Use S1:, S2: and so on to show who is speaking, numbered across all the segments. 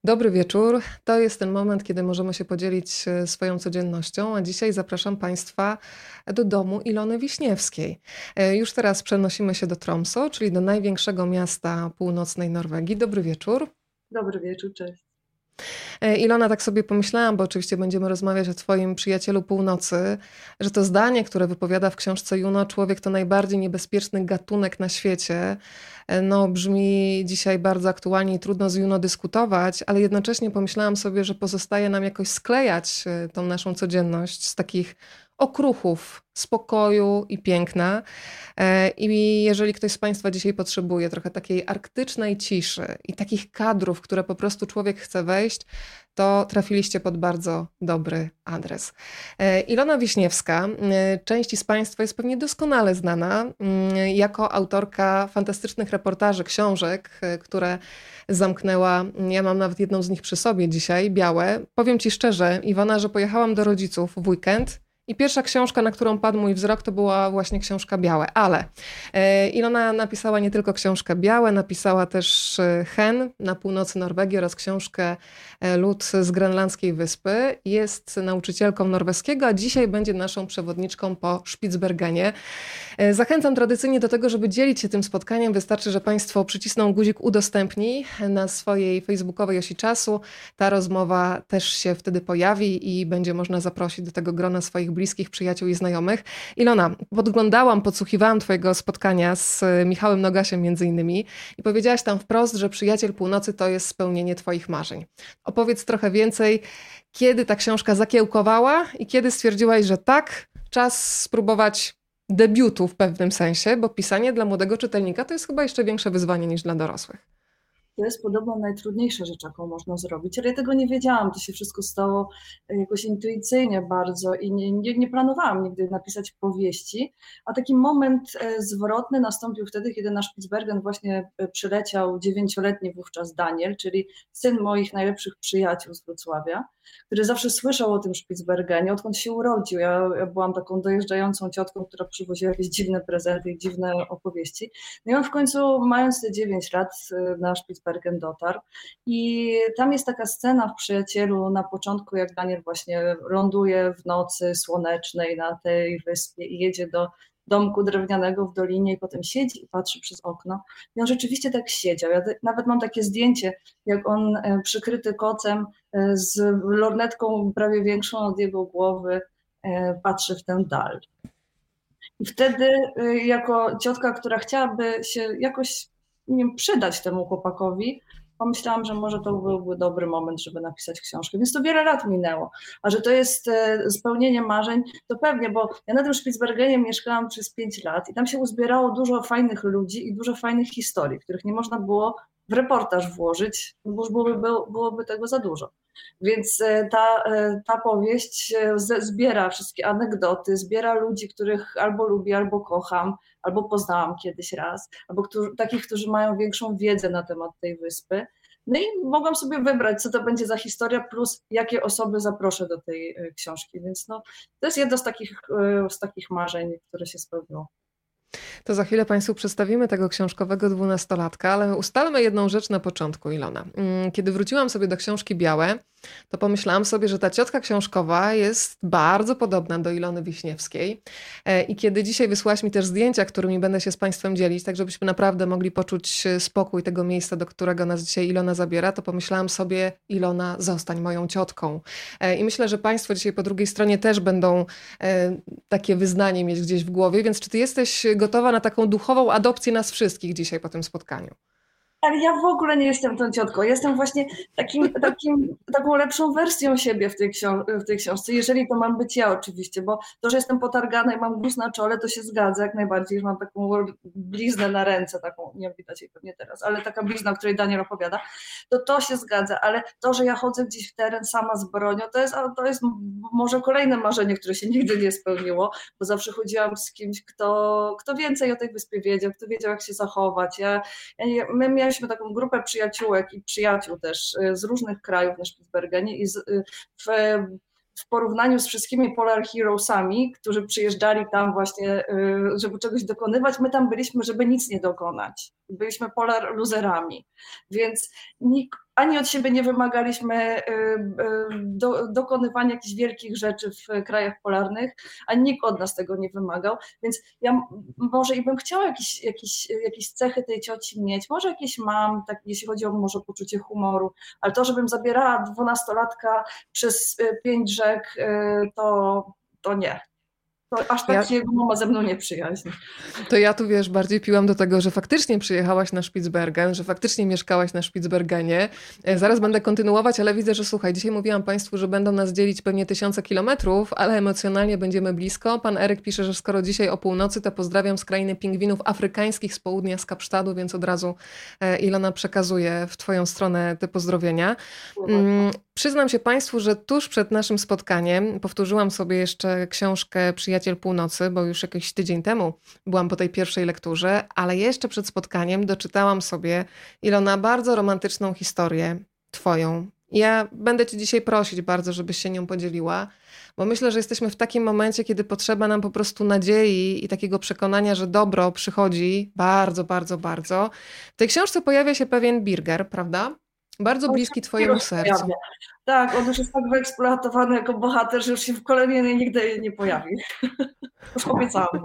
S1: Dobry wieczór. To jest ten moment, kiedy możemy się podzielić swoją codziennością, a dzisiaj zapraszam Państwa do domu Ilony Wiśniewskiej. Już teraz przenosimy się do Tromsø, czyli do największego miasta północnej Norwegii. Dobry wieczór.
S2: Dobry wieczór, cześć.
S1: Ilona, tak sobie pomyślałam, bo oczywiście będziemy rozmawiać o Twoim przyjacielu północy, że to zdanie, które wypowiada w książce Juno, człowiek to najbardziej niebezpieczny gatunek na świecie, no brzmi dzisiaj bardzo aktualnie i trudno z Juno dyskutować, ale jednocześnie pomyślałam sobie, że pozostaje nam jakoś sklejać tą naszą codzienność z takich okruchów spokoju i piękna. I jeżeli ktoś z Państwa dzisiaj potrzebuje trochę takiej arktycznej ciszy i takich kadrów, które po prostu człowiek chce wejść, to trafiliście pod bardzo dobry adres. Ilona Wiśniewska, części z Państwa jest pewnie doskonale znana jako autorka fantastycznych reportaży, książek, które zamknęła. Ja mam nawet jedną z nich przy sobie dzisiaj, białe. Powiem Ci szczerze, Iwona, że pojechałam do rodziców w weekend i pierwsza książka, na którą padł mój wzrok, to była właśnie książka Białe. Ale Ilona napisała nie tylko książkę Białe, napisała też Hen na północy Norwegii oraz książkę Lud z Grenlandzkiej Wyspy. Jest nauczycielką norweskiego, a dzisiaj będzie naszą przewodniczką po Spitsbergenie. Zachęcam tradycyjnie do tego, żeby dzielić się tym spotkaniem. Wystarczy, że Państwo przycisną guzik udostępnij na swojej facebookowej osi czasu. Ta rozmowa też się wtedy pojawi i będzie można zaprosić do tego grona swoich bliskich przyjaciół i znajomych. Ilona, podsłuchiwałam Twojego spotkania z Michałem Nogasiem między innymi i powiedziałaś tam wprost, że Przyjaciel Północy to jest spełnienie Twoich marzeń. Opowiedz trochę więcej, kiedy ta książka zakiełkowała i kiedy stwierdziłaś, że tak, czas spróbować debiutu w pewnym sensie, bo pisanie dla młodego czytelnika to jest chyba jeszcze większe wyzwanie niż dla dorosłych.
S2: To jest podobno najtrudniejsza rzecz, jaką można zrobić, ale ja tego nie wiedziałam. To się wszystko stało jakoś intuicyjnie bardzo i nie planowałam nigdy napisać powieści, a taki moment zwrotny nastąpił wtedy, kiedy na Spitsbergen właśnie przyleciał 9-letni wówczas Daniel, czyli syn moich najlepszych przyjaciół z Wrocławia, który zawsze słyszał o tym Spitsbergenie, odkąd się urodził. Ja byłam taką dojeżdżającą ciotką, która przywoziła jakieś dziwne prezenty i dziwne opowieści. No i on w końcu, mając te 9 lat, na Spitsbergen dotarł. I tam jest taka scena w Przyjacielu na początku, jak Daniel właśnie ląduje w nocy słonecznej na tej wyspie i jedzie do domku drewnianego w dolinie i potem siedzi i patrzy przez okno. I on rzeczywiście tak siedział. Ja nawet mam takie zdjęcie, jak on przykryty kocem z lornetką prawie większą od jego głowy patrzy w tę dal. I wtedy jako ciotka, która chciałaby się jakoś, nie wiem, przydać temu chłopakowi, pomyślałam, że może to byłby dobry moment, żeby napisać książkę. Więc to wiele lat minęło. A że to jest spełnienie marzeń, to pewnie, bo ja na tym Spitsbergenie mieszkałam przez 5 lat i tam się uzbierało dużo fajnych ludzi i dużo fajnych historii, których nie można było w reportaż włożyć, bo już byłoby tego za dużo. Więc ta powieść zbiera wszystkie anegdoty, zbiera ludzi, których albo lubię, albo kocham, albo poznałam kiedyś raz, albo takich, którzy mają większą wiedzę na temat tej wyspy. No i mogłam sobie wybrać, co to będzie za historia, plus jakie osoby zaproszę do tej książki. Więc no, to jest jedno z takich marzeń, które się spełniło.
S1: To za chwilę Państwu przedstawimy tego książkowego dwunastolatka, ale ustalmy jedną rzecz na początku, Ilona. Kiedy wróciłam sobie do książki Białe, to pomyślałam sobie, że ta ciotka książkowa jest bardzo podobna do Ilony Wiśniewskiej. I kiedy dzisiaj wysłałaś mi też zdjęcia, którymi będę się z Państwem dzielić, tak żebyśmy naprawdę mogli poczuć spokój tego miejsca, do którego nas dzisiaj Ilona zabiera, to pomyślałam sobie, Ilona, zostań moją ciotką. I myślę, że Państwo dzisiaj po drugiej stronie też będą takie wyznanie mieć gdzieś w głowie, więc czy Ty jesteś gotowa na taką duchową adopcję nas wszystkich dzisiaj po tym spotkaniu?
S2: Ale ja w ogóle nie jestem tą ciotką. Jestem właśnie taką lepszą wersją siebie w tej książce, jeżeli to mam być ja oczywiście, bo to, że jestem potargana i mam guz na czole, to się zgadza jak najbardziej, że mam taką bliznę na ręce, taką, nie widać jej pewnie teraz, ale taka blizna, o której Daniel opowiada, to się zgadza, ale to, że ja chodzę gdzieś w teren sama z bronią, to jest może kolejne marzenie, które się nigdy nie spełniło, bo zawsze chodziłam z kimś, kto więcej o tej wyspie wiedział, kto wiedział, jak się zachować. My mieliśmy taką grupę przyjaciółek i przyjaciół też z różnych krajów na Spitsbergenie i w, w porównaniu z wszystkimi Polar Heroesami, którzy przyjeżdżali tam właśnie, żeby czegoś dokonywać, my tam byliśmy, żeby nic nie dokonać. Byliśmy Polar Loserami, więc ani od siebie nie wymagaliśmy dokonywania jakichś wielkich rzeczy w krajach polarnych, ani nikt od nas tego nie wymagał, więc ja może i bym chciała jakieś cechy tej cioci mieć, może jakieś mam, tak, jeśli chodzi o może poczucie humoru, ale to, żebym zabierała 12-latka przez 5 rzek, to nie. To aż tak się jego mama ze mną nie przyjaźni.
S1: To ja tu, wiesz, bardziej piłam do tego, że faktycznie przyjechałaś na Spitsbergen, że faktycznie mieszkałaś na Spitsbergenie. Zaraz będę kontynuować, ale widzę, że słuchaj, dzisiaj mówiłam Państwu, że będą nas dzielić pewnie tysiące kilometrów, ale emocjonalnie będziemy blisko. Pan Eryk pisze, że skoro dzisiaj o północy, to pozdrawiam z krainy pingwinów afrykańskich z południa, z Kapsztadu, więc od razu Ilona przekazuje w Twoją stronę te pozdrowienia. Przyznam się Państwu, że tuż przed naszym spotkaniem powtórzyłam sobie jeszcze książkę Przyjaciel Północy, bo już jakiś tydzień temu byłam po tej pierwszej lekturze, ale jeszcze przed spotkaniem doczytałam sobie, Ilona, bardzo romantyczną historię Twoją. Ja będę Cię dzisiaj prosić bardzo, żebyś się nią podzieliła, bo myślę, że jesteśmy w takim momencie, kiedy potrzeba nam po prostu nadziei i takiego przekonania, że dobro przychodzi bardzo, bardzo, bardzo. W tej książce pojawia się pewien Birger, prawda? Bardzo bliski Twojemu sercu.
S2: Tak, on już jest tak wyeksploatowany jako bohater, że już się w kolejnej nigdy nie pojawi. Już obiecałam.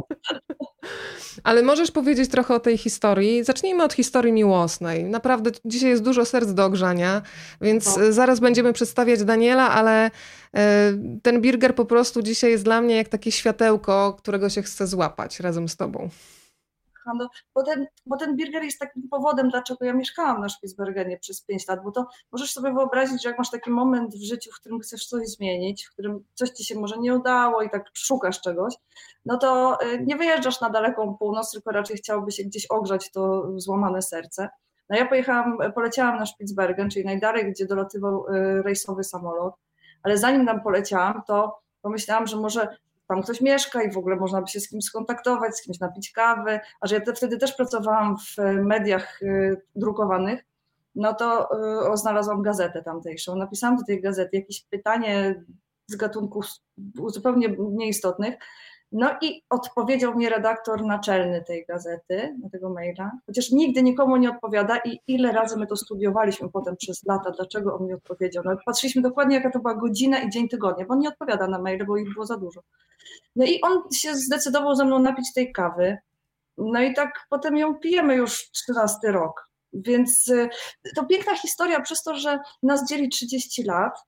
S1: Ale możesz powiedzieć trochę o tej historii? Zacznijmy od historii miłosnej. Naprawdę dzisiaj jest dużo serc do ogrzania, więc zaraz będziemy przedstawiać Daniela, ale ten Birger po prostu dzisiaj jest dla mnie jak takie światełko, którego się chce złapać razem z tobą.
S2: No, bo ten Birger jest takim powodem, dlaczego ja mieszkałam na Spitsbergenie przez 5 lat, bo to możesz sobie wyobrazić, że jak masz taki moment w życiu, w którym chcesz coś zmienić, w którym coś ci się może nie udało i tak szukasz czegoś, no to nie wyjeżdżasz na daleką północ, tylko raczej chciałoby się gdzieś ogrzać to złamane serce. No ja poleciałam na Spitsbergen, czyli najdalej, gdzie dolatywał rejsowy samolot, ale zanim tam poleciałam, to pomyślałam, że może tam ktoś mieszka i w ogóle można by się z kimś skontaktować, z kimś napić kawy, a że ja wtedy też pracowałam w mediach drukowanych, no to znalazłam gazetę tamtejszą. Napisałam do tej gazety jakieś pytanie z gatunków zupełnie nieistotnych, no i odpowiedział mi redaktor naczelny tej gazety, na tego maila, chociaż nigdy nikomu nie odpowiada i ile razy my to studiowaliśmy potem przez lata, dlaczego on mi odpowiedział. No, patrzyliśmy dokładnie, jaka to była godzina i dzień tygodnia, bo on nie odpowiada na maile, bo ich było za dużo. No i on się zdecydował ze mną napić tej kawy, no i tak potem ją pijemy już 13 rok. Więc to piękna historia przez to, że nas dzieli 30 lat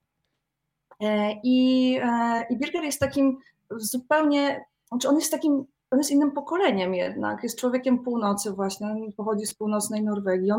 S2: i Birger jest takim zupełnie, znaczy on jest innym pokoleniem jednak, jest człowiekiem północy właśnie, on pochodzi z północnej Norwegii.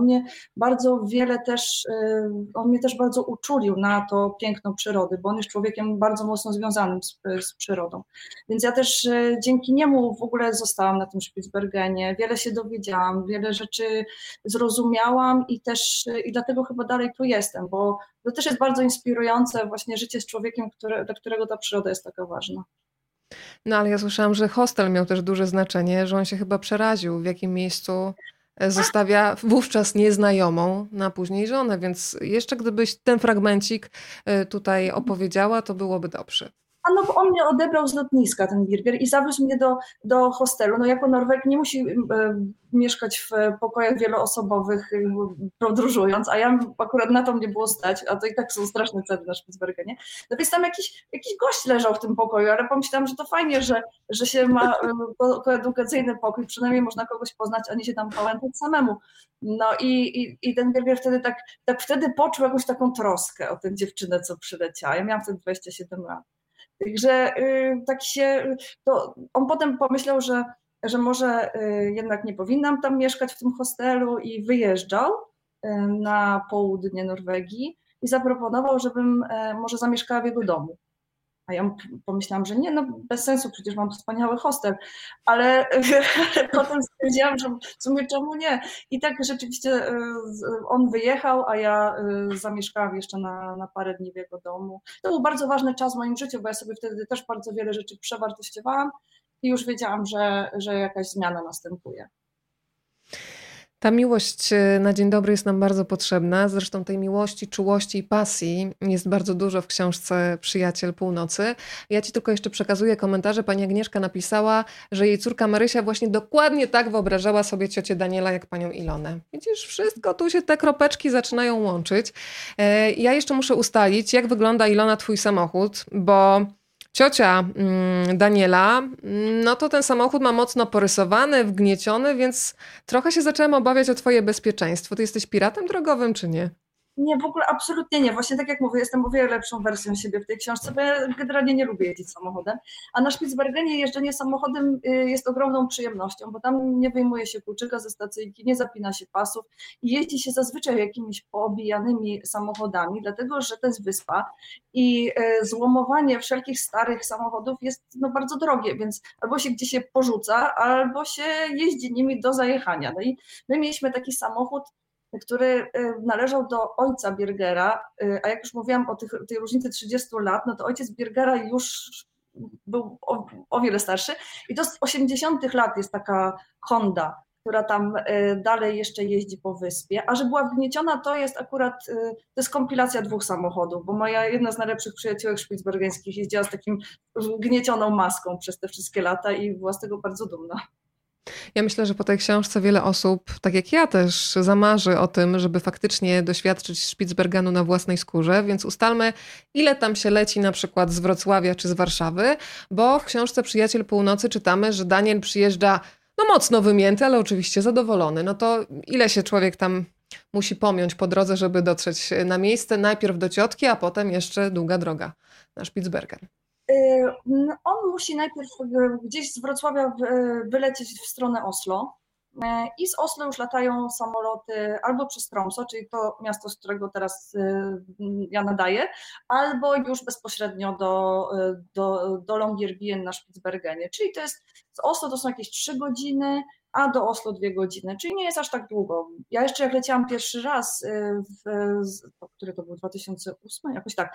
S2: On mnie też bardzo uczulił na to piękno przyrody, bo on jest człowiekiem bardzo mocno związanym z przyrodą. Więc ja też dzięki niemu w ogóle zostałam na tym Spitsbergenie, wiele się dowiedziałam, wiele rzeczy zrozumiałam i dlatego chyba dalej tu jestem, bo to też jest bardzo inspirujące właśnie życie z człowiekiem, dla którego ta przyroda jest taka ważna.
S1: No ale ja słyszałam, że hostel miał też duże znaczenie, że on się chyba przeraził, w jakim miejscu zostawia wówczas nieznajomą na później żonę, więc jeszcze gdybyś ten fragmencik tutaj opowiedziała, to byłoby dobrze.
S2: A no bo on mnie odebrał z lotniska, ten Birger, i zawiózł mnie do hostelu. No jako Norweg nie musi mieszkać w pokojach wieloosobowych podróżując, a ja akurat na to mnie było stać, a to i tak są straszne ceny na Spitsbergenie. No więc tam jakiś gość leżał w tym pokoju, ale pomyślałam, że to fajnie, że się ma koedukacyjny pokój, przynajmniej można kogoś poznać, a nie się tam pałętać samemu. No i ten Birger wtedy tak wtedy poczuł jakąś taką troskę o tę dziewczynę, co przyleciała. Ja miałam wtedy 27 lat. Także to on potem pomyślał, że może jednak nie powinnam tam mieszkać w tym hostelu i wyjeżdżał na południe Norwegii i zaproponował, żebym może zamieszkała w jego domu. A ja pomyślałam, że nie, no bez sensu, przecież mam wspaniały hostel, ale potem stwierdziłam, że w sumie czemu nie. I tak rzeczywiście on wyjechał, a ja zamieszkałam jeszcze na parę dni w jego domu. To był bardzo ważny czas w moim życiu, bo ja sobie wtedy też bardzo wiele rzeczy przewartościowałam i już wiedziałam, że jakaś zmiana następuje.
S1: Ta miłość na dzień dobry jest nam bardzo potrzebna. Zresztą tej miłości, czułości i pasji jest bardzo dużo w książce Przyjaciel Północy. Ja ci tylko jeszcze przekazuję komentarze. Pani Agnieszka napisała, że jej córka Marysia właśnie dokładnie tak wyobrażała sobie ciocię Daniela jak panią Ilonę. Widzisz, wszystko tu się te kropeczki zaczynają łączyć. Ja jeszcze muszę ustalić, jak wygląda, Ilona, twój samochód, bo ciocia Daniela, no to ten samochód ma mocno porysowany, wgnieciony, więc trochę się zaczęłam obawiać o twoje bezpieczeństwo. Ty jesteś piratem drogowym, czy nie?
S2: Nie, w ogóle absolutnie nie. Właśnie tak jak mówię, jestem o wiele lepszą wersją siebie w tej książce, bo ja generalnie nie lubię jeździć samochodem. A na Spitsbergenie jeżdżenie samochodem jest ogromną przyjemnością, bo tam nie wyjmuje się kluczyka ze stacyjki, nie zapina się pasów i jeździ się zazwyczaj jakimiś poobijanymi samochodami, dlatego że to jest wyspa i złomowanie wszelkich starych samochodów jest bardzo drogie, więc albo się gdzieś je porzuca, albo się jeździ nimi do zajechania. No i my mieliśmy taki samochód, który należał do ojca Birgera, a jak już mówiłam o tej różnicy 30 lat, no to ojciec Birgera już był o wiele starszy i to z 80 lat jest taka Honda, która tam dalej jeszcze jeździ po wyspie, a że była wgnieciona, to jest akurat, to jest kompilacja dwóch samochodów, bo moja jedna z najlepszych przyjaciółek szpicbergeńskich jeździła z takim wgniecioną maską przez te wszystkie lata i była z tego bardzo dumna.
S1: Ja myślę, że po tej książce wiele osób, tak jak ja też, zamarzy o tym, żeby faktycznie doświadczyć Spitsbergenu na własnej skórze, więc ustalmy, ile tam się leci na przykład z Wrocławia czy z Warszawy, bo w książce Przyjaciel Północy czytamy, że Daniel przyjeżdża no mocno wymięty, ale oczywiście zadowolony. No to ile się człowiek tam musi pomiąć po drodze, żeby dotrzeć na miejsce, najpierw do ciotki, a potem jeszcze długa droga na Spitsbergen.
S2: On musi najpierw gdzieś z Wrocławia wylecieć w stronę Oslo i z Oslo już latają samoloty albo przez Tromsø, czyli to miasto, z którego teraz ja nadaję, albo już bezpośrednio do Longyearbyen na Spitsbergenie, czyli to jest z Oslo to są jakieś 3 godziny, a do Oslo 2 godziny, czyli nie jest aż tak długo. Ja jeszcze jak leciałam pierwszy raz, który to był 2008, jakoś tak,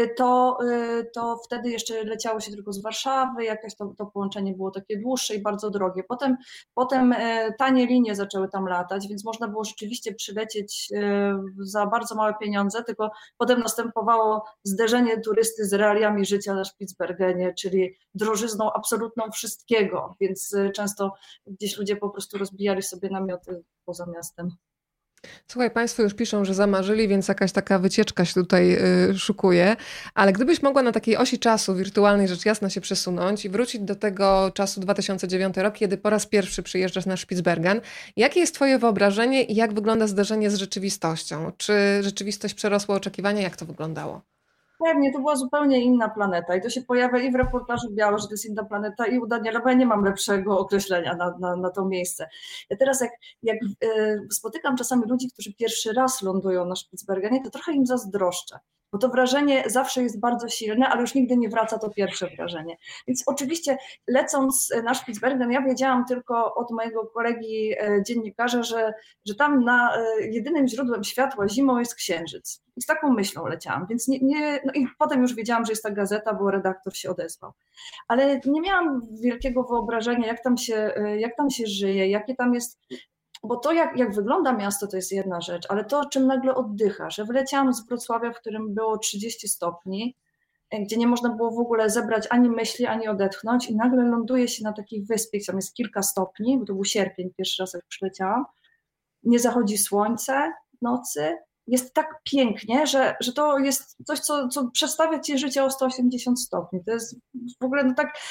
S2: to wtedy jeszcze leciało się tylko z Warszawy, jakieś to połączenie było takie dłuższe i bardzo drogie. Potem tanie linie zaczęły tam latać, więc można było rzeczywiście przylecieć za bardzo małe pieniądze, tylko potem następowało zderzenie turysty z realiami życia na Spitsbergenie, czyli drożyzną absolutną wszystkiego, więc często gdzieś ludzie po prostu rozbijali sobie namioty poza miastem.
S1: Słuchaj, państwo już piszą, że zamarzyli, więc jakaś taka wycieczka się tutaj szukuje. Ale gdybyś mogła na takiej osi czasu wirtualnej rzecz jasna się przesunąć i wrócić do tego czasu 2009 rok, kiedy po raz pierwszy przyjeżdżasz na Spitsbergen, jakie jest twoje wyobrażenie i jak wygląda zderzenie z rzeczywistością? Czy rzeczywistość przerosła oczekiwania? Jak to wyglądało?
S2: Pewnie, to była zupełnie inna planeta i to się pojawia i w reportażu Białe, że to jest inna planeta i u Daniela, bo ja nie mam lepszego określenia na to miejsce. Ja teraz jak spotykam czasami ludzi, którzy pierwszy raz lądują na Spitsbergenie, to trochę im zazdroszczę, bo to wrażenie zawsze jest bardzo silne, ale już nigdy nie wraca to pierwsze wrażenie. Więc oczywiście lecąc na Spitsbergen, ja wiedziałam tylko od mojego kolegi dziennikarza, że tam jedynym źródłem światła zimą jest Księżyc. I z taką myślą leciałam, więc no i potem już wiedziałam, że jest ta gazeta, bo redaktor się odezwał. Ale nie miałam wielkiego wyobrażenia, jak tam się żyje, jakie tam jest, bo to jak wygląda miasto, to jest jedna rzecz, ale to, czym nagle oddycha, że wyleciałam z Wrocławia, w którym było 30 stopni, gdzie nie można było w ogóle zebrać ani myśli, ani odetchnąć i nagle ląduje się na takiej wyspie, gdzie tam jest kilka stopni, bo to był sierpień, pierwszy raz jak przyleciałam, nie zachodzi słońce w nocy, jest tak pięknie, że to jest coś, co przestawia ci życie o 180 stopni. To jest w ogóle no tak,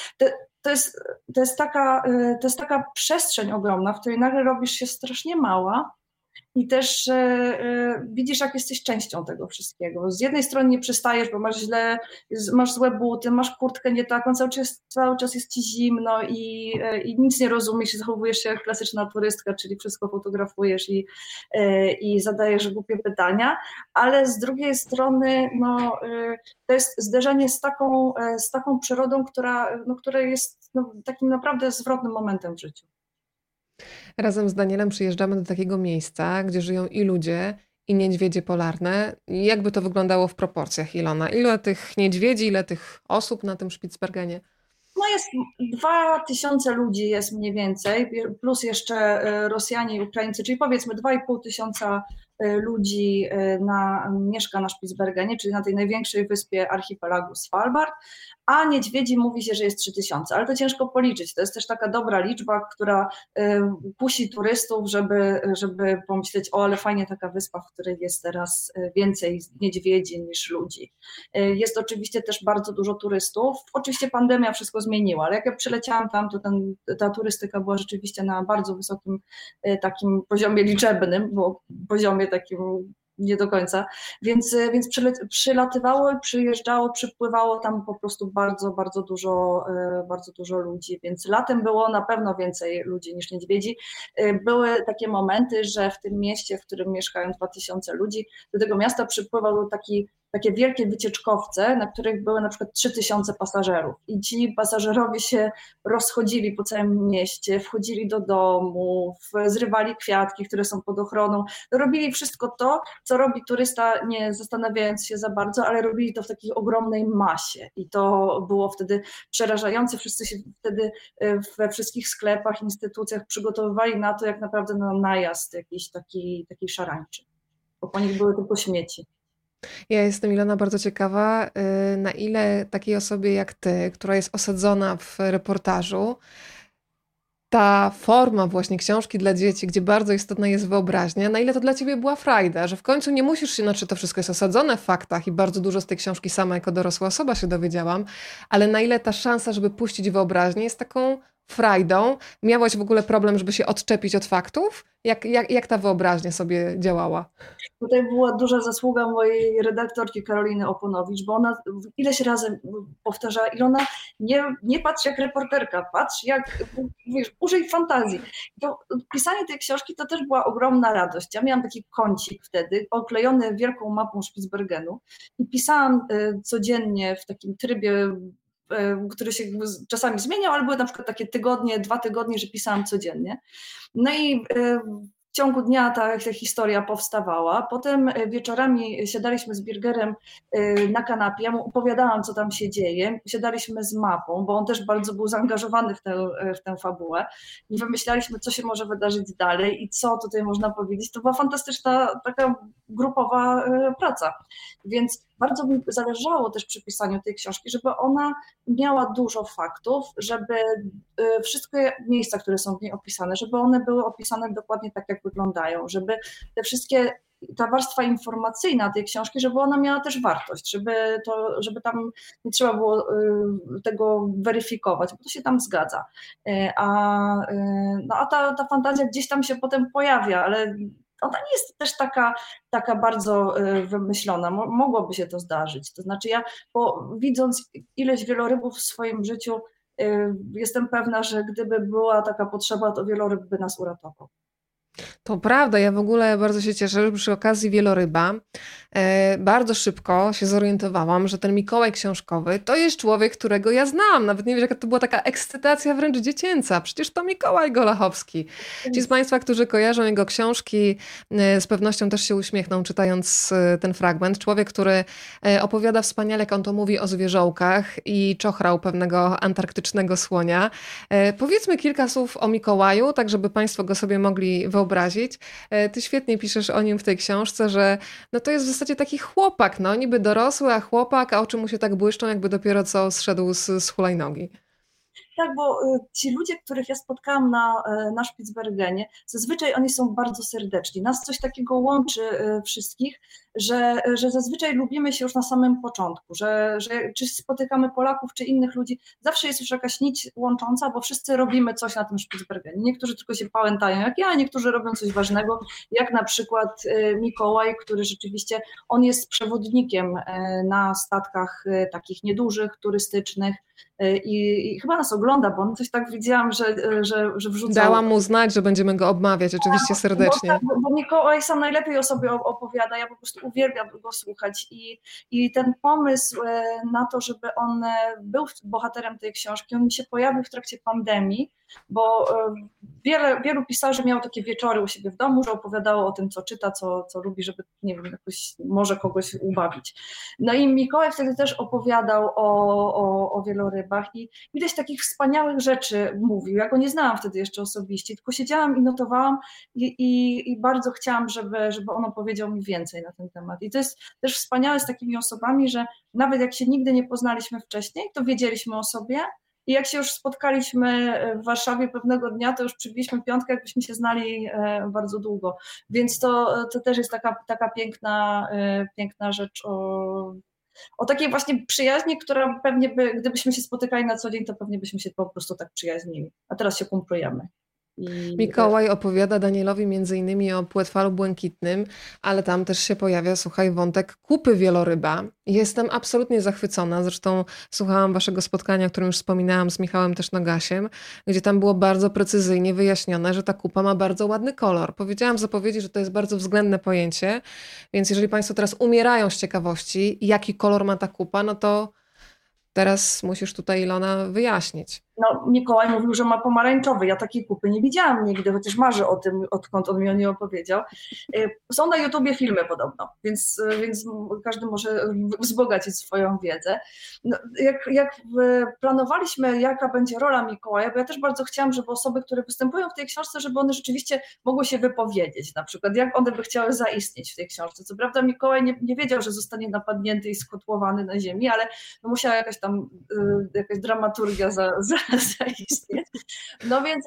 S2: to jest taka przestrzeń ogromna, w której nagle robisz się strasznie mała i też widzisz, jak jesteś częścią tego wszystkiego. Z jednej strony nie przystajesz, bo masz złe buty, masz kurtkę nie taką, cały czas jest ci zimno i nic nie rozumiesz i zachowujesz się jak klasyczna turystka, czyli wszystko fotografujesz i zadajesz głupie pytania, ale z drugiej strony to jest zderzenie z taką przyrodą, która jest takim naprawdę zwrotnym momentem w życiu.
S1: Razem z Danielem przyjeżdżamy do takiego miejsca, gdzie żyją i ludzie, i niedźwiedzie polarne. I jakby to wyglądało w proporcjach, Ilona? Ile tych niedźwiedzi, ile tych osób na tym Spitsbergenie?
S2: No jest 2000 ludzi jest mniej więcej, plus jeszcze Rosjanie i Ukraińcy, czyli powiedzmy 2500 ludzi mieszka na Spitsbergenie, czyli na tej największej wyspie archipelagu Svalbard, a niedźwiedzi mówi się, że jest 3000, ale to ciężko policzyć. To jest też taka dobra liczba, która kusi turystów, żeby pomyśleć, o, ale fajnie taka wyspa, w której jest teraz więcej niedźwiedzi niż ludzi. Jest oczywiście też bardzo dużo turystów. Oczywiście pandemia wszystko zmieniła, ale jak ja przyleciałam tam, to ta turystyka była rzeczywiście na bardzo wysokim takim poziomie liczebnym, bo poziomie takim nie do końca, więc przylatywało, przyjeżdżało, przypływało tam po prostu bardzo dużo ludzi, więc latem było na pewno więcej ludzi niż niedźwiedzi. Były takie momenty, że w tym mieście, w którym mieszkają 2000 ludzi, do tego miasta przypływał takie wielkie wycieczkowce, na których były na przykład 3000 pasażerów i ci pasażerowie się rozchodzili po całym mieście, wchodzili do domów, zrywali kwiatki, które są pod ochroną, robili wszystko to, co robi turysta, nie zastanawiając się za bardzo, ale robili to w takiej ogromnej masie i to było wtedy przerażające. Wszyscy się wtedy we wszystkich sklepach, instytucjach przygotowywali na to, jak naprawdę na najazd jakiś taki szarańczy, bo po nich były tylko śmieci.
S1: Ja jestem, Ilona, bardzo ciekawa, na ile takiej osobie jak ty, która jest osadzona w reportażu, ta forma właśnie książki dla dzieci, gdzie bardzo istotna jest wyobraźnia, na ile to dla ciebie była frajda, że w końcu nie musisz się, znaczy to wszystko jest osadzone w faktach i bardzo dużo z tej książki sama jako dorosła osoba się dowiedziałam, ale na ile ta szansa, żeby puścić wyobraźnię jest taką frajdą. Miałaś w ogóle problem, żeby się odczepić od faktów? Jak ta wyobraźnia sobie działała?
S2: Tutaj była duża zasługa mojej redaktorki Karoliny Oponowicz, bo ona ileś razy powtarzała, Ilona, nie patrz jak reporterka, patrz jak, wiesz, użyj fantazji. To pisanie tej książki to też była ogromna radość. Ja miałam taki kącik wtedy, oklejony wielką mapą Spitsbergenu i pisałam codziennie w takim trybie, który się czasami zmieniał, ale były na przykład takie tygodnie, 2 tygodnie, że pisałam codziennie. No i w ciągu dnia ta historia powstawała. Potem wieczorami siadaliśmy z Birgerem na kanapie, ja mu opowiadałam, co tam się dzieje. Siadaliśmy z mapą, bo on też bardzo był zaangażowany w tę fabułę i wymyślaliśmy, co się może wydarzyć dalej i co tutaj można powiedzieć. To była fantastyczna taka grupowa praca. Więc bardzo mi zależało też przy pisaniu tej książki, żeby ona miała dużo faktów, żeby wszystkie miejsca, które są w niej opisane, żeby one były opisane dokładnie tak, jak wyglądają, żeby ta warstwa informacyjna tej książki, żeby ona miała też wartość, żeby tam nie trzeba było tego weryfikować, bo to się tam zgadza. A ta fantazja gdzieś tam się potem pojawia, ale ona nie jest też taka bardzo wymyślona. Mogłoby się to zdarzyć. To znaczy widząc ileś wielorybów w swoim życiu, jestem pewna, że gdyby była taka potrzeba, to wieloryb by nas uratował.
S1: To prawda, ja w ogóle bardzo się cieszę, że przy okazji wieloryba bardzo szybko się zorientowałam, że ten Mikołaj książkowy to jest człowiek, którego ja znam. Nawet nie wiesz, jaka to była taka ekscytacja wręcz dziecięca. Przecież to Mikołaj Golachowski. Ci z Państwa, którzy kojarzą jego książki, z pewnością też się uśmiechną, czytając ten fragment. Człowiek, który opowiada wspaniale, jak on to mówi, o zwierzołkach i czochrał pewnego antarktycznego słonia. Powiedzmy kilka słów o Mikołaju, tak żeby Państwo go sobie mogli wyobrazić. Ty świetnie piszesz o nim w tej książce, że no to jest w zasadzie taki chłopak, no niby dorosły, a chłopak, a oczy mu się tak błyszczą, jakby dopiero co zszedł z hulajnogi.
S2: Tak, bo ci ludzie, których ja spotkałam na Spitsbergenie, zazwyczaj oni są bardzo serdeczni. Nas coś takiego łączy wszystkich, że zazwyczaj lubimy się już na samym początku, że czy spotykamy Polaków, czy innych ludzi, zawsze jest już jakaś nić łącząca, bo wszyscy robimy coś na tym Spitsbergenie. Niektórzy tylko się pałętają jak ja, niektórzy robią coś ważnego, jak na przykład Mikołaj, który rzeczywiście, on jest przewodnikiem na statkach takich niedużych, turystycznych, i chyba nas ogląda, bo on coś tak widziałam, że wrzucał.
S1: Dałam mu znać, że będziemy go obmawiać, oczywiście serdecznie.
S2: Bo Mikołaj sam najlepiej o sobie opowiada, ja po prostu uwielbiam go słuchać i ten pomysł na to, żeby on był bohaterem tej książki, on mi się pojawił w trakcie pandemii, bo wielu pisarzy miało takie wieczory u siebie w domu, że opowiadało o tym, co czyta, co lubi, żeby, nie wiem, jakoś może kogoś ubawić. No i Mikołaj wtedy też opowiadał o wielorybach i ileś takich wspaniałych rzeczy mówił. Ja go nie znałam wtedy jeszcze osobiście, tylko siedziałam i notowałam i bardzo chciałam, żeby on opowiedział mi więcej na ten temat. I to jest też wspaniałe z takimi osobami, że nawet jak się nigdy nie poznaliśmy wcześniej, to wiedzieliśmy o sobie. I jak się już spotkaliśmy w Warszawie pewnego dnia, to już przybiliśmy piątkę, jakbyśmy się znali bardzo długo. Więc to też jest taka piękna rzecz o takiej właśnie przyjaźni, która pewnie gdybyśmy się spotykali na co dzień, to pewnie byśmy się po prostu tak przyjaźnili. A teraz się kumplujemy.
S1: Mikołaj opowiada Danielowi między innymi o płetwalu błękitnym, ale tam też się pojawia, słuchaj, wątek kupy wieloryba. Jestem absolutnie zachwycona. Zresztą słuchałam waszego spotkania, o którym już wspominałam z Michałem też Nogasiem, gdzie tam było bardzo precyzyjnie wyjaśnione, że ta kupa ma bardzo ładny kolor. Powiedziałam w zapowiedzi, że to jest bardzo względne pojęcie, więc jeżeli państwo teraz umierają z ciekawości, jaki kolor ma ta kupa, no to teraz musisz tutaj, Ilona, wyjaśnić.
S2: No, Mikołaj mówił, że ma pomarańczowy. Ja takiej kupy nie widziałam nigdy, chociaż marzę o tym, odkąd on mi o niej opowiedział. Są na YouTubie filmy podobno, więc każdy może wzbogacić swoją wiedzę. No, jak planowaliśmy, jaka będzie rola Mikołaja, bo ja też bardzo chciałam, żeby osoby, które występują w tej książce, żeby one rzeczywiście mogły się wypowiedzieć, na przykład jak one by chciały zaistnieć w tej książce. Co prawda Mikołaj nie wiedział, że zostanie napadnięty i skotłowany na ziemi, ale no musiała jakaś dramaturgia zaistnieć. No więc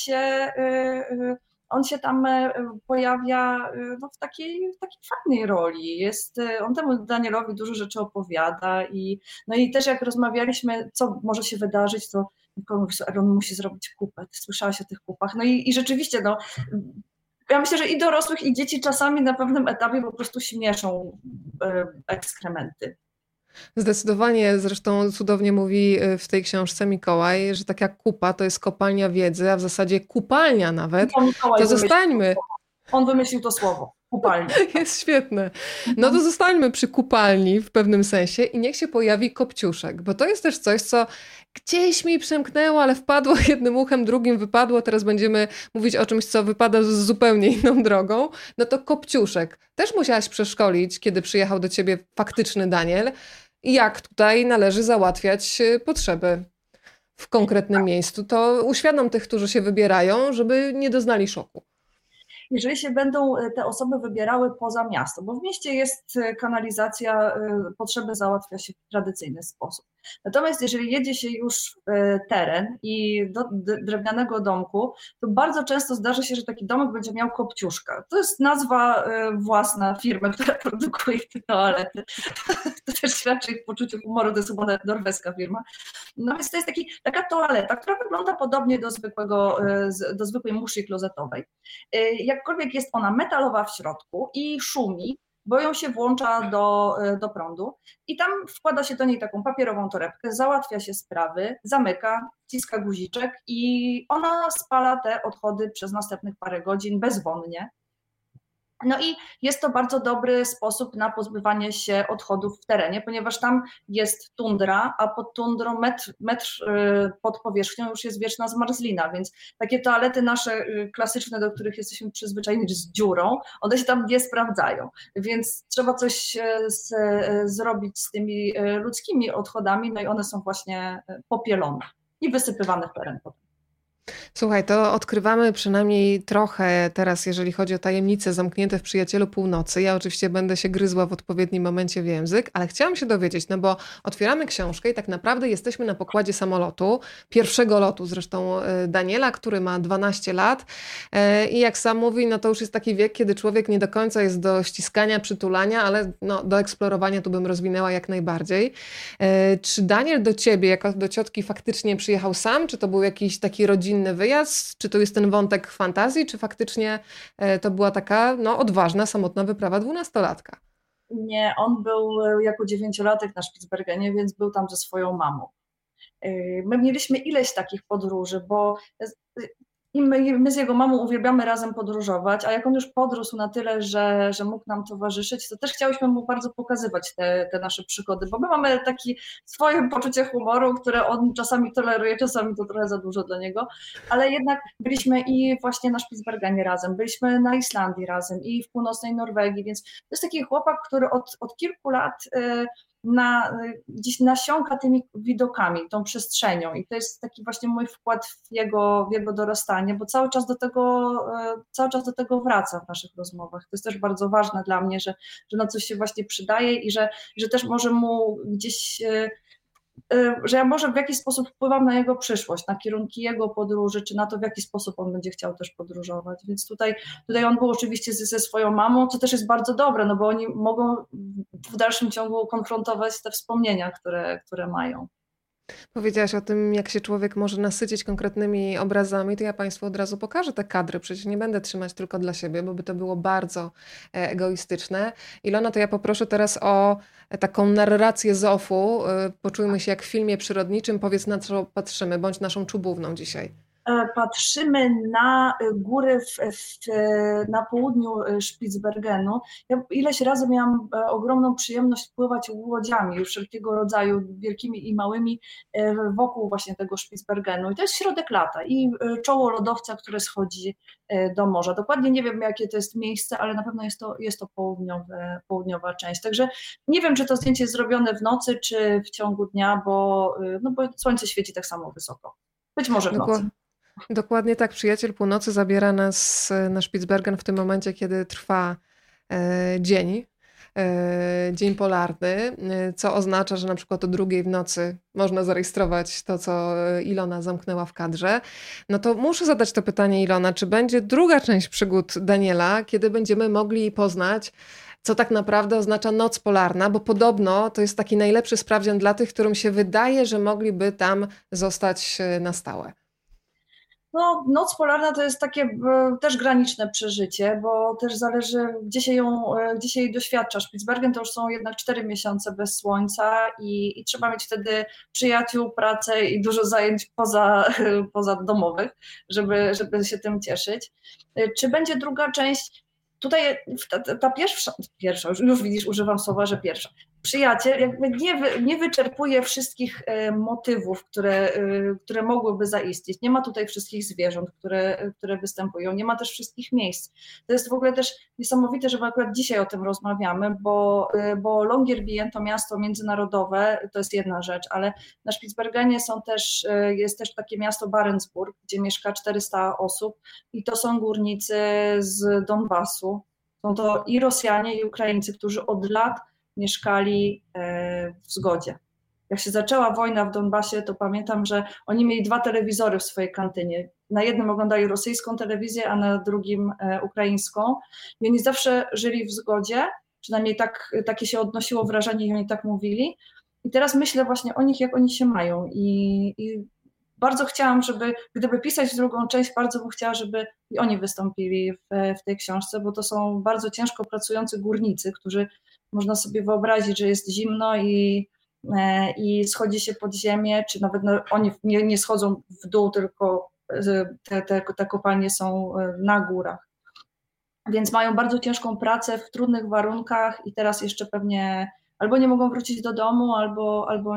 S2: on się tam pojawia no, w takiej fajnej roli. On temu Danielowi dużo rzeczy opowiada no i też jak rozmawialiśmy, co może się wydarzyć, to Mikołaj mówi, że on musi zrobić kupę. Ty słyszałaś o tych kupach. No i rzeczywiście, no, ja myślę, że i dorosłych, i dzieci czasami na pewnym etapie po prostu śmieszą ekskrementy.
S1: Zdecydowanie, zresztą cudownie mówi w tej książce Mikołaj, że tak jak kupa to jest kopalnia wiedzy, a w zasadzie kupalnia nawet, to zostańmy.
S2: On wymyślił to słowo, kupalnia.
S1: Jest świetne. No to zostańmy przy kupalni w pewnym sensie i niech się pojawi Kopciuszek, bo to jest też coś, co gdzieś mi przemknęło, ale wpadło jednym uchem, drugim wypadło. Teraz będziemy mówić o czymś, co wypada z zupełnie inną drogą. No to Kopciuszek. Też musiałaś przeszkolić, kiedy przyjechał do ciebie faktyczny Daniel. I jak tutaj należy załatwiać potrzeby w konkretnym miejscu. To uświadom tych, którzy się wybierają, żeby nie doznali szoku.
S2: Jeżeli się będą te osoby wybierały poza miasto, bo w mieście jest kanalizacja, potrzeby załatwia się w tradycyjny sposób. Natomiast jeżeli jedzie się już w teren i do drewnianego domku, to bardzo często zdarza się, że taki domek będzie miał kopciuszka. To jest nazwa własna firmy, która produkuje te toalety. To też świadczy ich poczuciu humoru, to jest chyba nawet norweska firma. No więc to jest taka toaleta, która wygląda podobnie do zwykłej muszli klozetowej. Jakkolwiek jest ona metalowa w środku i szumi, bo ją się włącza do prądu i tam wkłada się do niej taką papierową torebkę, załatwia się sprawy, zamyka, wciska guziczek i ona spala te odchody przez następnych parę godzin bezwonnie. No i jest to bardzo dobry sposób na pozbywanie się odchodów w terenie, ponieważ tam jest tundra, a pod tundrą metr pod powierzchnią już jest wieczna zmarzlina, więc takie toalety nasze klasyczne, do których jesteśmy przyzwyczajeni z dziurą, one się tam nie sprawdzają, więc trzeba coś zrobić z tymi ludzkimi odchodami, no i one są właśnie popielone i wysypywane w teren potem.
S1: Słuchaj, to odkrywamy przynajmniej trochę teraz, jeżeli chodzi o tajemnice zamknięte w Przyjacielu Północy. Ja oczywiście będę się gryzła w odpowiednim momencie w język, ale chciałam się dowiedzieć, no bo otwieramy książkę i tak naprawdę jesteśmy na pokładzie samolotu, pierwszego lotu zresztą Daniela, który ma 12 lat i jak sam mówi, no to już jest taki wiek, kiedy człowiek nie do końca jest do ściskania, przytulania, ale no, do eksplorowania tu bym rozwinęła jak najbardziej. Czy Daniel do ciebie, jako do ciotki faktycznie przyjechał sam, czy to był jakiś taki rodzinny wyjazd? Czy to jest ten wątek fantazji, czy faktycznie to była taka no, odważna, samotna wyprawa 12-latka?
S2: Nie, on był jako 9-latek na Spitsbergenie, więc był tam ze swoją mamą. My mieliśmy ileś takich podróży, bo I my z jego mamą uwielbiamy razem podróżować, a jak on już podrósł na tyle, że mógł nam towarzyszyć, to też chciałyśmy mu bardzo pokazywać te nasze przygody, bo my mamy takie swoje poczucie humoru, które on czasami toleruje, czasami to trochę za dużo dla niego, ale jednak byliśmy i właśnie na Spitsbergenie razem, byliśmy na Islandii razem i w północnej Norwegii, więc to jest taki chłopak, który od kilku lat gdzieś nasiąka tymi widokami, tą przestrzenią i to jest taki właśnie mój wkład w jego dorastanie, bo cały czas do tego wraca w naszych rozmowach. To jest też bardzo ważne dla mnie, że na coś się właśnie przydaje i że też może mu gdzieś że ja może w jakiś sposób wpływam na jego przyszłość, na kierunki jego podróży, czy na to, w jaki sposób on będzie chciał też podróżować. Więc tutaj on był oczywiście ze swoją mamą, co też jest bardzo dobre, no bo oni mogą w dalszym ciągu konfrontować te wspomnienia, które mają.
S1: Powiedziałaś o tym, jak się człowiek może nasycić konkretnymi obrazami, to ja Państwu od razu pokażę te kadry. Przecież nie będę trzymać tylko dla siebie, bo by to było bardzo egoistyczne. Ilona, to ja poproszę teraz o taką narrację Zofu. Poczujmy się jak w filmie przyrodniczym. Powiedz, na co patrzymy, bądź naszą czubówną dzisiaj.
S2: Patrzymy na góry na południu Spitsbergenu. Ja ileś razy miałam ogromną przyjemność pływać łodziami wszelkiego rodzaju, wielkimi i małymi, wokół właśnie tego Spitsbergenu. I to jest środek lata i czoło lodowca, które schodzi do morza. Dokładnie nie wiem, jakie to jest miejsce, ale na pewno jest to południowa część. Także nie wiem, czy to zdjęcie jest zrobione w nocy, czy w ciągu dnia, bo słońce świeci tak samo wysoko. Być może w nocy.
S1: Dokładnie tak. Przyjaciel północy zabiera nas na Spitsbergen w tym momencie, kiedy trwa dzień polarny, co oznacza, że na przykład o 2:00 w nocy można zarejestrować to, co Ilona zamknęła w kadrze. No to muszę zadać to pytanie, Ilona, czy będzie druga część przygód Daniela, kiedy będziemy mogli poznać, co tak naprawdę oznacza noc polarna, bo podobno to jest taki najlepszy sprawdzian dla tych, którym się wydaje, że mogliby tam zostać na stałe.
S2: No, noc polarna to jest takie też graniczne przeżycie, bo też zależy, gdzie się jej doświadcza. Spitsbergen to już są jednak 4 miesiące bez słońca i trzeba mieć wtedy przyjaciół, pracę i dużo zajęć pozadomowych, żeby się tym cieszyć. Czy będzie druga część? Tutaj ta pierwsza, już widzisz, używam słowa, że pierwsza. Przyjaciel jakby nie wyczerpuje wszystkich motywów, które mogłyby zaistnieć. Nie ma tutaj wszystkich zwierząt, które występują, nie ma też wszystkich miejsc. To jest w ogóle też niesamowite, że akurat dzisiaj o tym rozmawiamy, bo Longyearbyen to miasto międzynarodowe, to jest jedna rzecz, ale na Spitsbergenie jest też takie miasto Barentsburg, gdzie mieszka 400 osób i to są górnicy z Donbasu. Są to i Rosjanie, i Ukraińcy, którzy od lat mieszkali w zgodzie. Jak się zaczęła wojna w Donbasie, to pamiętam, że oni mieli 2 telewizory w swojej kantynie. Na jednym oglądali rosyjską telewizję, a na drugim ukraińską. I oni zawsze żyli w zgodzie, przynajmniej takie się odnosiło wrażenie i oni tak mówili. I teraz myślę właśnie o nich, jak oni się mają. I bardzo chciałam, gdyby pisać drugą część, bardzo bym chciała, żeby i oni wystąpili w tej książce, bo to są bardzo ciężko pracujący górnicy, którzy można sobie wyobrazić, że jest zimno i schodzi się pod ziemię, czy nawet oni nie schodzą w dół, tylko te kopalnie są na górach. Więc mają bardzo ciężką pracę w trudnych warunkach i teraz jeszcze pewnie albo nie mogą wrócić do domu, albo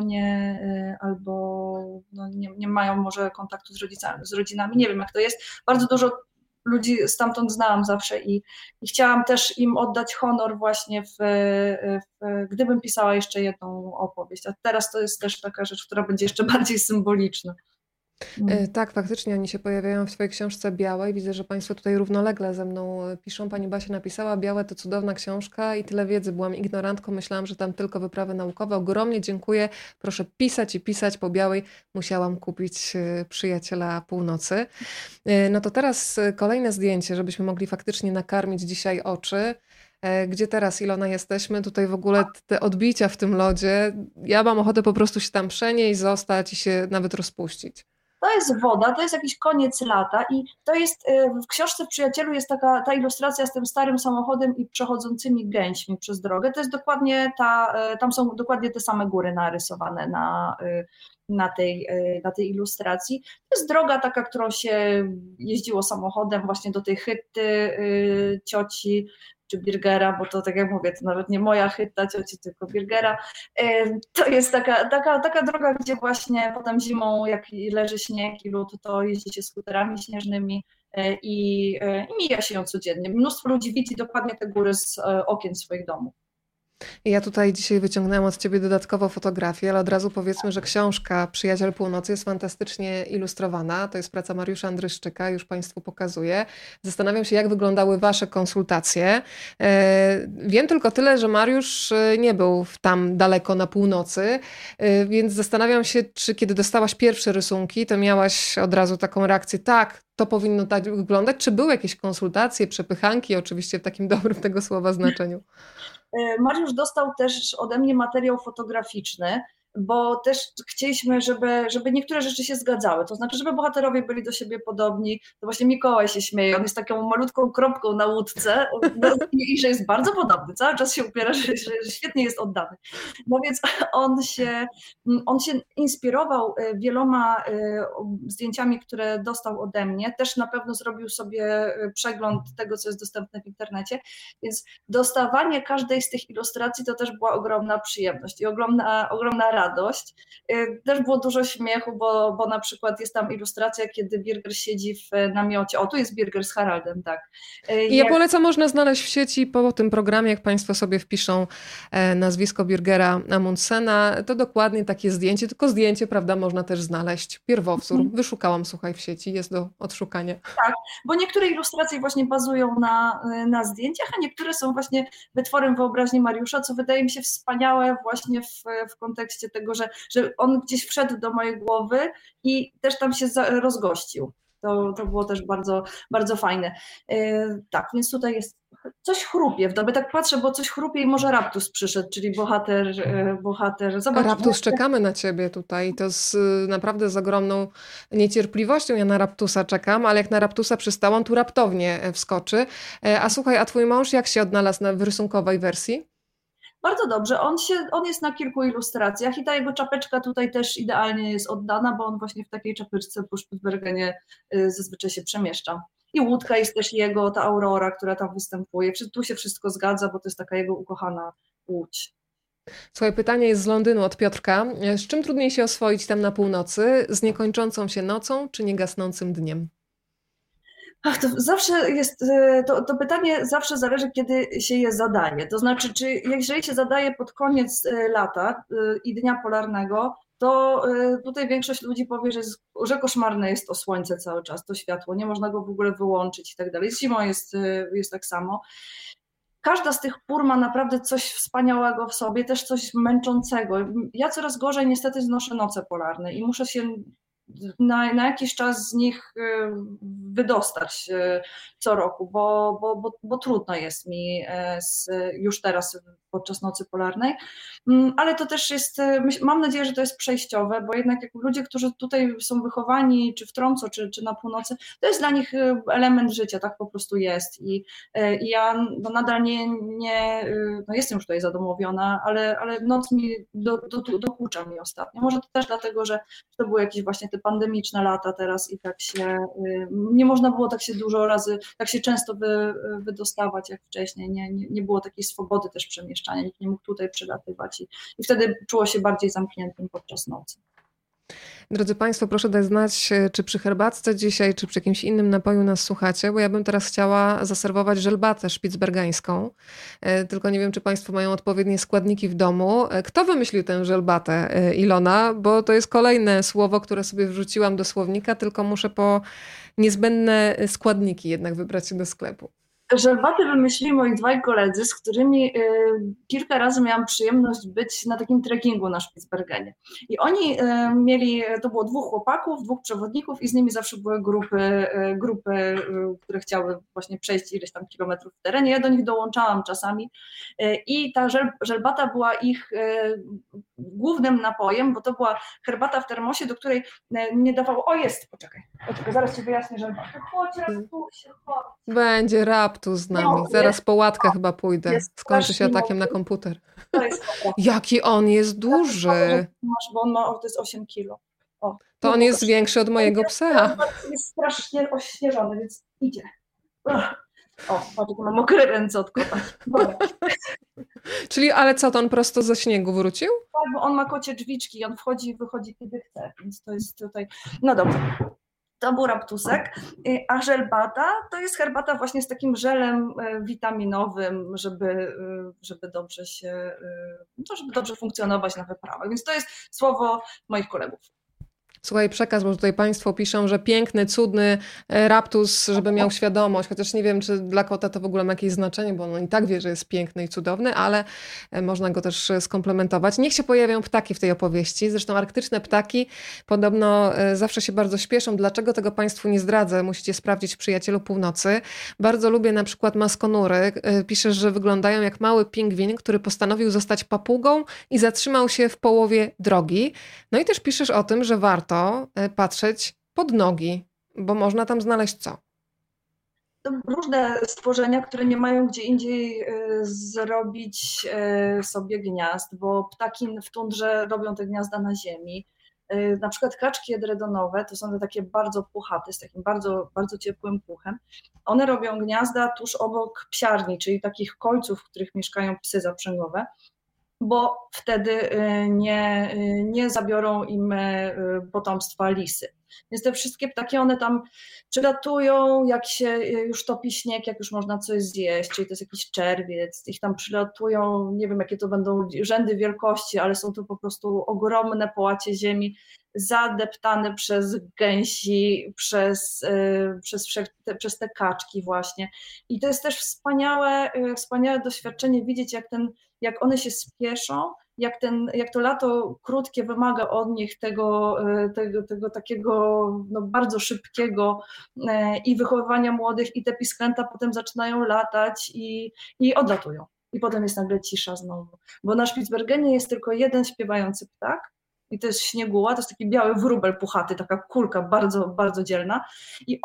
S2: nie mają może kontaktu z rodzinami. Nie wiem, jak to jest. Bardzo dużo ludzi stamtąd znałam zawsze i chciałam też im oddać honor właśnie gdybym pisała jeszcze jedną opowieść. A teraz to jest też taka rzecz, która będzie jeszcze bardziej symboliczna.
S1: Tak, faktycznie oni się pojawiają w Twojej książce Białej. Widzę, że Państwo tutaj równolegle ze mną piszą. Pani Basia napisała, Białe to cudowna książka i tyle wiedzy. Byłam ignorantką, myślałam, że tam tylko wyprawy naukowe. Ogromnie dziękuję. Proszę pisać i pisać. Po Białej musiałam kupić Przyjaciela Północy. No to teraz kolejne zdjęcie, żebyśmy mogli faktycznie nakarmić dzisiaj oczy. Gdzie teraz, Ilona, jesteśmy? Tutaj w ogóle te odbicia w tym lodzie. Ja mam ochotę po prostu się tam przenieść, zostać i się nawet rozpuścić.
S2: To jest woda, to jest jakiś koniec lata i to jest, w książce w Przyjacielu jest ta ilustracja z tym starym samochodem i przechodzącymi gęśmi przez drogę. To jest dokładnie tam są dokładnie te same góry narysowane na tej ilustracji. To jest droga taka, którą się jeździło samochodem właśnie do tej chytty cioci czy Birgera, bo to tak jak mówię, to nawet nie moja chytta cioci, tylko Birgera. To jest taka droga, gdzie właśnie potem zimą, jak leży śnieg i lód, to jeździ się skuterami śnieżnymi i mija się ją codziennie. Mnóstwo ludzi widzi dokładnie te góry z okien swoich domów.
S1: Ja tutaj dzisiaj wyciągnęłam od ciebie dodatkowo fotografię, ale od razu powiedzmy, że książka Przyjaciel Północy jest fantastycznie ilustrowana. To jest praca Mariusza Andryszczyka, już Państwu pokazuję. Zastanawiam się, jak wyglądały wasze konsultacje. Wiem tylko tyle, że Mariusz nie był tam daleko na północy, więc zastanawiam się, czy kiedy dostałaś pierwsze rysunki, to miałaś od razu taką reakcję, tak, to powinno tak wyglądać, czy były jakieś konsultacje, przepychanki, oczywiście w takim dobrym tego słowa znaczeniu?
S2: Mariusz dostał też ode mnie materiał fotograficzny, bo też chcieliśmy, żeby niektóre rzeczy się zgadzały, to znaczy, żeby bohaterowie byli do siebie podobni. To właśnie Mikołaj się śmieje, on jest taką malutką kropką na łódce i że jest bardzo podobny, cały czas się upiera, że świetnie jest oddany. No więc on się inspirował wieloma zdjęciami, które dostał ode mnie, też na pewno zrobił sobie przegląd tego, co jest dostępne w internecie, więc dostawanie każdej z tych ilustracji to też była ogromna przyjemność i ogromna radość. Też było dużo śmiechu, bo na przykład jest tam ilustracja, kiedy Birger siedzi w namiocie. O, tu jest Birger z Haraldem, tak.
S1: Ja polecam, można znaleźć w sieci po tym programie, jak Państwo sobie wpiszą nazwisko Birgera Amundsena, to dokładnie takie zdjęcie, tylko zdjęcie, prawda, można też znaleźć. Pierwowzór. Wyszukałam, słuchaj, w sieci, jest do odszukania.
S2: Tak, bo niektóre ilustracje właśnie bazują na zdjęciach, a niektóre są właśnie wytworem wyobraźni Mariusza, co wydaje mi się wspaniałe właśnie w kontekście tego, że on gdzieś wszedł do mojej głowy i też tam się rozgościł. To było też bardzo, bardzo fajne. Tak, więc tutaj jest coś chrupie w dobie, tak patrzę, bo coś chrupie i może Raptus przyszedł, czyli bohater. Zobaczmy.
S1: Raptus, czekamy na ciebie tutaj. To naprawdę z ogromną niecierpliwością ja na Raptusa czekam, ale jak na Raptusa przystałam, tu raptownie wskoczy. A słuchaj, a twój mąż jak się odnalazł w rysunkowej wersji?
S2: Bardzo dobrze. On jest na kilku ilustracjach i ta jego czapeczka tutaj też idealnie jest oddana, bo on właśnie w takiej czapeczce po Spitsbergenie zazwyczaj się przemieszcza. I łódka jest też jego, ta Aurora, która tam występuje. Tu się wszystko zgadza, bo to jest taka jego ukochana łódź.
S1: Słuchaj, pytanie jest z Londynu od Piotrka. Z czym trudniej się oswoić tam na północy? Z niekończącą się nocą czy niegasnącym dniem?
S2: Ach, to zawsze jest, to pytanie zawsze zależy, kiedy się je zadaje. To znaczy, jeżeli się zadaje pod koniec lata i dnia polarnego, to tutaj większość ludzi powie, że koszmarne jest to słońce cały czas, to światło, nie można go w ogóle wyłączyć i tak dalej. Z zimą jest tak samo. Każda z tych pór ma naprawdę coś wspaniałego w sobie, też coś męczącego. Ja coraz gorzej niestety znoszę noce polarne i muszę się na jakiś czas z nich wydostać co roku, bo trudno jest mi już teraz podczas nocy polarnej, ale to też jest, mam nadzieję, że to jest przejściowe, bo jednak jak ludzie, którzy tutaj są wychowani, czy w Tromsø, czy na północy, to jest dla nich element życia, tak po prostu jest i ja nadal nie jestem już tutaj zadomowiona, ale noc mi dokucza mi ostatnio. Może to też dlatego, że to były jakieś właśnie te pandemiczne lata teraz i tak się, nie można było tak się dużo razy, tak się często wydostawać jak wcześniej, nie było takiej swobody też przemieszczania, nikt nie mógł tutaj przelatywać i wtedy czuło się bardziej zamkniętym podczas nocy.
S1: Drodzy Państwo, proszę dać znać, czy przy herbatce dzisiaj, czy przy jakimś innym napoju nas słuchacie, bo ja bym teraz chciała zaserwować żelbatę szpicbergańską. Tylko nie wiem, czy Państwo mają odpowiednie składniki w domu. Kto wymyślił tę żelbatę, Ilona? Bo to jest kolejne słowo, które sobie wrzuciłam do słownika, tylko muszę po niezbędne składniki jednak wybrać się do sklepu.
S2: Żelbaty wymyślili moi dwaj koledzy, z którymi kilka razy miałam przyjemność być na takim trekkingu na Spitsbergenie. I oni mieli, to było dwóch chłopaków, dwóch przewodników i z nimi zawsze były grupy, które chciały właśnie przejść ileś tam kilometrów w terenie. Ja do nich dołączałam czasami i ta żelbata była ich głównym napojem, bo to była herbata w termosie, do której nie dawało, poczekaj, zaraz ci wyjaśnię żelbatę. Chodź, Raptusie, chodź.
S1: Będzie raptus z nami. Zaraz po łatkę chyba pójdę. Skończy się atakiem na komputer.
S2: To jest
S1: Jaki on jest duży.
S2: bo on ma, to jest 8 kilo.
S1: To on jest większy od mojego psa.
S2: Jest strasznie ośnieżony, więc idzie. Patrz, mam mokre ręce od kota.
S1: Czyli, ale co, to on prosto ze śniegu wrócił?
S2: Tak, bo on ma kocie drzwiczki, on wchodzi i wychodzi kiedy chce, więc to jest tutaj... No dobrze. To był raptusek, a żelbata to jest herbata właśnie z takim żelem witaminowym, żeby dobrze funkcjonować na wyprawach. Więc to jest słowo moich kolegów.
S1: Słuchaj, przekaz, bo tutaj Państwo piszą, że piękny, cudny raptus, żeby miał świadomość, chociaż nie wiem, czy dla kota to w ogóle ma jakieś znaczenie, bo on i tak wie, że jest piękny i cudowny, ale można go też skomplementować. Niech się pojawią ptaki w tej opowieści, zresztą arktyczne ptaki podobno zawsze się bardzo śpieszą. Dlaczego tego Państwu nie zdradzę? Musicie sprawdzić w Przyjacielu Północy. Bardzo lubię na przykład maskonury. Piszesz, że wyglądają jak mały pingwin, który postanowił zostać papugą i zatrzymał się w połowie drogi. No i też piszesz o tym, że warto patrzeć pod nogi, bo można tam znaleźć co?
S2: To różne stworzenia, które nie mają gdzie indziej zrobić sobie gniazd, bo ptaki w tundrze robią te gniazda na ziemi. Na przykład kaczki edredonowe to są te takie bardzo puchate, z takim bardzo, bardzo ciepłym puchem. One robią gniazda tuż obok psiarni, czyli takich kolców, w których mieszkają psy zaprzęgowe, bo wtedy nie zabiorą im potomstwa lisy. Więc te wszystkie ptaki, one tam przylatują, jak się już topi śnieg, jak już można coś zjeść, czyli to jest jakiś czerwiec, ich tam przylatują, nie wiem jakie to będą rzędy wielkości, ale są to po prostu ogromne połacie ziemi, zadeptane przez gęsi, przez te kaczki właśnie. I to jest też wspaniałe doświadczenie widzieć, jak one się spieszą, jak to lato krótkie wymaga od nich tego takiego bardzo szybkiego i wychowywania młodych, i te pisklęta potem zaczynają latać i odlatują. I potem jest nagle cisza znowu. Bo na Spitsbergenie jest tylko jeden śpiewający ptak i to jest śnieguła, to jest taki biały wróbel puchaty, taka kulka bardzo, bardzo dzielna i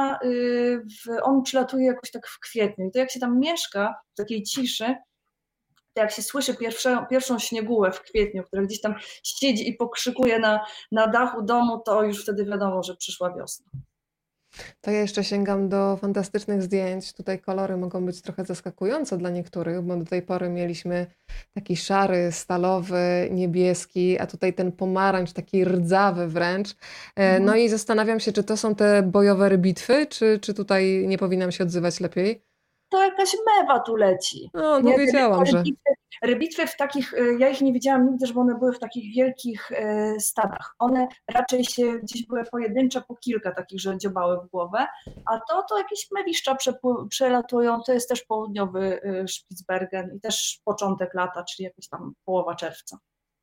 S2: on przylatuje jakoś tak w kwietniu. I to jak się tam mieszka w takiej ciszy, to jak się słyszy pierwszą śniegułę w kwietniu, która gdzieś tam siedzi i pokrzykuje na dachu domu, to już wtedy wiadomo, że przyszła wiosna.
S1: To ja jeszcze sięgam do fantastycznych zdjęć. Tutaj kolory mogą być trochę zaskakujące dla niektórych, bo do tej pory mieliśmy taki szary, stalowy, niebieski, a tutaj ten pomarańcz, taki rdzawy wręcz. No i zastanawiam się, czy to są te bojowe rybitwy, czy tutaj nie powinnam się odzywać lepiej?
S2: To jakaś mewa tu leci.
S1: No wiedziałam, że...
S2: Rybitwy w takich, ja ich nie widziałam nigdy, żeby one były w takich wielkich stadach. One raczej się gdzieś były pojedyncze, po kilka takich, że dziobały w głowę, a to jakieś mewiszcza przelatują, to jest też południowy Spitsbergen i też początek lata, czyli jakaś tam połowa czerwca.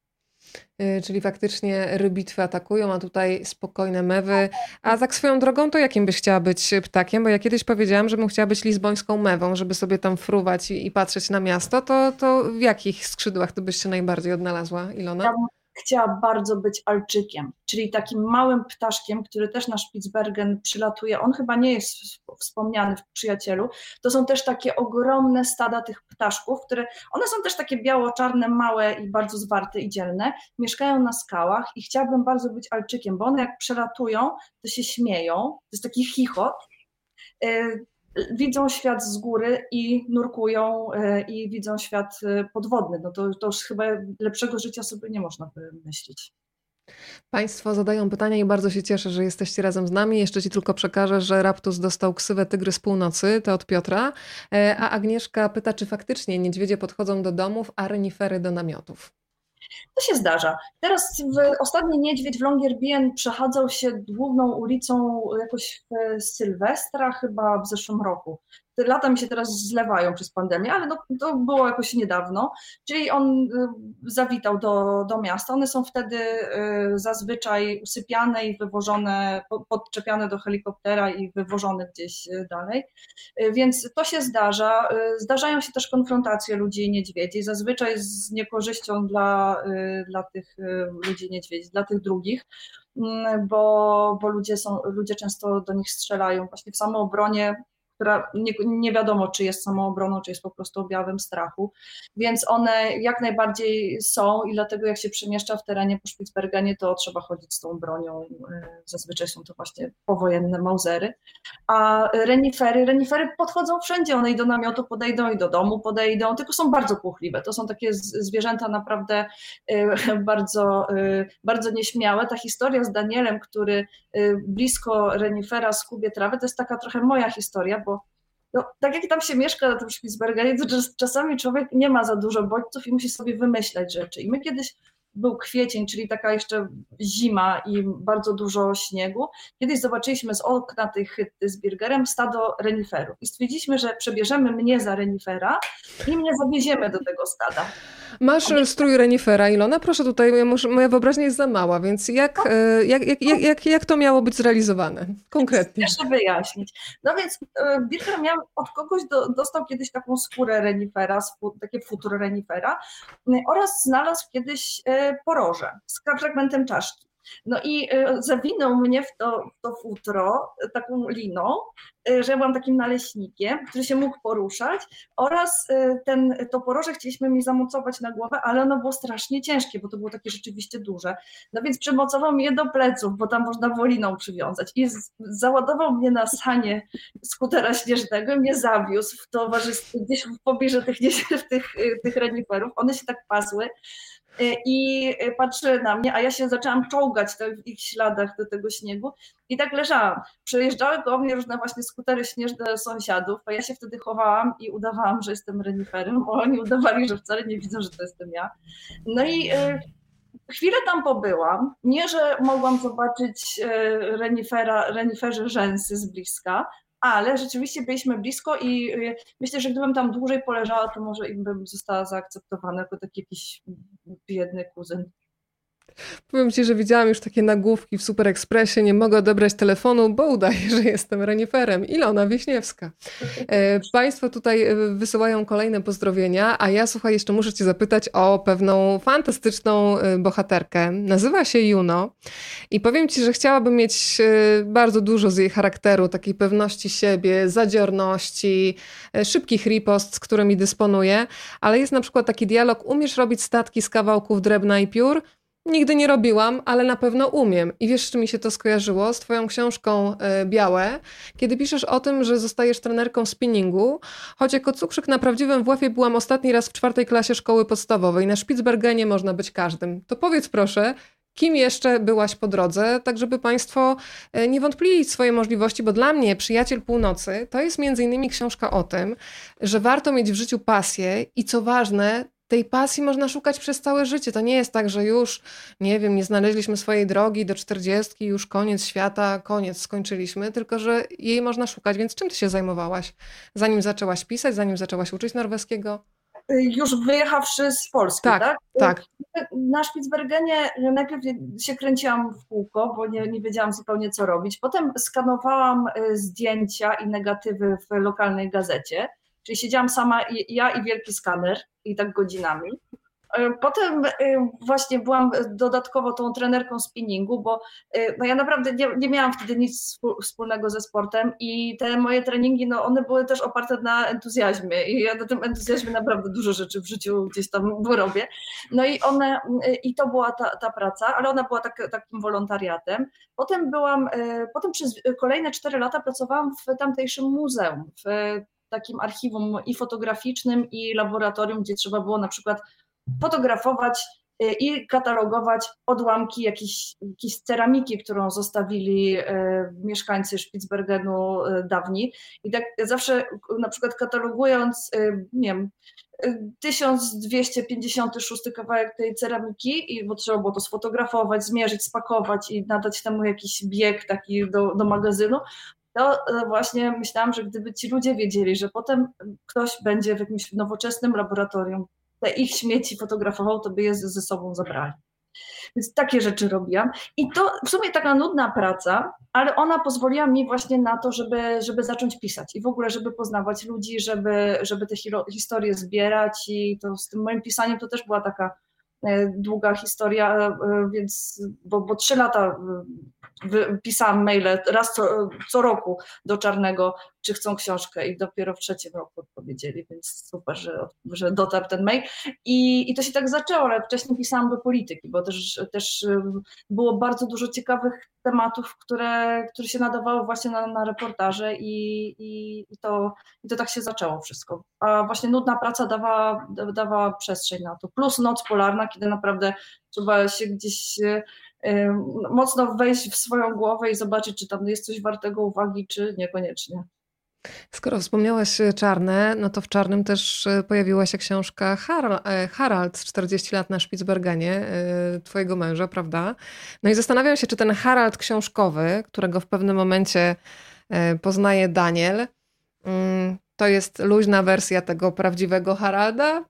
S1: Czyli faktycznie rybitwy atakują, a tutaj spokojne mewy. A tak swoją drogą, to jakim byś chciała być ptakiem? Bo ja kiedyś powiedziałam, że bym chciała być lizbońską mewą, żeby sobie tam fruwać i patrzeć na miasto. To w jakich skrzydłach ty byś się najbardziej odnalazła, Ilona?
S2: Ja bym chciała bardzo być alczykiem, czyli takim małym ptaszkiem, który też na Spitsbergen przylatuje. On chyba nie jest wspomniany w Przyjacielu. To są też takie ogromne stada tych ptaszków, one są też takie biało-czarne, małe i bardzo zwarte i dzielne. Mieszkają na skałach i chciałabym bardzo być alczykiem, bo one jak przelatują, to się śmieją. To jest taki chichot. Widzą świat z góry i nurkują i widzą świat podwodny. No to już chyba lepszego życia sobie nie można wymyślić.
S1: Państwo zadają pytania i bardzo się cieszę, że jesteście razem z nami. Jeszcze ci tylko przekażę, że Raptus dostał ksywę Tygrys Północy, to od Piotra. A Agnieszka pyta, czy faktycznie niedźwiedzie podchodzą do domów, a renifery do namiotów.
S2: To się zdarza. Teraz ostatni niedźwiedź w Longyearbyen przechadzał się główną ulicą jakoś w Sylwestra, chyba w zeszłym roku. te lata mi się teraz zlewają przez pandemię, ale no, to było jakoś niedawno, czyli on zawitał do miasta. One są wtedy zazwyczaj usypiane i wywożone, podczepiane do helikoptera i wywożone gdzieś dalej, więc to się zdarza. Zdarzają się też konfrontacje ludzi i niedźwiedzi, zazwyczaj z niekorzyścią dla tych ludzi niedźwiedzi, dla tych drugich, bo ludzie często do nich strzelają właśnie w samoobronie, która nie wiadomo, czy jest samoobroną, czy jest po prostu objawem strachu, więc one jak najbardziej są i dlatego jak się przemieszcza w terenie po Spitsbergenie, to trzeba chodzić z tą bronią, zazwyczaj są to właśnie powojenne mausery, a renifery podchodzą wszędzie, one i do namiotu podejdą, i do domu podejdą, tylko są bardzo płochliwe, to są takie zwierzęta naprawdę bardzo, bardzo nieśmiałe. Ta historia z Danielem, który blisko renifera skubie trawę, to jest taka trochę moja historia, bo no, tak jak tam się mieszka na tym Spitsbergenie, to czasami człowiek nie ma za dużo bodźców i musi sobie wymyślać rzeczy. I my kiedyś był kwiecień, czyli taka jeszcze zima i bardzo dużo śniegu. Kiedyś zobaczyliśmy z okna tej chyty z Birgerem stado reniferów i stwierdziliśmy, że przebierzemy mnie za renifera i mnie zawieziemy do tego stada.
S1: Masz strój renifera, Ilona? Proszę tutaj, moja wyobraźnia jest za mała, więc jak to miało być zrealizowane konkretnie?
S2: Proszę wyjaśnić. No więc Birger miał od kogoś, dostał kiedyś taką skórę renifera, takie futro renifera oraz znalazł kiedyś poroże z fragmentem czaszki. No i zawinął mnie w to futro taką liną, że ja byłam takim naleśnikiem, który się mógł poruszać oraz to poroże chcieliśmy mi zamocować na głowę, ale ono było strasznie ciężkie, bo to było takie rzeczywiście duże. No więc przymocował mnie do pleców, bo tam można było liną przywiązać i załadował mnie na sanie skutera śnieżnego i mnie zawiózł w towarzystwie gdzieś w pobliżu tych reniferów. One się tak pasły i patrzy na mnie, a ja się zaczęłam czołgać w ich śladach do tego śniegu i tak leżałam. Przejeżdżały koło mnie różne właśnie skutery śnieżne sąsiadów, a ja się wtedy chowałam i udawałam, że jestem reniferem, bo oni udawali, że wcale nie widzą, że to jestem ja. No i chwilę tam pobyłam, nie, że mogłam zobaczyć reniferze rzęsy z bliska, ale rzeczywiście byliśmy blisko i myślę, że gdybym tam dłużej poleżała, to może im bym została zaakceptowana jako taki jakiś biedny kuzyn.
S1: Powiem ci, że widziałam już takie nagłówki w Super Expressie, nie mogę odebrać telefonu, bo udaję, że jestem reniferem. Ilona Wiśniewska. Państwo tutaj wysyłają kolejne pozdrowienia, a ja, słuchaj, jeszcze muszę cię zapytać o pewną fantastyczną bohaterkę. Nazywa się Juno i powiem ci, że chciałabym mieć bardzo dużo z jej charakteru, takiej pewności siebie, zadziorności, szybkich ripost, z którymi dysponuję, ale jest na przykład taki dialog: umiesz robić statki z kawałków drewna i piór? Nigdy nie robiłam, ale na pewno umiem. I wiesz, z czym mi się to skojarzyło? Z twoją książką Białe, kiedy piszesz o tym, że zostajesz trenerką spinningu, choć jako cukrzyk na prawdziwym WF-ie byłam ostatni raz w 4. klasie szkoły podstawowej. Na Spitsbergenie można być każdym. To powiedz proszę, kim jeszcze byłaś po drodze, tak żeby państwo nie wątplili w swoje możliwości, bo dla mnie Przyjaciel Północy to jest między innymi książka o tym, że warto mieć w życiu pasję i co ważne, tej pasji można szukać przez całe życie. To nie jest tak, że już, nie wiem, nie znaleźliśmy swojej drogi do 40, już koniec świata, koniec, skończyliśmy, tylko że jej można szukać. Więc czym ty się zajmowałaś, zanim zaczęłaś pisać, zanim zaczęłaś uczyć norweskiego?
S2: Już wyjechawszy z Polski, tak?
S1: Tak.
S2: Na Spitsbergenie najpierw się kręciłam w kółko, bo nie wiedziałam zupełnie co robić. Potem skanowałam zdjęcia i negatywy w lokalnej gazecie. Czyli siedziałam sama, ja i wielki skaner i tak godzinami. Potem właśnie byłam dodatkowo tą trenerką spinningu, bo no ja naprawdę nie miałam wtedy nic wspólnego ze sportem i te moje treningi, no one były też oparte na entuzjazmie i ja na tym entuzjazmie naprawdę dużo rzeczy w życiu gdzieś tam robię. No i to była ta praca, ale ona była takim wolontariatem. Potem przez kolejne 4 lata pracowałam w tamtejszym muzeum, w takim archiwum i fotograficznym, i laboratorium, gdzie trzeba było na przykład fotografować i katalogować odłamki jakiejś ceramiki, którą zostawili mieszkańcy Spitsbergenu dawni. I tak zawsze na przykład katalogując, nie wiem, 1256 kawałek tej ceramiki, bo trzeba było to sfotografować, zmierzyć, spakować i nadać temu jakiś bieg taki do magazynu, to właśnie myślałam, że gdyby ci ludzie wiedzieli, że potem ktoś będzie w jakimś nowoczesnym laboratorium te ich śmieci fotografował, to by je ze sobą zabrali. Więc takie rzeczy robiłam. I to w sumie taka nudna praca, ale ona pozwoliła mi właśnie na to, żeby zacząć pisać i w ogóle, żeby poznawać ludzi, żeby te historie zbierać i to z tym moim pisaniem to też była taka długa historia, więc, bo 3 lata pisałam maile raz co roku do Czarnego, czy chcą książkę i dopiero w 3. roku odpowiedzieli, więc super, że dotarł ten mail. I to się tak zaczęło, ale wcześniej pisałam do polityki, bo też było bardzo dużo ciekawych tematów, które się nadawały właśnie na reportaże i to tak się zaczęło wszystko. A właśnie nudna praca dawała przestrzeń na to. Plus noc polarna, kiedy naprawdę trzeba się gdzieś mocno wejść w swoją głowę i zobaczyć, czy tam jest coś wartego uwagi, czy niekoniecznie.
S1: Skoro wspomniałaś Czarne, no to w Czarnym też pojawiła się książka Harald, 40 lat na Spitsbergenie, twojego męża, prawda? No i zastanawiam się, czy ten Harald książkowy, którego w pewnym momencie poznaje Daniel, to jest luźna wersja tego prawdziwego Haralda?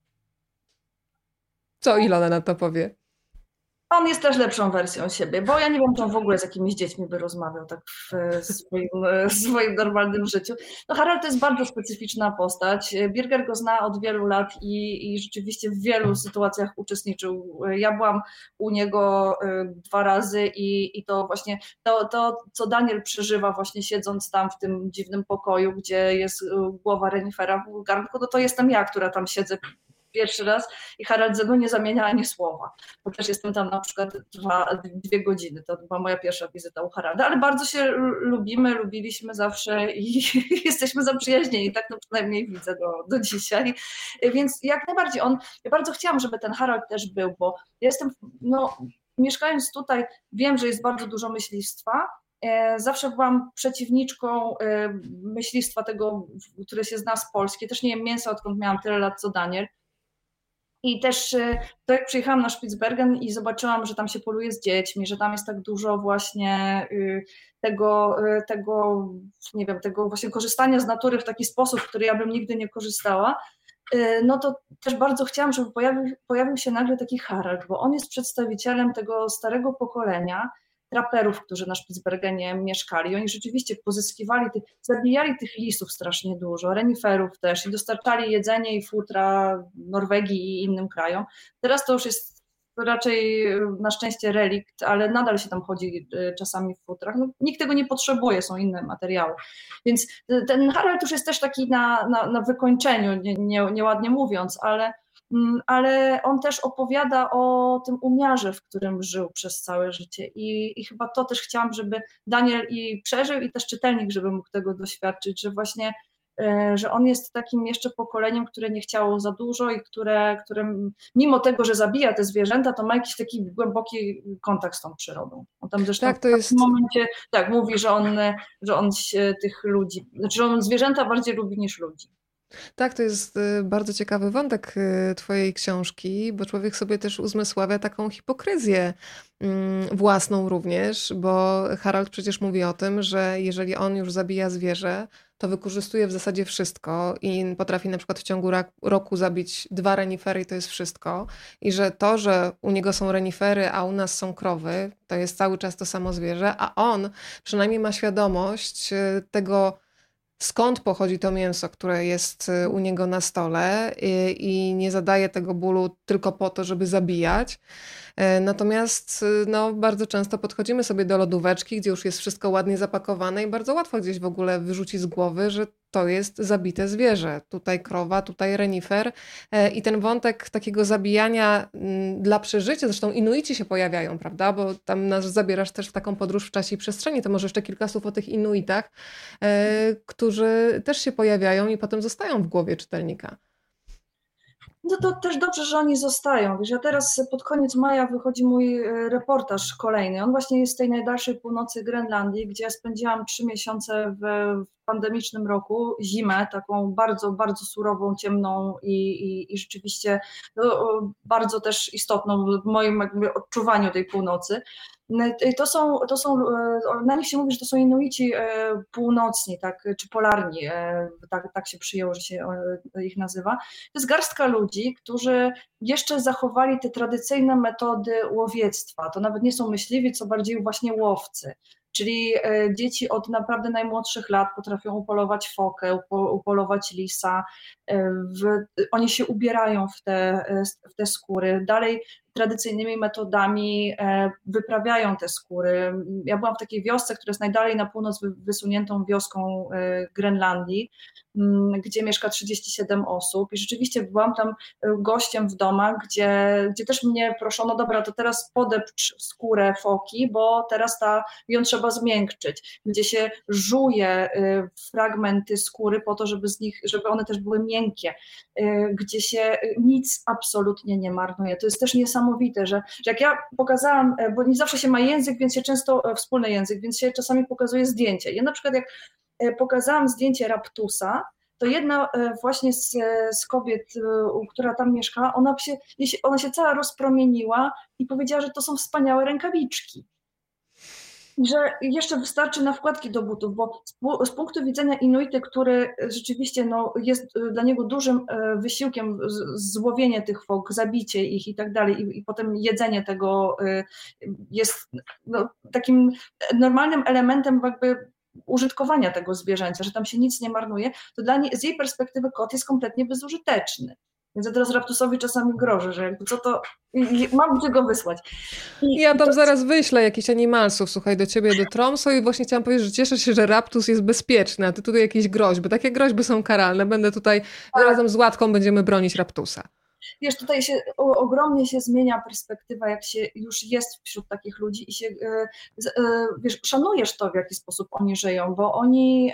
S1: Co Ilona na to powie?
S2: On jest też lepszą wersją siebie, bo ja nie wiem, czy on w ogóle z jakimiś dziećmi by rozmawiał tak w swoim normalnym życiu. No Harald to jest bardzo specyficzna postać. Birger go zna od wielu lat i rzeczywiście w wielu sytuacjach uczestniczył. Ja byłam u niego 2 razy i to właśnie to, co Daniel przeżywa właśnie siedząc tam w tym dziwnym pokoju, gdzie jest głowa renifera w garnku, no to jestem ja, która tam siedzę pierwszy raz i Harald ze mną nie zamienia ani słowa, bo też jestem tam na przykład 2 godziny, to była moja pierwsza wizyta u Haralda, ale bardzo się lubiliśmy zawsze i jesteśmy zaprzyjaźnieni, tak no przynajmniej widzę do dzisiaj, więc jak najbardziej ja bardzo chciałam, żeby ten Harald też był, bo ja jestem, no mieszkając tutaj, wiem, że jest bardzo dużo myślistwa. Zawsze byłam przeciwniczką myślistwa tego, które się zna z Polski. Też nie jem mięsa, odkąd miałam tyle lat co Daniel. I też to jak przyjechałam na Spitsbergen i zobaczyłam, że tam się poluje z dziećmi, że tam jest tak dużo właśnie tego, nie wiem, tego właśnie korzystania z natury w taki sposób, w który ja bym nigdy nie korzystała, no to też bardzo chciałam, żeby pojawił się nagle taki Harald, bo on jest przedstawicielem tego starego pokolenia traperów, którzy na Spitsbergenie mieszkali. Oni rzeczywiście zabijali tych lisów strasznie dużo, reniferów też i dostarczali jedzenie i futra Norwegii i innym krajom. Teraz to już jest raczej na szczęście relikt, ale nadal się tam chodzi czasami w futrach. No, nikt tego nie potrzebuje, są inne materiały. Więc ten Harald już jest też taki na wykończeniu, nieładnie mówiąc, ale on też opowiada o tym umiarze, w którym żył przez całe życie i chyba to też chciałam, żeby Daniel i przeżył i też czytelnik, żeby mógł tego doświadczyć, że właśnie, że on jest takim jeszcze pokoleniem, które nie chciało za dużo i które mimo tego, że zabija te zwierzęta, to ma jakiś taki głęboki kontakt z tą przyrodą. On tam zresztą
S1: Tak, to
S2: w
S1: jest.
S2: pewnym momencie tak mówi, że on tych ludzi, znaczy że on zwierzęta bardziej lubi niż ludzi.
S1: Tak, to jest bardzo ciekawy wątek twojej książki, bo człowiek sobie też uzmysławia taką hipokryzję własną również, bo Harald przecież mówi o tym, że jeżeli on już zabija zwierzę, to wykorzystuje w zasadzie wszystko i potrafi na przykład w ciągu roku zabić 2 renifery i to jest wszystko. I że to, że u niego są renifery, a u nas są krowy, to jest cały czas to samo zwierzę, a on przynajmniej ma świadomość tego, skąd pochodzi to mięso, które jest u niego na stole i nie zadaje tego bólu tylko po to, żeby zabijać. Natomiast no, bardzo często podchodzimy sobie do lodóweczki, gdzie już jest wszystko ładnie zapakowane i bardzo łatwo gdzieś w ogóle wyrzucić z głowy, że to jest zabite zwierzę. Tutaj krowa, tutaj renifer. I ten wątek takiego zabijania dla przeżycia, zresztą Inuici się pojawiają, prawda? Bo tam nas zabierasz też w taką podróż w czasie i przestrzeni. To może jeszcze kilka słów o tych Inuitach, którzy też się pojawiają i potem zostają w głowie czytelnika.
S2: No to też dobrze, że oni zostają. Wiesz, ja teraz pod koniec maja wychodzi mój reportaż kolejny. On właśnie jest z tej najdalszej północy Grenlandii, gdzie ja spędziłam 3 miesiące w pandemicznym roku, zimę, taką bardzo, bardzo surową, ciemną i rzeczywiście bardzo też istotną w moim jakby odczuwaniu tej północy. Na nich się mówi, że to są Inuici północni, tak, czy polarni, tak się przyjęło, że się ich nazywa. To jest garstka ludzi, którzy jeszcze zachowali te tradycyjne metody łowiectwa. To nawet nie są myśliwi, co bardziej właśnie łowcy. Czyli dzieci od naprawdę najmłodszych lat potrafią upolować fokę, upolować lisa. Oni się ubierają w te skóry. Dalej tradycyjnymi metodami wyprawiają te skóry. Ja byłam w takiej wiosce, która jest najdalej na północ wysuniętą wioską Grenlandii, gdzie mieszka 37 osób i rzeczywiście byłam tam gościem w domach, gdzie też mnie proszono, dobra, to teraz podepcz skórę foki, bo teraz ją trzeba zmiękczyć, gdzie się żuje fragmenty skóry po to, żeby one też były miękkie, gdzie się nic absolutnie nie marnuje. To jest też niesamowite, że jak ja pokazałam, bo nie zawsze się ma język, więc się często, wspólny język, więc się czasami pokazuje zdjęcie. Ja na przykład jak pokazałam zdjęcie raptusa, to jedna właśnie z kobiet, która tam mieszkała, ona się cała rozpromieniła i powiedziała, że to są wspaniałe rękawiczki. Że jeszcze wystarczy na wkładki do butów, bo z punktu widzenia Inuity, który rzeczywiście jest dla niego dużym wysiłkiem złowienie tych fok, zabicie ich i tak dalej, i potem jedzenie tego jest takim normalnym elementem jakby użytkowania tego zwierzęcia, że tam się nic nie marnuje, to z jej perspektywy kot jest kompletnie bezużyteczny. Więc ja teraz raptusowi czasami grożę, że jakby mam gdzie go wysłać.
S1: Ja tam zaraz wyślę jakichś animalsów, słuchaj, do ciebie, do Tromsø i właśnie chciałam powiedzieć, że cieszę się, że raptus jest bezpieczny, a ty tutaj jakieś groźby. Takie groźby są karalne. Będę tutaj, razem z Łatką będziemy bronić raptusa.
S2: Wiesz, tutaj ogromnie się zmienia perspektywa, jak się już jest wśród takich ludzi i się, wiesz, szanujesz to, w jaki sposób oni żyją, bo oni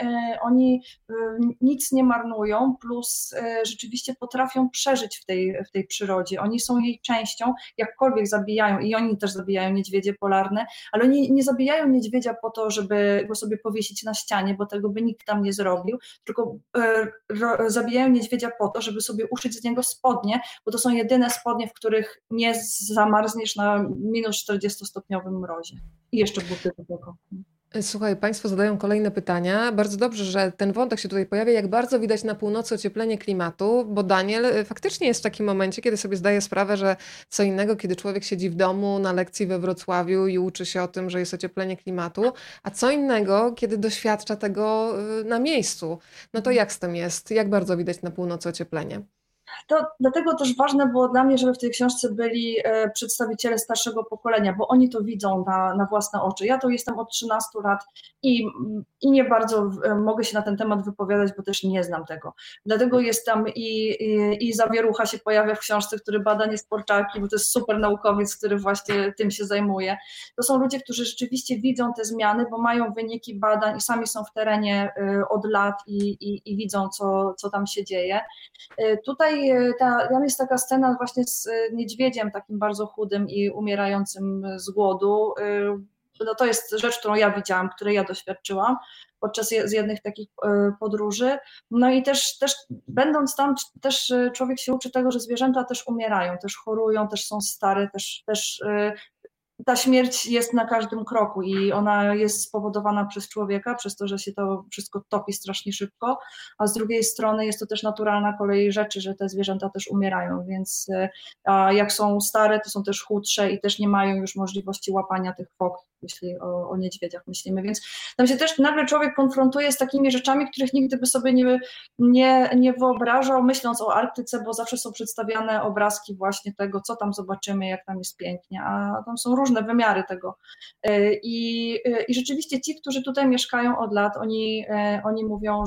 S2: nic nie marnują, plus rzeczywiście potrafią przeżyć w tej przyrodzie. Oni są jej częścią, jakkolwiek zabijają, i oni też zabijają niedźwiedzie polarne, ale oni nie zabijają niedźwiedzia po to, żeby go sobie powiesić na ścianie, bo tego by nikt tam nie zrobił, tylko zabijają niedźwiedzia po to, żeby sobie uszyć z niego spodnie, bo to są jedyne spodnie, w których nie zamarzniesz na minus 40-stopniowym mrozie. I jeszcze buty do tego.
S1: Słuchaj, Państwo zadają kolejne pytania. Bardzo dobrze, że ten wątek się tutaj pojawia. Jak bardzo widać na północy ocieplenie klimatu, bo Daniel faktycznie jest w takim momencie, kiedy sobie zdaje sprawę, że co innego, kiedy człowiek siedzi w domu na lekcji we Wrocławiu i uczy się o tym, że jest ocieplenie klimatu, a co innego, kiedy doświadcza tego na miejscu. No to jak z tym jest? Jak bardzo widać na północy ocieplenie?
S2: To dlatego też ważne było dla mnie, żeby w tej książce byli przedstawiciele starszego pokolenia, bo oni to widzą na własne oczy. Ja tu jestem od 13 lat i nie bardzo mogę się na ten temat wypowiadać, bo też nie znam tego. Dlatego jest tam i Zawierucha się pojawia w książce, który bada niesporczaki, bo to jest super naukowiec, który właśnie tym się zajmuje. To są ludzie, którzy rzeczywiście widzą te zmiany, bo mają wyniki badań i sami są w terenie od lat i widzą, co tam się dzieje. Tutaj tam jest taka scena właśnie z niedźwiedziem takim bardzo chudym i umierającym z głodu. No to jest rzecz, którą ja widziałam, której ja doświadczyłam podczas z jednych takich podróży. No i też będąc tam, też człowiek się uczy tego, że zwierzęta też umierają, też chorują, też są stare, też ta śmierć jest na każdym kroku i ona jest spowodowana przez człowieka, przez to, że się to wszystko topi strasznie szybko, a z drugiej strony jest to też naturalna kolej rzeczy, że te zwierzęta też umierają, więc jak są stare, to są też chudsze i też nie mają już możliwości łapania tych fok, jeśli o niedźwiedziach myślimy, więc tam się też nagle człowiek konfrontuje z takimi rzeczami, których nigdy by sobie nie wyobrażał, myśląc o Arktyce, bo zawsze są przedstawiane obrazki właśnie tego, co tam zobaczymy, jak tam jest pięknie, a tam są różne wymiary tego. I rzeczywiście ci, którzy tutaj mieszkają od lat, oni mówią,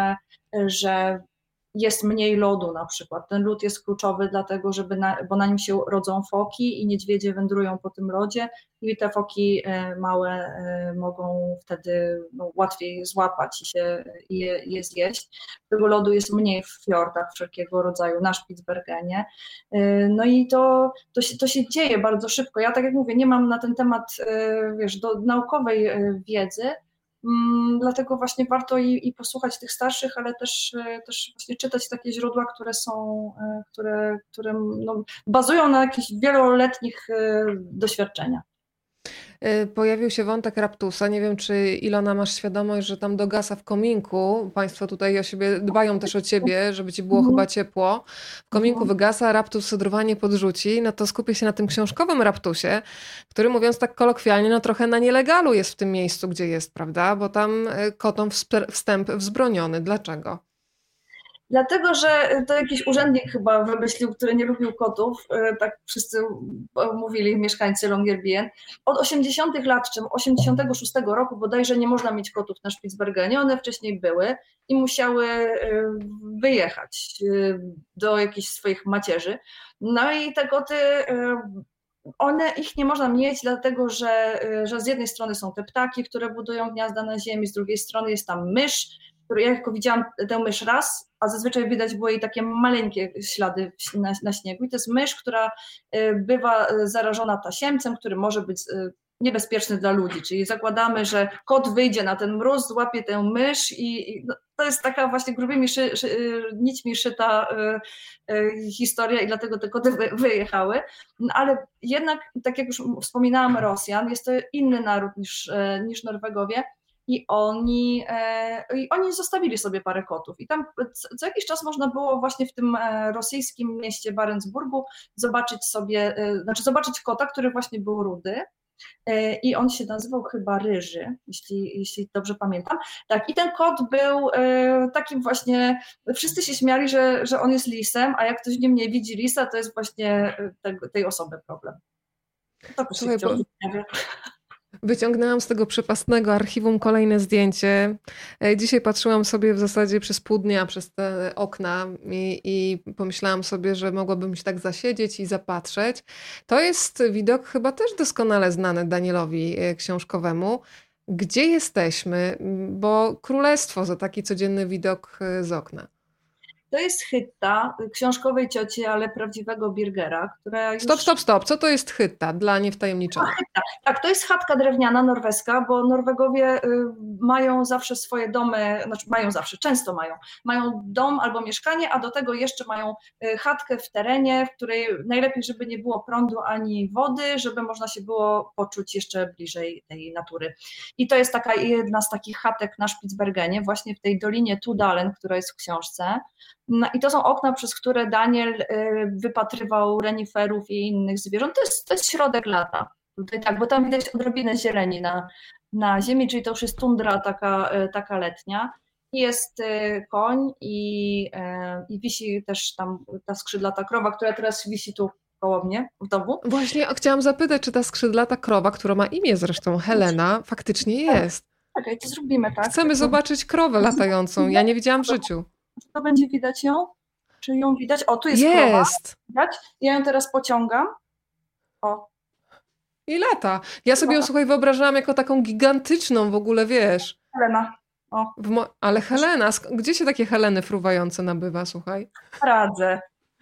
S2: że jest mniej lodu na przykład. Ten lód jest kluczowy dlatego, bo na nim się rodzą foki i niedźwiedzie wędrują po tym lodzie i te foki małe mogą wtedy łatwiej złapać i je zjeść. Tego lodu jest mniej w fiordach wszelkiego rodzaju, na Spitsbergenie. No i to się dzieje bardzo szybko. Ja tak jak mówię, nie mam na ten temat, wiesz, naukowej wiedzy, Dlatego właśnie warto i posłuchać tych starszych, ale też właśnie czytać takie źródła, które są, które no, bazują na jakichś wieloletnich doświadczeniach.
S1: Pojawił się wątek Raptusa. Nie wiem, czy Ilona masz świadomość, że tam dogasa w kominku. Państwo tutaj o siebie dbają też o ciebie, żeby ci było
S2: Mhm.
S1: chyba ciepło. W kominku wygasa, Raptus sodrowanie podrzuci. No to skupię się na tym książkowym Raptusie, który mówiąc tak kolokwialnie, no trochę na nielegalu jest w tym miejscu, gdzie jest, prawda? Bo tam kotom wstęp wzbroniony. Dlaczego?
S2: Dlatego, że to jakiś urzędnik chyba wymyślił, który nie lubił kotów, tak wszyscy mówili mieszkańcy Longyearbyen. Od 80 lat, czy 86 roku bodajże nie można mieć kotów na Spitsbergenie, one wcześniej były i musiały wyjechać do jakichś swoich macierzy. No i te koty, ich nie można mieć, dlatego że z jednej strony są te ptaki, które budują gniazda na ziemi, z drugiej strony jest tam mysz, ja tylko widziałam tę mysz raz, a zazwyczaj widać było jej takie maleńkie ślady na śniegu. I to jest mysz, która bywa zarażona tasiemcem, który może być niebezpieczny dla ludzi. Czyli zakładamy, że kot wyjdzie na ten mróz, złapie tę mysz i no, to jest taka właśnie grubymi nićmi szyta historia i dlatego te koty wyjechały. No, ale jednak, tak jak już wspominałam, Rosjan, jest to inny naród niż Norwegowie. I oni zostawili sobie parę kotów. I tam co jakiś czas można było właśnie w tym rosyjskim mieście Barentsburgu zobaczyć kota, który właśnie był rudy. I on się nazywał chyba Ryży, jeśli dobrze pamiętam. Tak, i ten kot był takim właśnie, wszyscy się śmiali, że on jest lisem, a jak ktoś w nim nie widzi lisa, to jest właśnie tej osoby problem. To też
S1: Słuchaj,
S2: się wciąż
S1: wyciągnęłam z tego przepastnego archiwum kolejne zdjęcie. Dzisiaj patrzyłam sobie w zasadzie przez pół dnia przez te okna i pomyślałam sobie, że mogłabym się tak zasiedzieć i zapatrzeć. To jest widok chyba też doskonale znany Danielowi Książkowemu. Gdzie jesteśmy? Bo królestwo za taki codzienny widok z okna.
S2: To jest chytta książkowej cioci, ale prawdziwego Birgera, która już...
S1: Stop. Co to jest chytta dla niewtajemniczonych?
S2: Tak, to jest chatka drewniana norweska, bo Norwegowie mają zawsze swoje domy, często mają dom albo mieszkanie, a do tego jeszcze mają chatkę w terenie, w której najlepiej, żeby nie było prądu ani wody, żeby można się było poczuć jeszcze bliżej tej natury. I to jest taka jedna z takich chatek na Spitsbergenie, właśnie w tej dolinie Tudalen, która jest w książce. No, i to są okna, przez które Daniel wypatrywał reniferów i innych zwierząt. To jest środek lata. Tutaj tak, bo tam widać odrobinę zieleni na ziemi, czyli to już jest tundra taka letnia. I jest koń i wisi też tam ta skrzydlata krowa, która teraz wisi tu koło mnie w domu.
S1: Właśnie chciałam zapytać, czy ta skrzydlata krowa, która ma imię zresztą Helena, faktycznie jest.
S2: Okej, to zrobimy tak.
S1: Chcemy zobaczyć krowę latającą. Ja nie widziałam w życiu.
S2: Czy to będzie widać ją? Czy ją widać? O, tu jest krowa. Widać? Ja ją teraz pociągam. O.
S1: I lata. Ja sobie ją, słuchaj, wyobrażałam jako taką gigantyczną w ogóle, wiesz.
S2: Helena. O.
S1: Ale Helena, gdzie się takie Heleny fruwające nabywa, słuchaj?
S2: W Pradze.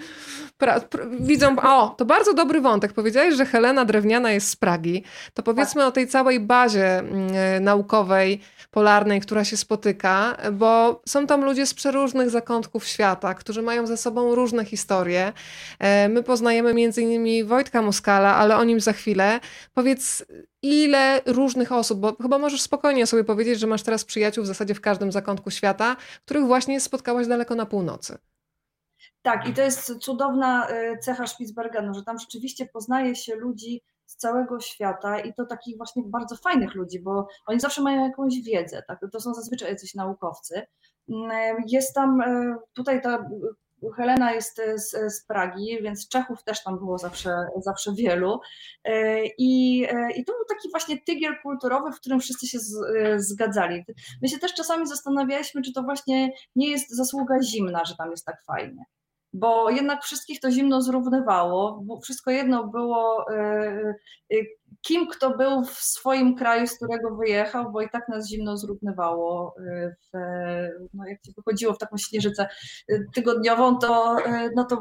S1: Widzą, to bardzo dobry wątek. Powiedziałeś, że Helena drewniana jest z Pragi. To powiedzmy o tej całej bazie naukowej, polarnej, która się spotyka, bo są tam ludzie z przeróżnych zakątków świata, którzy mają ze sobą różne historie. My poznajemy między innymi Wojtka Moskala, ale o nim za chwilę. Powiedz, ile różnych osób, bo chyba możesz spokojnie sobie powiedzieć, że masz teraz przyjaciół w zasadzie w każdym zakątku świata, których właśnie spotkałaś daleko na północy.
S2: Tak, i to jest cudowna cecha Spitsbergenu, że tam rzeczywiście poznaje się ludzi z całego świata i to takich właśnie bardzo fajnych ludzi, bo oni zawsze mają jakąś wiedzę, tak? To są zazwyczaj jacyś naukowcy. Jest tam, tutaj ta Helena jest z Pragi, więc Czechów też tam było zawsze wielu. I to był taki właśnie tygiel kulturowy, w którym wszyscy się zgadzali. My się też czasami zastanawialiśmy, czy to właśnie nie jest zasługa zimna, że tam jest tak fajnie. Bo jednak wszystkich to zimno zrównywało, bo wszystko jedno było kim kto był w swoim kraju, z którego wyjechał, bo i tak nas zimno zrównywało. Jak się wychodziło w taką śnieżycę tygodniową, to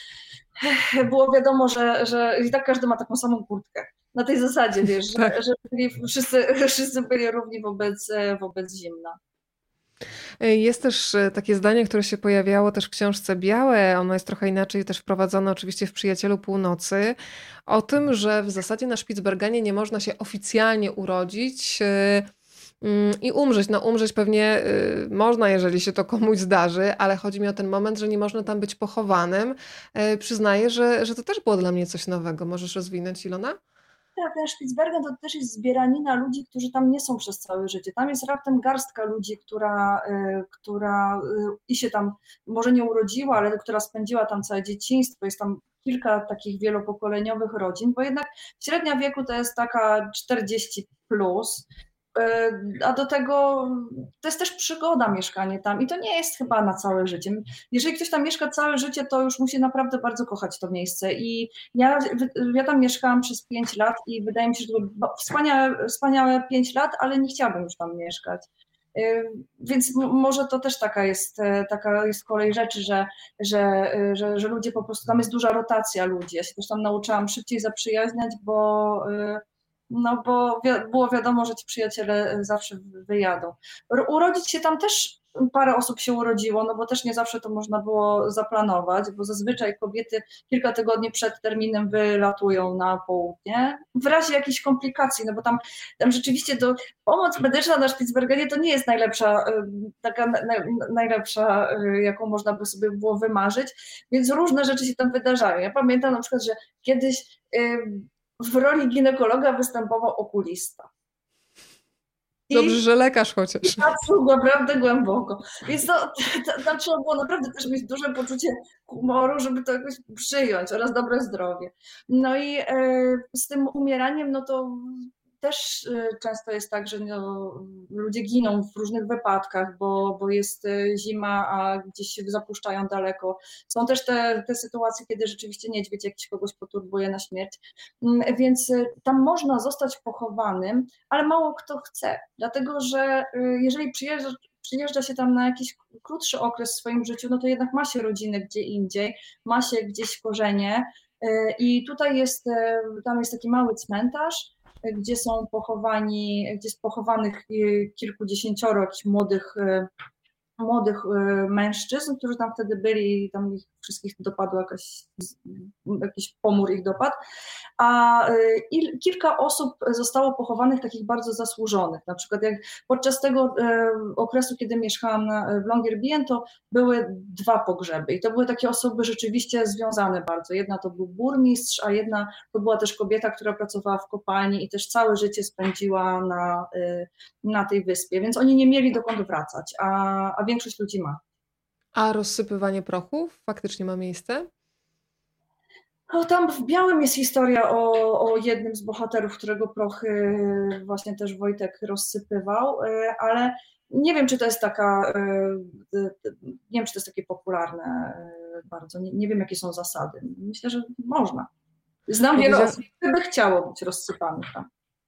S2: było wiadomo, że i tak każdy ma taką samą kurtkę. Na tej zasadzie, wiesz, że wszyscy byli równi wobec zimna.
S1: Jest też takie zdanie, które się pojawiało też w książce Białe, ono jest trochę inaczej też wprowadzone oczywiście w Przyjacielu Północy, o tym, że w zasadzie na Spitsbergenie nie można się oficjalnie urodzić i umrzeć. No umrzeć pewnie można, jeżeli się to komuś zdarzy, ale chodzi mi o ten moment, że nie można tam być pochowanym. Przyznaję, że to też było dla mnie coś nowego. Możesz rozwinąć, Ilona?
S2: Tak, ten Spitsbergen to też jest zbieranina ludzi, którzy tam nie są przez całe życie. Tam jest raptem garstka ludzi, która i się tam może nie urodziła, ale która spędziła tam całe dzieciństwo. Jest tam kilka takich wielopokoleniowych rodzin, bo jednak średnia wieku to jest taka 40 plus. A do tego to jest też przygoda mieszkanie tam i to nie jest chyba na całe życie. Jeżeli ktoś tam mieszka całe życie, to już musi naprawdę bardzo kochać to miejsce. I ja tam mieszkałam przez 5 lat i wydaje mi się, że to było wspaniałe 5 lat, ale nie chciałabym już tam mieszkać. Więc może to też taka jest kolej rzeczy, że ludzie po prostu, tam jest duża rotacja ludzi. Ja się też tam nauczyłam szybciej zaprzyjaźniać, bo było wiadomo, że ci przyjaciele zawsze wyjadą. Urodzić się tam też parę osób się urodziło, no bo też nie zawsze to można było zaplanować, bo zazwyczaj kobiety kilka tygodni przed terminem wylatują na południe. W razie jakichś komplikacji, no bo tam rzeczywiście pomoc medyczna na Spitsbergenie to nie jest najlepsza, jaką można by sobie było wymarzyć, więc różne rzeczy się tam wydarzają. Ja pamiętam na przykład, że kiedyś w roli ginekologa występował okulista.
S1: Dobrze, że lekarz chociaż.
S2: Patrzył naprawdę głęboko. Więc tam trzeba było naprawdę też mieć duże poczucie humoru, żeby to jakoś przyjąć oraz dobre zdrowie. No i z tym umieraniem, no to też często jest tak, że ludzie giną w różnych wypadkach, bo jest zima, a gdzieś się zapuszczają daleko. Są też te sytuacje, kiedy rzeczywiście niedźwiedź jakiś kogoś poturbuje na śmierć. Więc tam można zostać pochowanym, ale mało kto chce, dlatego że jeżeli przyjeżdża się tam na jakiś krótszy okres w swoim życiu, no to jednak ma się rodzinę gdzie indziej, ma się gdzieś korzenie i tam jest taki mały cmentarz, gdzie jest pochowanych kilkudziesięcioro jakichś młodych mężczyzn, którzy tam wtedy byli i tam ich wszystkich dopadł jakiś pomór ich dopadł, a kilka osób zostało pochowanych takich bardzo zasłużonych. Na przykład jak podczas tego okresu, kiedy mieszkałam w Longyearbyen, to były 2 pogrzeby i to były takie osoby rzeczywiście związane bardzo. Jedna to był burmistrz, a jedna to była też kobieta, która pracowała w kopalni i też całe życie spędziła na tej wyspie, więc oni nie mieli dokąd wracać, a większość ludzi ma.
S1: A rozsypywanie prochów faktycznie ma miejsce?
S2: Tam w Białym jest historia o jednym z bohaterów, którego prochy właśnie też Wojtek rozsypywał, ale nie wiem, czy to jest nie wiem, czy to jest takie popularne bardzo. Nie wiem, jakie są zasady. Myślę, że można. Znam wiele osób, które by chciało być rozsypanych tam.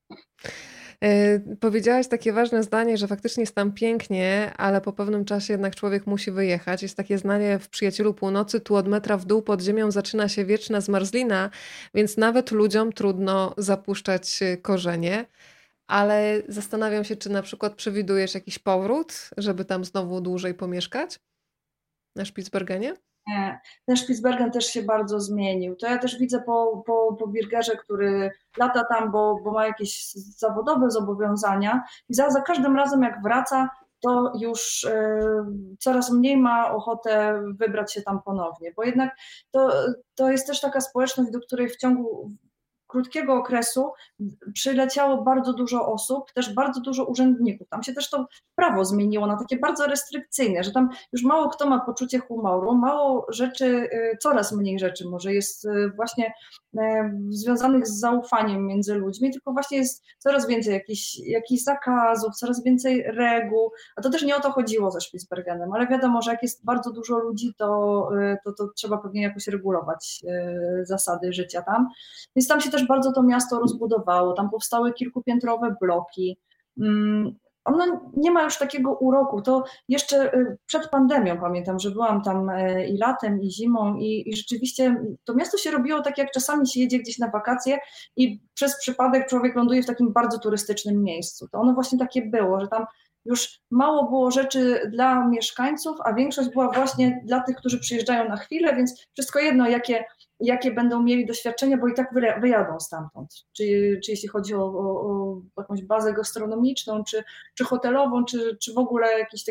S1: Powiedziałaś takie ważne zdanie, że faktycznie jest tam pięknie, ale po pewnym czasie jednak człowiek musi wyjechać. Jest takie zdanie w Przyjacielu Północy, tu od metra w dół pod ziemią zaczyna się wieczna zmarzlina, więc nawet ludziom trudno zapuszczać korzenie. Ale zastanawiam się, czy na przykład przewidujesz jakiś powrót, żeby tam znowu dłużej pomieszkać na Spitsbergenie?
S2: Nie. Ten Spitsbergen też się bardzo zmienił. To ja też widzę po Birgerze, który lata tam, bo ma jakieś zawodowe zobowiązania i za każdym razem jak wraca, to już coraz mniej ma ochotę wybrać się tam ponownie, bo jednak to jest też taka społeczność, do której w ciągu krótkiego okresu przyleciało bardzo dużo osób, też bardzo dużo urzędników. Tam się też to prawo zmieniło na takie bardzo restrykcyjne, że tam już mało kto ma poczucie humoru, mało rzeczy, coraz mniej rzeczy może jest właśnie związanych z zaufaniem między ludźmi, tylko właśnie jest coraz więcej jakichś zakazów, coraz więcej reguł, a to też nie o to chodziło ze Spitsbergenem, ale wiadomo, że jak jest bardzo dużo ludzi, to trzeba pewnie jakoś regulować zasady życia tam. Więc tam się też bardzo to miasto rozbudowało, tam powstały kilkupiętrowe bloki. ono nie ma już takiego uroku. To jeszcze przed pandemią pamiętam, że byłam tam i latem, i zimą i rzeczywiście to miasto się robiło tak, jak czasami się jedzie gdzieś na wakacje i przez przypadek człowiek ląduje w takim bardzo turystycznym miejscu. To ono właśnie takie było, że tam już mało było rzeczy dla mieszkańców, a większość była właśnie dla tych, którzy przyjeżdżają na chwilę, więc wszystko jedno, jakie będą mieli doświadczenia, bo i tak wyjadą stamtąd. Czy jeśli chodzi o jakąś bazę gastronomiczną, czy hotelową, czy w ogóle jakieś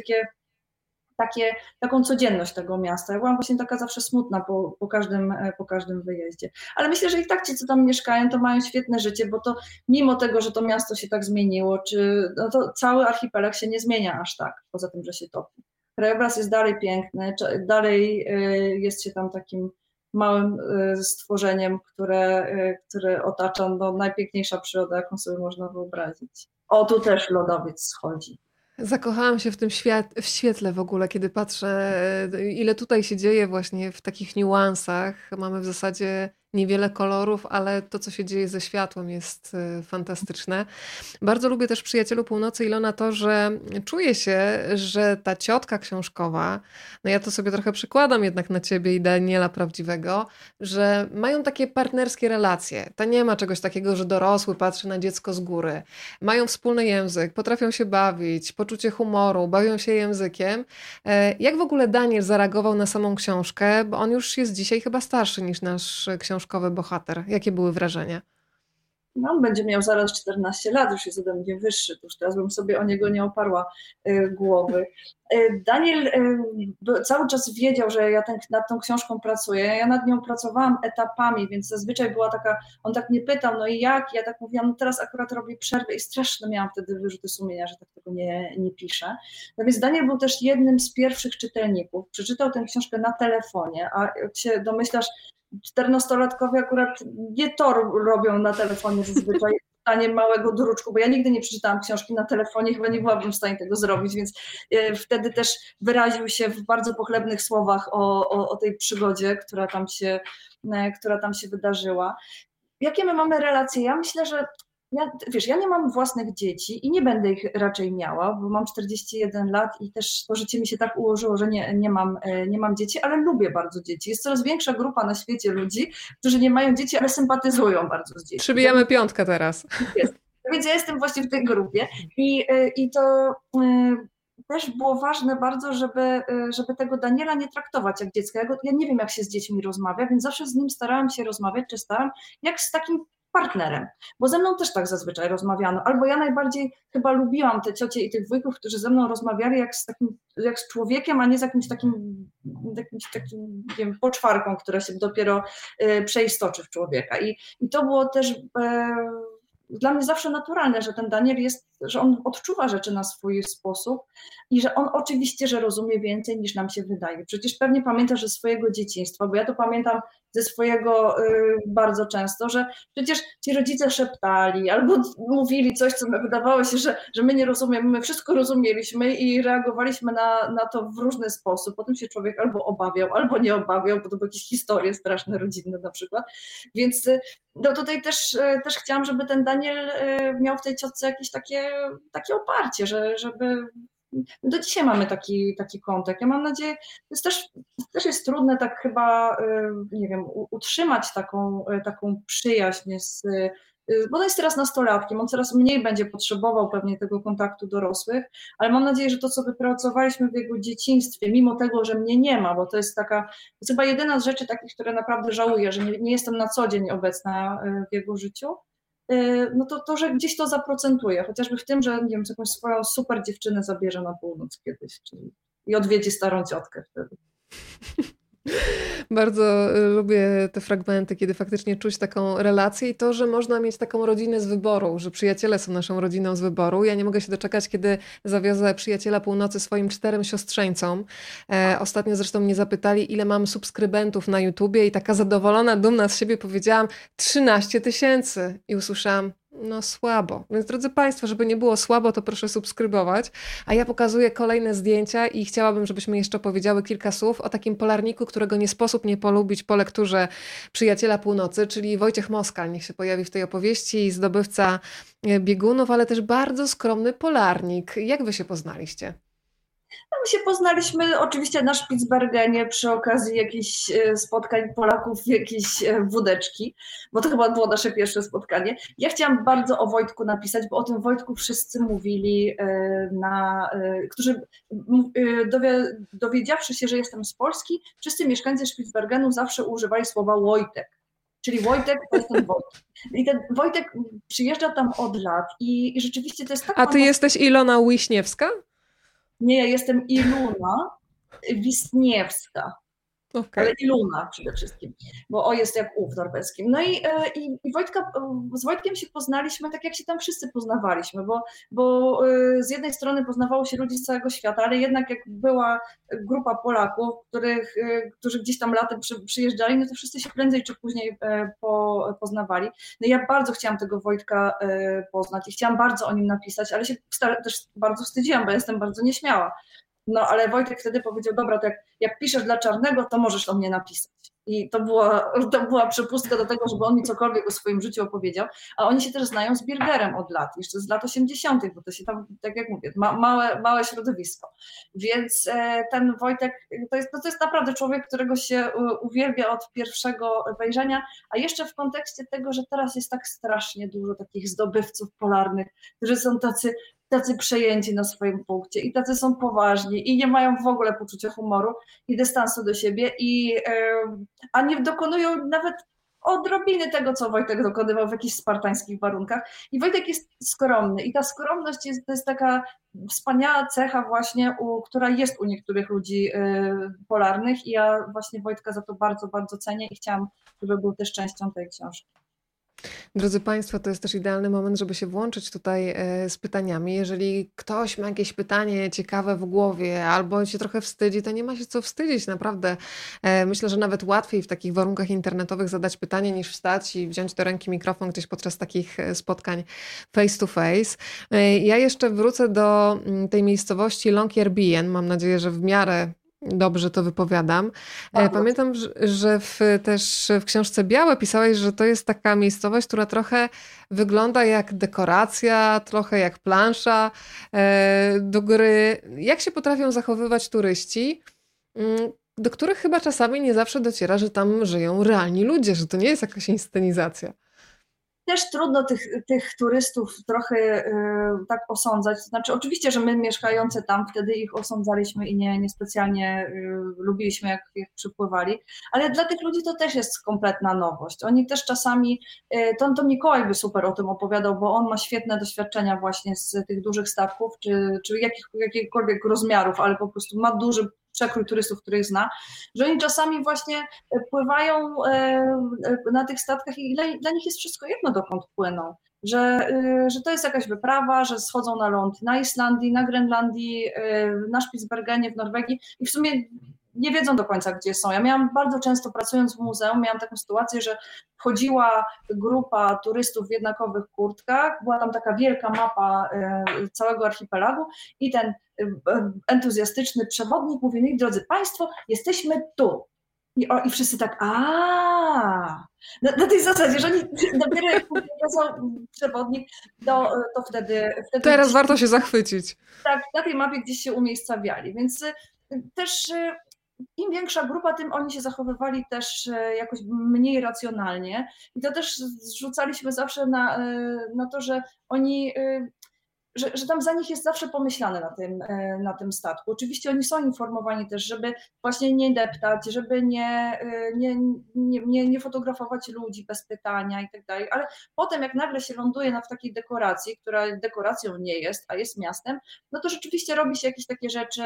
S2: taką codzienność tego miasta. Ja byłam właśnie taka zawsze smutna po każdym wyjeździe. Ale myślę, że i tak ci, co tam mieszkają, to mają świetne życie, bo to mimo tego, że to miasto się tak zmieniło, no to cały archipelag się nie zmienia aż tak, poza tym, że się topi. Krajobraz jest dalej piękny, dalej jest się tam takim małym stworzeniem, które otacza najpiękniejsza przyroda, jaką sobie można wyobrazić. O, tu też lodowiec schodzi.
S1: Zakochałam się w tym w świetle w ogóle, kiedy patrzę, ile tutaj się dzieje właśnie w takich niuansach. Mamy w zasadzie niewiele kolorów, ale to, co się dzieje ze światłem, jest fantastyczne. Bardzo lubię też w Przyjacielu Północy, Ilona, to, że czuję się, że ta ciotka książkowa, no ja to sobie trochę przykładam jednak na ciebie i Daniela prawdziwego, że mają takie partnerskie relacje. To nie ma czegoś takiego, że dorosły patrzy na dziecko z góry. Mają wspólny język, potrafią się bawić, poczucie humoru, bawią się językiem. Jak w ogóle Daniel zareagował na samą książkę? Bo on już jest dzisiaj chyba starszy niż nasz książkowy bohater. Jakie były wrażenia?
S2: No, on będzie miał zaraz 14 lat, już jest ode mnie wyższy, to już teraz bym sobie o niego nie oparła głowy. Daniel cały czas wiedział, że ja nad tą książką pracuję. Ja nad nią pracowałam etapami, więc zazwyczaj była taka, on tak mnie pytał, no i jak? Ja tak mówiłam, no teraz akurat robię przerwę i straszne miałam wtedy wyrzuty sumienia, że tak tego nie piszę. No więc Daniel był też jednym z pierwszych czytelników. Przeczytał tę książkę na telefonie, a jak się domyślasz, 14-latkowie akurat nie to robią na telefonie zazwyczaj, czytanie małego druczku, bo ja nigdy nie przeczytałam książki na telefonie, chyba nie byłabym w stanie tego zrobić, więc wtedy też wyraził się w bardzo pochlebnych słowach o tej przygodzie, która tam się wydarzyła. Jakie my mamy relacje? Ja myślę, że ja nie mam własnych dzieci i nie będę ich raczej miała, bo mam 41 lat i też to życie mi się tak ułożyło, że nie mam dzieci, ale lubię bardzo dzieci. Jest coraz większa grupa na świecie ludzi, którzy nie mają dzieci, ale sympatyzują bardzo z dziećmi.
S1: Przybijamy piątkę teraz.
S2: Jest. Więc ja jestem właśnie w tej grupie i to też było ważne bardzo, żeby tego Daniela nie traktować jak dziecka. Ja nie wiem, jak się z dziećmi rozmawia, więc zawsze z nim starałam się rozmawiać, czy staram, jak z takim partnerem, bo ze mną też tak zazwyczaj rozmawiano. Albo ja najbardziej chyba lubiłam te ciocie i tych wujków, którzy ze mną rozmawiali jak z człowiekiem, a nie z jakimś takim nie wiem, poczwarką, która się dopiero przeistoczy w człowieka. I to było też dla mnie zawsze naturalne, że ten Daniel że on odczuwa rzeczy na swój sposób i że on oczywiście, że rozumie więcej niż nam się wydaje. Przecież pewnie pamiętasz ze swojego dzieciństwa, bo ja to pamiętam ze swojego bardzo często, że przecież ci rodzice szeptali albo mówili coś, co wydawało się, że my nie rozumiemy, my wszystko rozumieliśmy i reagowaliśmy na to w różny sposób. Potem się człowiek albo obawiał, albo nie obawiał, bo to były jakieś historie straszne, rodzinne na przykład. Więc no tutaj też chciałam, żeby ten Daniel miał w tej ciotce jakieś takie oparcie, żeby do dzisiaj mamy taki kontakt. Ja mam nadzieję, to też jest trudne tak chyba, nie wiem, utrzymać taką przyjaźń bo on jest teraz nastolatkiem, on coraz mniej będzie potrzebował pewnie tego kontaktu dorosłych, ale mam nadzieję, że to, co wypracowaliśmy w jego dzieciństwie, mimo tego, że mnie nie ma, bo to jest chyba jedyna z rzeczy takich, które naprawdę żałuję, że nie jestem na co dzień obecna w jego życiu, no to, że gdzieś to zaprocentuje, chociażby w tym, że nie wiem, jakąś swoją super dziewczynę zabierze na północ kiedyś i odwiedzi starą ciotkę wtedy.
S1: Bardzo lubię te fragmenty, kiedy faktycznie czuć taką relację i to, że można mieć taką rodzinę z wyboru, że przyjaciele są naszą rodziną z wyboru. Ja nie mogę się doczekać, kiedy zawiozę Przyjaciela Północy swoim 4 siostrzeńcom. Ostatnio zresztą mnie zapytali, ile mam subskrybentów na YouTubie i taka zadowolona, dumna z siebie powiedziałam 13 000 i usłyszałam, No słabo. Więc drodzy Państwo, żeby nie było słabo, to proszę subskrybować. A ja pokazuję kolejne zdjęcia i chciałabym, żebyśmy jeszcze powiedziały kilka słów o takim polarniku, którego nie sposób nie polubić po lekturze Przyjaciela Północy, czyli Wojciech Moskal. Niech się pojawi w tej opowieści, zdobywca biegunów, ale też bardzo skromny polarnik. Jak wy się poznaliście?
S2: No, my się poznaliśmy oczywiście na Spitsbergenie przy okazji jakichś spotkań Polaków, jakieś wódeczki, bo to chyba było nasze pierwsze spotkanie. Ja chciałam bardzo o Wojtku napisać, bo o tym Wojtku wszyscy mówili, którzy dowiedziawszy się, że jestem z Polski, wszyscy mieszkańcy Spitsbergenu zawsze używali słowa Wojtek. Czyli Wojtek to jest ten Wojtek. I ten Wojtek przyjeżdża tam od lat i rzeczywiście to jest tak...
S1: A ty jesteś Ilona Wiśniewska?
S2: Nie, ja jestem Iluna Wisniewska,
S1: Okay.
S2: ale Iluna przede wszystkim, bo o jest jak u w norweskim. No i z Wojtkiem się poznaliśmy tak, jak się tam wszyscy poznawaliśmy, bo z jednej strony poznawało się ludzi z całego świata, ale jednak jak była grupa Polaków, którzy gdzieś tam latem przyjeżdżali, no to wszyscy się prędzej czy później poznawali. No i ja bardzo chciałam tego Wojtka poznać i chciałam bardzo o nim napisać, ale się też bardzo wstydziłam, bo jestem bardzo nieśmiała. No ale Wojtek wtedy powiedział, dobra, to jak piszesz dla Czarnego, to możesz o mnie napisać. I to była przepustka do tego, żeby on mi cokolwiek o swoim życiu opowiedział. A oni się też znają z Birgerem od lat, jeszcze z lat 80., bo to się tam, tak jak mówię, małe środowisko. Więc ten Wojtek to jest naprawdę człowiek, którego się uwielbia od pierwszego wejrzenia, a jeszcze w kontekście tego, że teraz jest tak strasznie dużo takich zdobywców polarnych, którzy są tacy przejęci na swoim punkcie i tacy są poważni i nie mają w ogóle poczucia humoru i dystansu do siebie, a nie dokonują nawet odrobiny tego, co Wojtek dokonywał w jakichś spartańskich warunkach. I Wojtek jest skromny i ta skromność to jest taka wspaniała cecha właśnie, która jest u niektórych ludzi polarnych i ja właśnie Wojtka za to bardzo, bardzo cenię i chciałam, żeby był też częścią tej książki.
S1: Drodzy Państwo, to jest też idealny moment, żeby się włączyć tutaj z pytaniami. Jeżeli ktoś ma jakieś pytanie ciekawe w głowie albo się trochę wstydzi, to nie ma się co wstydzić, naprawdę. Myślę, że nawet łatwiej w takich warunkach internetowych zadać pytanie niż wstać i wziąć do ręki mikrofon gdzieś podczas takich spotkań face to face. Ja jeszcze wrócę do tej miejscowości Longyearbyen. Mam nadzieję, że w miarę dobrze to wypowiadam. Pamiętam, że też w książce Białe pisałeś, że to jest taka miejscowość, która trochę wygląda jak dekoracja, trochę jak plansza do gry. Jak się potrafią zachowywać turyści, do których chyba czasami nie zawsze dociera, że tam żyją realni ludzie, że to nie jest jakaś inscenizacja.
S2: Też trudno tych turystów trochę tak osądzać. To znaczy, oczywiście, że my mieszkający tam wtedy ich osądzaliśmy i niespecjalnie lubiliśmy, jak przypływali, ale dla tych ludzi to też jest kompletna nowość. Oni też czasami, to Mikołaj by super o tym opowiadał, bo on ma świetne doświadczenia właśnie z tych dużych statków, czy jakichkolwiek rozmiarów, ale po prostu ma duży przekrój turystów, których zna, że oni czasami właśnie pływają na tych statkach i dla nich jest wszystko jedno, dokąd płyną. Że to jest jakaś wyprawa, że schodzą na ląd na Islandii, na Grenlandii, na Spitsbergenie w Norwegii i w sumie nie wiedzą do końca, gdzie są. Ja miałam bardzo często, pracując w muzeum, miałam taką sytuację, że wchodziła grupa turystów w jednakowych kurtkach, była tam taka wielka mapa całego archipelagu i ten entuzjastyczny przewodnik mówi, no drodzy Państwo, jesteśmy tu. I wszyscy tak, na tej zasadzie, że oni dopiero jak pokazał przewodnik, to wtedy...
S1: Teraz warto się zachwycić.
S2: Tak, na tej mapie gdzieś się umiejscawiali, więc też im większa grupa, tym oni się zachowywali też jakoś mniej racjonalnie i to też zrzucaliśmy zawsze na to, że oni... Że tam za nich jest zawsze pomyślane na tym statku. Oczywiście oni są informowani też, żeby właśnie nie deptać, żeby nie fotografować ludzi bez pytania i tak dalej, ale potem jak nagle się ląduje w takiej dekoracji, która dekoracją nie jest, a jest miastem, no to rzeczywiście robi się jakieś takie rzeczy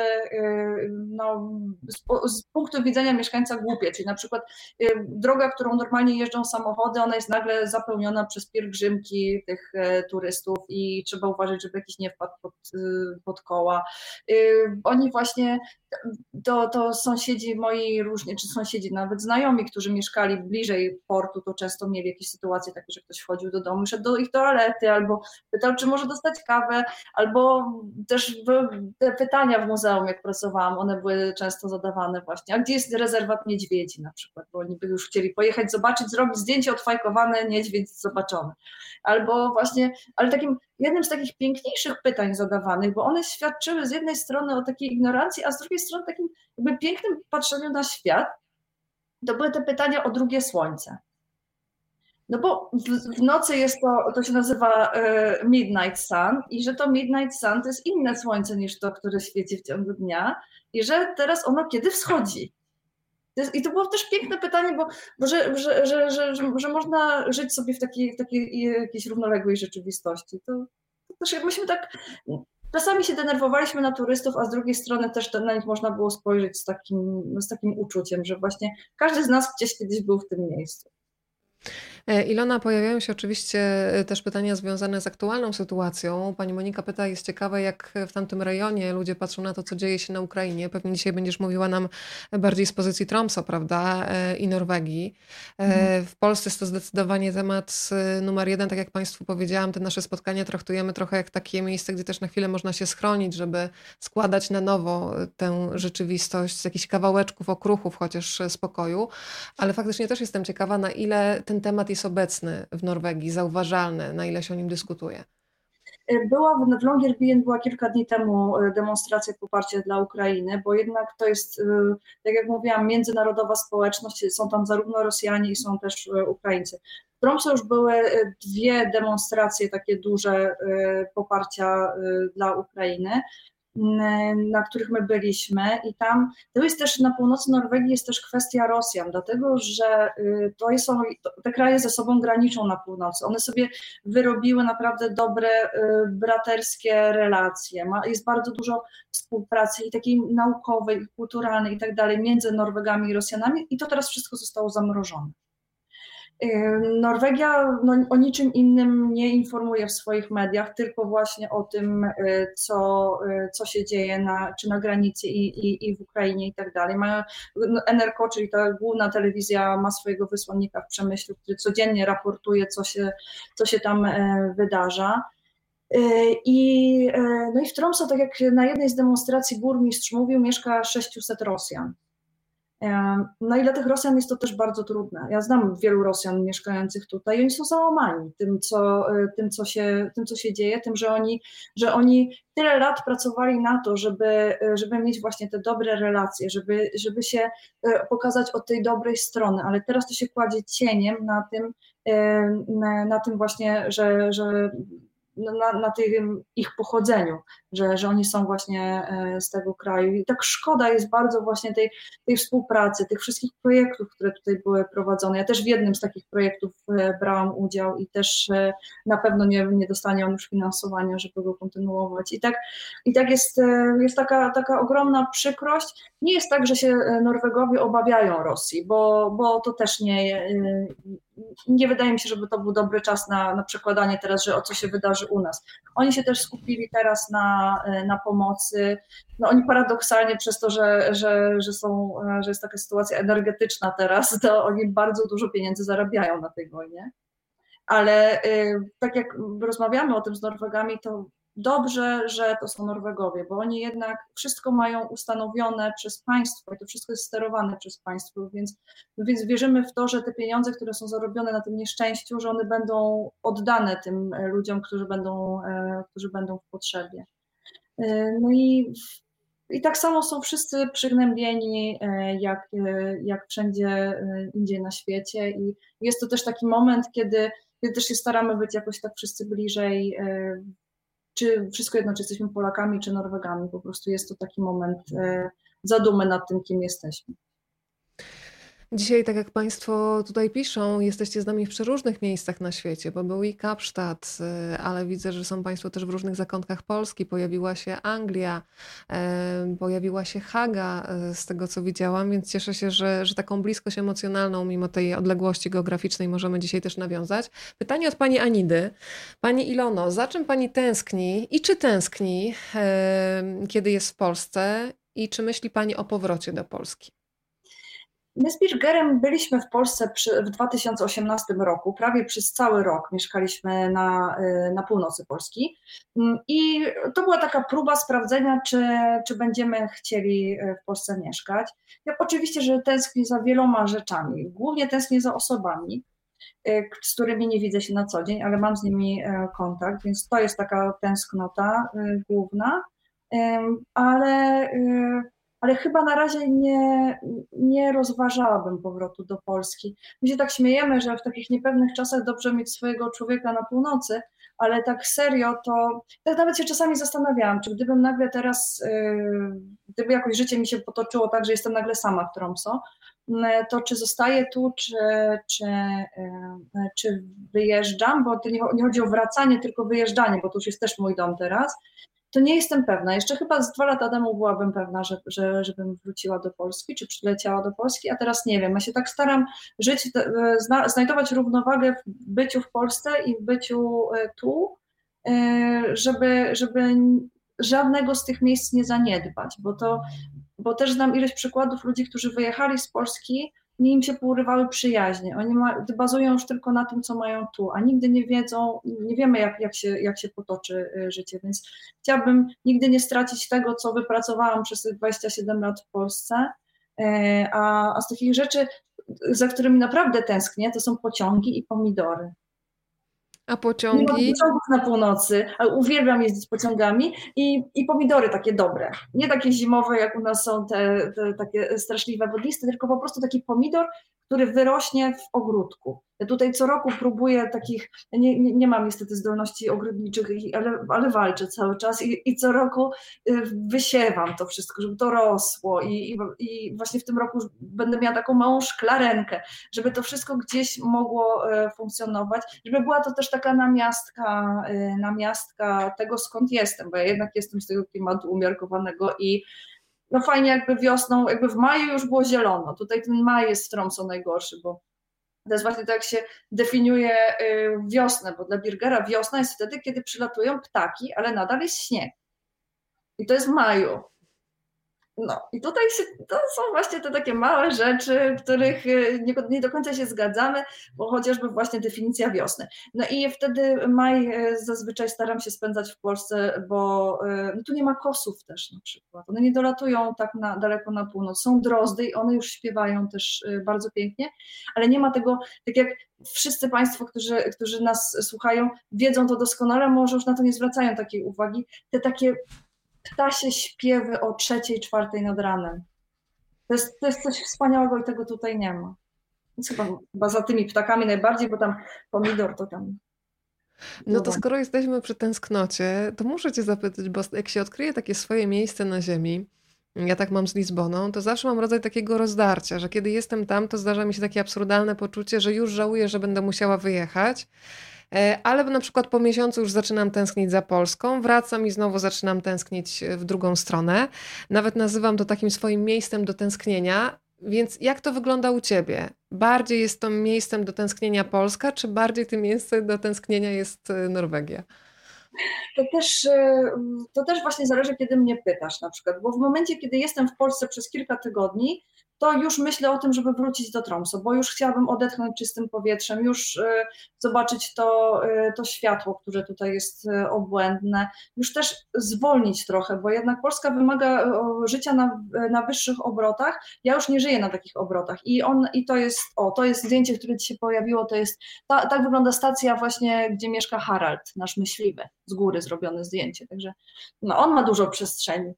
S2: z punktu widzenia mieszkańca głupie, czyli na przykład droga, którą normalnie jeżdżą samochody, ona jest nagle zapełniona przez pielgrzymki tych turystów i trzeba uważać, żeby jakiś nie wpadł pod koła. Oni właśnie, to sąsiedzi moi różnie, czy sąsiedzi, nawet znajomi, którzy mieszkali bliżej portu, to często mieli jakieś sytuacje takie, że ktoś wchodził do domu, szedł do ich toalety, albo pytał, czy może dostać kawę, albo też te pytania w muzeum, jak pracowałam, one były często zadawane właśnie, a gdzie jest rezerwat niedźwiedzi na przykład, bo oni by już chcieli pojechać, zobaczyć, zrobić zdjęcie odfajkowane, niedźwiedź zobaczony. Albo właśnie, ale jednym z takich piękniejszych pytań zadawanych, bo one świadczyły z jednej strony o takiej ignorancji, a z drugiej strony takim jakby pięknym patrzeniu na świat, to były te pytania o drugie słońce. No bo w nocy jest to się nazywa Midnight Sun i że to Midnight Sun to jest inne słońce niż to, które świeci w ciągu dnia i że teraz ono kiedy wschodzi. I to było też piękne pytanie, bo że można żyć sobie w takiej jakiejś równoległej rzeczywistości. To też myśmy tak czasami się denerwowaliśmy na turystów, a z drugiej strony też na nich można było spojrzeć z takim uczuciem, że właśnie każdy z nas gdzieś kiedyś był w tym miejscu.
S1: Ilona, pojawiają się oczywiście też pytania związane z aktualną sytuacją. Pani Monika pyta, jest ciekawe, jak w tamtym rejonie ludzie patrzą na to, co dzieje się na Ukrainie. Pewnie dzisiaj będziesz mówiła nam bardziej z pozycji Tromsø, prawda, i Norwegii. W Polsce jest to zdecydowanie temat numer jeden. Tak jak Państwu powiedziałam, te nasze spotkania traktujemy trochę jak takie miejsce, gdzie też na chwilę można się schronić, żeby składać na nowo tę rzeczywistość z jakichś kawałeczków, okruchów, chociaż spokoju. Ale faktycznie też jestem ciekawa, na ile ten temat jest obecny w Norwegii, zauważalny, na ile się o nim dyskutuje.
S2: W Longyearbyen była kilka dni temu demonstracja poparcia dla Ukrainy, bo jednak to jest, tak jak mówiłam, międzynarodowa społeczność, są tam zarówno Rosjanie i są też Ukraińcy. W Tromsø już były dwie demonstracje takie duże poparcia dla Ukrainy, na których my byliśmy i tam, to jest też na północy Norwegii jest też kwestia Rosjan, dlatego że te kraje ze sobą graniczą na północy, one sobie wyrobiły naprawdę dobre braterskie relacje, jest bardzo dużo współpracy i takiej naukowej, i kulturalnej i tak dalej między Norwegami i Rosjanami i to teraz wszystko zostało zamrożone. Norwegia o niczym innym nie informuje w swoich mediach, tylko właśnie o tym, co się dzieje czy na granicy i w Ukrainie i tak dalej. NRK, czyli ta główna telewizja, ma swojego wysłannika w Przemyślu, który codziennie raportuje, co się tam wydarza. No i w Tromsø, tak jak na jednej z demonstracji burmistrz mówił, mieszka 600 Rosjan. No i dla tych Rosjan jest to też bardzo trudne. Ja znam wielu Rosjan mieszkających tutaj i oni są załamani tym, co się dzieje, tym, że oni tyle lat pracowali na to, żeby mieć właśnie te dobre relacje, żeby się pokazać od tej dobrej strony, ale teraz to się kładzie cieniem na tym właśnie, że na tym ich pochodzeniu, że oni są właśnie z tego kraju. I tak szkoda jest bardzo właśnie tej współpracy, tych wszystkich projektów, które tutaj były prowadzone. Ja też w jednym z takich projektów brałam udział i też na pewno nie dostanie on już finansowania, żeby go kontynuować. I tak jest taka ogromna przykrość. Nie jest tak, że się Norwegowie obawiają Rosji, bo to też nie wydaje mi się, żeby to był dobry czas na przekładanie teraz, że o co się wydarzy u nas. Oni się też skupili teraz na pomocy. No oni paradoksalnie przez to, że jest taka sytuacja energetyczna teraz, to oni bardzo dużo pieniędzy zarabiają na tej wojnie. Ale tak jak rozmawiamy o tym z Norwegami, to dobrze, że to są Norwegowie, bo oni jednak wszystko mają ustanowione przez państwo i to wszystko jest sterowane przez państwo, więc wierzymy w to, że te pieniądze, które są zarobione na tym nieszczęściu, że one będą oddane tym ludziom, którzy będą w potrzebie. No i tak samo są wszyscy przygnębieni, jak wszędzie indziej na świecie i jest to też taki moment, kiedy też się staramy być jakoś tak wszyscy bliżej, czy wszystko jedno, czy jesteśmy Polakami, czy Norwegami, po prostu jest to taki moment zadumy nad tym, kim jesteśmy.
S1: Dzisiaj, tak jak Państwo tutaj piszą, jesteście z nami w przeróżnych miejscach na świecie, bo był i Kapsztad, ale widzę, że są Państwo też w różnych zakątkach Polski. Pojawiła się Anglia, pojawiła się Haga, z tego co widziałam, więc cieszę się, że taką bliskość emocjonalną, mimo tej odległości geograficznej, możemy dzisiaj też nawiązać. Pytanie od Pani Anidy. Pani Ilono, za czym Pani tęskni i czy tęskni, kiedy jest w Polsce i czy myśli Pani o powrocie do Polski?
S2: My z Birgerem byliśmy w Polsce w 2018 roku, prawie przez cały rok mieszkaliśmy na północy Polski. I to była taka próba sprawdzenia, czy będziemy chcieli w Polsce mieszkać. Ja oczywiście, że tęsknię za wieloma rzeczami, głównie tęsknię za osobami, z którymi nie widzę się na co dzień, ale mam z nimi kontakt, więc to jest taka tęsknota główna. Ale ale chyba na razie nie rozważałabym powrotu do Polski. My się tak śmiejemy, że w takich niepewnych czasach dobrze mieć swojego człowieka na północy, ale tak serio to tak nawet się czasami zastanawiałam, czy gdybym nagle teraz, gdyby jakoś życie mi się potoczyło tak, że jestem nagle sama w Tromsø, to czy zostaję tu, czy wyjeżdżam, bo to nie chodzi o wracanie, tylko wyjeżdżanie, bo to już jest też mój dom teraz. To nie jestem pewna. Jeszcze chyba z 2 lata temu byłabym pewna, żebym wróciła do Polski, czy przyleciała do Polski, a teraz nie wiem. Ja się tak staram żyć, znajdować równowagę w byciu w Polsce i w byciu tu, żeby żadnego z tych miejsc nie zaniedbać, bo też znam ileś przykładów ludzi, którzy wyjechali z Polski, nie im się pourywały przyjaźnie. Oni bazują już tylko na tym, co mają tu, a nigdy nie wiedzą, nie wiemy, jak się potoczy życie, więc chciałabym nigdy nie stracić tego, co wypracowałam przez tych 27 lat w Polsce, a z takich rzeczy, za którymi naprawdę tęsknię, to są pociągi i pomidory.
S1: A
S2: Nie mam
S1: pociągi?
S2: pociągów na północy, ale uwielbiam jeździć pociągami i pomidory takie dobre. Nie takie zimowe, jak u nas są te takie straszliwe wodniste, tylko po prostu taki pomidor, który wyrośnie w ogródku. Ja tutaj co roku próbuję takich, nie mam niestety zdolności ogrodniczych, ale walczę cały czas i co roku wysiewam to wszystko, żeby to rosło i właśnie w tym roku będę miała taką małą szklarenkę, żeby to wszystko gdzieś mogło funkcjonować, żeby była to też taka namiastka tego, skąd jestem, bo ja jednak jestem z tego klimatu umiarkowanego i no fajnie jakby wiosną, jakby w maju już było zielono. Tutaj ten maj jest w Tromsø najgorszy, bo to jest właśnie tak, jak się definiuje wiosnę, bo dla Birgera wiosna jest wtedy, kiedy przylatują ptaki, ale nadal jest śnieg. I to jest w maju. No i tutaj to są właśnie te takie małe rzeczy, których nie do końca się zgadzamy, bo chociażby właśnie definicja wiosny. No i wtedy maj zazwyczaj staram się spędzać w Polsce, bo no tu nie ma kosów też na przykład. One nie dolatują tak daleko na północ. Są drozdy i one już śpiewają też bardzo pięknie, ale nie ma tego, tak jak wszyscy Państwo, którzy nas słuchają, wiedzą to doskonale, może już na to nie zwracają takiej uwagi. Te takie ptasie śpiewy o 3:00, 4:00 nad ranem. To jest coś wspaniałego i tego tutaj nie ma. Więc chyba za tymi ptakami najbardziej, bo tam pomidor to tam...
S1: No to skoro jesteśmy przy tęsknocie, to muszę Cię zapytać, bo jak się odkryje takie swoje miejsce na ziemi, ja tak mam z Lizboną, to zawsze mam rodzaj takiego rozdarcia, że kiedy jestem tam, to zdarza mi się takie absurdalne poczucie, że już żałuję, że będę musiała wyjechać. Ale na przykład po miesiącu już zaczynam tęsknić za Polską, wracam i znowu zaczynam tęsknić w drugą stronę. Nawet nazywam to takim swoim miejscem do tęsknienia. Więc jak to wygląda u Ciebie? Bardziej jest to miejscem do tęsknienia Polska, czy bardziej tym miejscem do tęsknienia jest Norwegia?
S2: To też właśnie zależy, kiedy mnie pytasz na przykład, bo w momencie, kiedy jestem w Polsce przez kilka tygodni, to już myślę o tym, żeby wrócić do Tromsø, bo już chciałabym odetchnąć czystym powietrzem, już zobaczyć to światło, które tutaj jest obłędne, już też zwolnić trochę, bo jednak Polska wymaga życia na wyższych obrotach. Ja już nie żyję na takich obrotach i to jest zdjęcie, które ci się pojawiło, to jest, tak wygląda stacja właśnie, gdzie mieszka Harald, nasz myśliwy, z góry zrobione zdjęcie, także no, on ma dużo przestrzeni.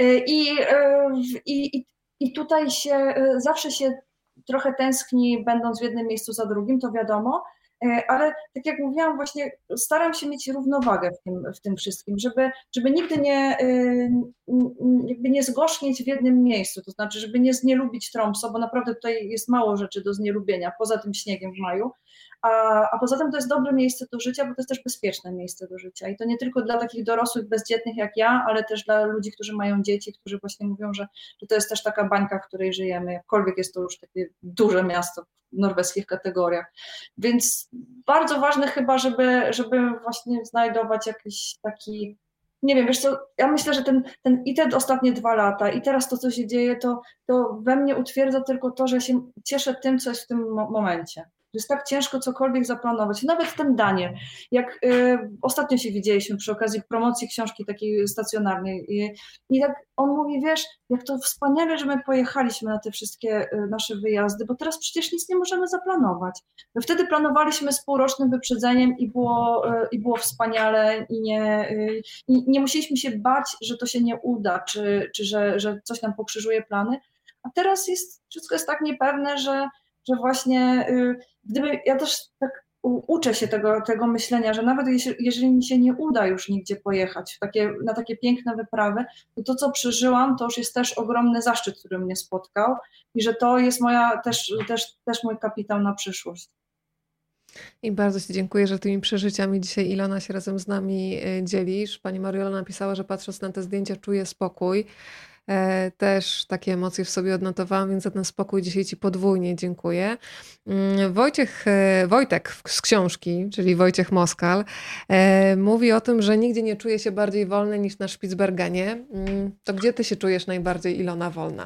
S2: I tutaj zawsze się trochę tęskni, będąc w jednym miejscu za drugim, to wiadomo, Ale tak jak mówiłam, właśnie staram się mieć równowagę w tym wszystkim, żeby nigdy jakby nie zgorzknieć w jednym miejscu, to znaczy, żeby nie znielubić Tromsø, bo naprawdę tutaj jest mało rzeczy do znielubienia, poza tym śniegiem w maju, a poza tym to jest dobre miejsce do życia, bo to jest też bezpieczne miejsce do życia i to nie tylko dla takich dorosłych bezdzietnych jak ja, ale też dla ludzi, którzy mają dzieci, którzy właśnie mówią, że to jest też taka bańka, w której żyjemy, jakkolwiek jest to już takie duże miasto w norweskich kategoriach. Więc bardzo ważne chyba, żeby właśnie znajdować jakiś taki, nie wiem, wiesz co, ja myślę, że i te ostatnie 2 lata i teraz to, co się dzieje, to we mnie utwierdza tylko to, że się cieszę tym, co jest w tym momencie. Jest tak ciężko cokolwiek zaplanować. Nawet ten Daniel. Jak ostatnio się widzieliśmy przy okazji promocji książki takiej stacjonarnej i tak on mówi, wiesz, jak to wspaniale, że my pojechaliśmy na te wszystkie nasze wyjazdy, bo teraz przecież nic nie możemy zaplanować. My wtedy planowaliśmy z półrocznym wyprzedzeniem i było wspaniale i nie musieliśmy się bać, że to się nie uda, czy że coś nam pokrzyżuje plany. A teraz wszystko jest tak niepewne, że właśnie gdyby ja też tak uczę się tego myślenia, że nawet jeżeli mi się nie uda już nigdzie pojechać na takie piękne wyprawy, to co przeżyłam, to już jest też ogromny zaszczyt, który mnie spotkał i że to jest też mój kapitał na przyszłość.
S1: I bardzo Ci dziękuję, że tymi przeżyciami dzisiaj Ilona się razem z nami dzielisz. Pani Mariola napisała, że patrząc na te zdjęcia czuje spokój. Też takie emocje w sobie odnotowałam, więc za ten spokój dzisiaj Ci podwójnie dziękuję. Wojtek z książki, czyli Wojciech Moskal, mówi o tym, że nigdzie nie czuje się bardziej wolny niż na Spitsbergenie. To gdzie Ty się czujesz najbardziej, Ilona, wolna?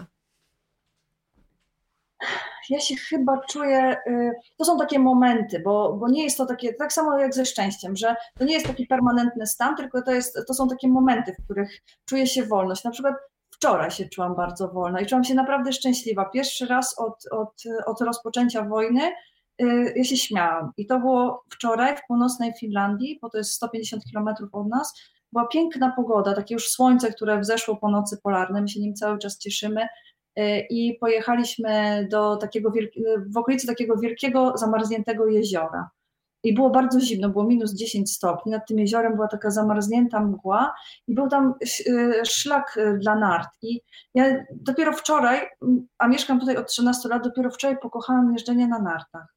S2: Ja się chyba czuję, to są takie momenty, bo nie jest to takie, tak samo jak ze szczęściem, że to nie jest taki permanentny stan, tylko to są takie momenty, w których czuję się wolność. Na przykład wczoraj się czułam bardzo wolna i czułam się naprawdę szczęśliwa. Pierwszy raz od rozpoczęcia wojny ja się śmiałam i to było wczoraj w północnej Finlandii, bo to jest 150 kilometrów od nas. Była piękna pogoda, takie już słońce, które wzeszło po nocy polarnej, my się nim cały czas cieszymy. I pojechaliśmy w okolicy takiego wielkiego, zamarzniętego jeziora. I było bardzo zimno, było minus 10 stopni. Nad tym jeziorem była taka zamarznięta mgła i był tam szlak dla nart. I ja dopiero wczoraj, a mieszkam tutaj od 13 lat, dopiero wczoraj pokochałam jeżdżenie na nartach.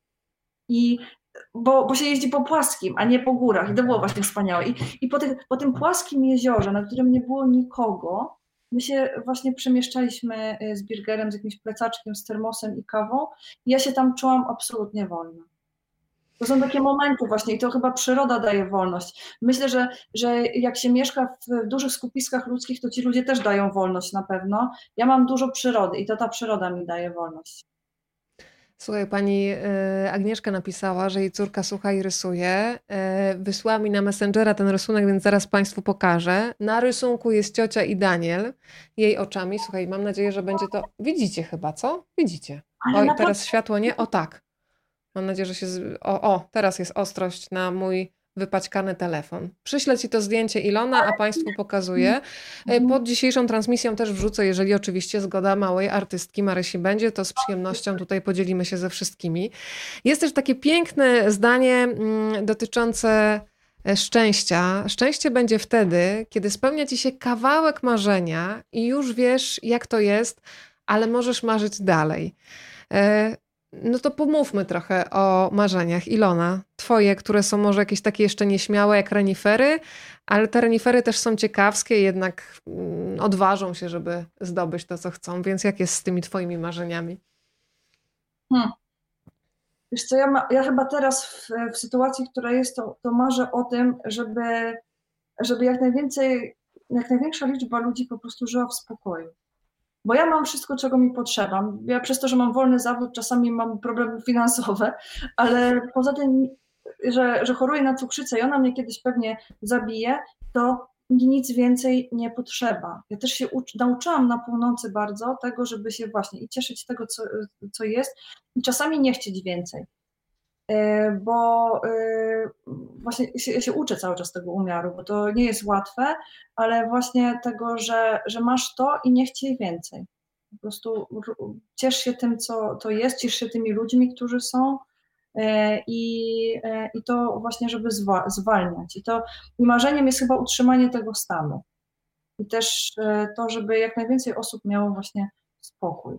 S2: Bo się jeździ po płaskim, a nie po górach. I to było właśnie wspaniałe. I po tym płaskim jeziorze, na którym nie było nikogo, my się właśnie przemieszczaliśmy z birgerem, z jakimś plecaczkiem, z termosem i kawą i ja się tam czułam absolutnie wolna. To są takie momenty właśnie i to chyba przyroda daje wolność. Myślę, że jak się mieszka w dużych skupiskach ludzkich, to ci ludzie też dają wolność na pewno. Ja mam dużo przyrody i to ta przyroda mi daje wolność.
S1: Słuchaj, pani Agnieszka napisała, że jej córka słucha i rysuje. Wysłała mi na Messengera ten rysunek, więc zaraz Państwu pokażę. Na rysunku jest ciocia i Daniel jej oczami. Słuchaj, mam nadzieję, że będzie to... Widzicie chyba, co? Widzicie. Oj, teraz światło nie? O tak. Mam nadzieję, że się... teraz jest ostrość na mój wypaćkany telefon. Przyślę Ci to zdjęcie Ilona, a Państwu pokazuję. Pod dzisiejszą transmisją też wrzucę, jeżeli oczywiście zgoda małej artystki Marysi będzie, to z przyjemnością tutaj podzielimy się ze wszystkimi. Jest też takie piękne zdanie dotyczące szczęścia. Szczęście będzie wtedy, kiedy spełnia Ci się kawałek marzenia i już wiesz, jak to jest, ale możesz marzyć dalej. No to pomówmy trochę o marzeniach. Ilona, twoje, które są może jakieś takie jeszcze nieśmiałe jak renifery, ale te renifery też są ciekawskie, jednak odważą się, żeby zdobyć to, co chcą. Więc jak jest z tymi twoimi marzeniami?
S2: Wiesz co, ja chyba teraz w sytuacji, która jest, to marzę o tym, żeby jak największa liczba ludzi po prostu żyła w spokoju. Bo ja mam wszystko, czego mi potrzeba. Ja przez to, że mam wolny zawód, czasami mam problemy finansowe, ale poza tym, że choruję na cukrzycę i ona mnie kiedyś pewnie zabije, to mi nic więcej nie potrzeba. Ja też się nauczyłam na północy bardzo tego, żeby się właśnie i cieszyć tego, co jest i czasami nie chcieć więcej. Bo właśnie ja się uczę cały czas tego umiaru, bo to nie jest łatwe, ale właśnie tego, że masz to i nie chciej więcej. Po prostu ciesz się tym, co to jest, ciesz się tymi ludźmi, którzy są i to właśnie, żeby zwalniać. I marzeniem jest chyba utrzymanie tego stanu. I też to, żeby jak najwięcej osób miało właśnie spokój.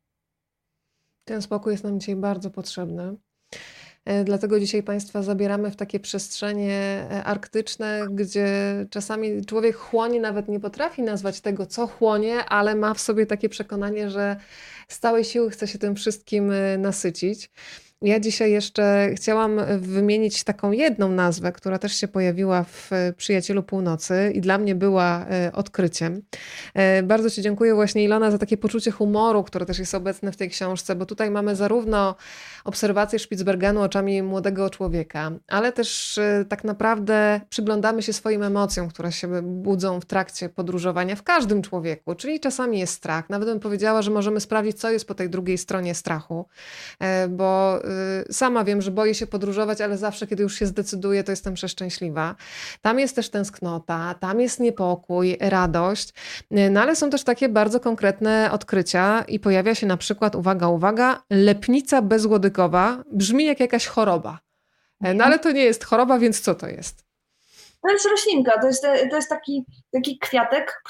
S1: Ten spokój jest nam dzisiaj bardzo potrzebny. Dlatego dzisiaj Państwa zabieramy w takie przestrzenie arktyczne, gdzie czasami człowiek chłonie, nawet nie potrafi nazwać tego, co chłonie, ale ma w sobie takie przekonanie, że z całej siły chce się tym wszystkim nasycić. Ja dzisiaj jeszcze chciałam wymienić taką jedną nazwę, która też się pojawiła w Przyjacielu Północy i dla mnie była odkryciem. Bardzo Ci dziękuję właśnie, Ilona, za takie poczucie humoru, które też jest obecne w tej książce, bo tutaj mamy zarówno obserwację Spitsbergenu oczami młodego człowieka, ale też tak naprawdę przyglądamy się swoim emocjom, które się budzą w trakcie podróżowania w każdym człowieku, czyli czasami jest strach. Nawet bym powiedziała, że możemy sprawdzić, co jest po tej drugiej stronie strachu, bo sama wiem, że boję się podróżować, ale zawsze, kiedy już się zdecyduję, to jestem przeszczęśliwa. Tam jest też tęsknota, tam jest niepokój, radość, no ale są też takie bardzo konkretne odkrycia i pojawia się na przykład, uwaga, uwaga, lepnica bezłodygowa. Brzmi jak jakaś choroba. No ale to nie jest choroba, więc co to jest?
S2: To jest roślinka, to jest taki kwiatek,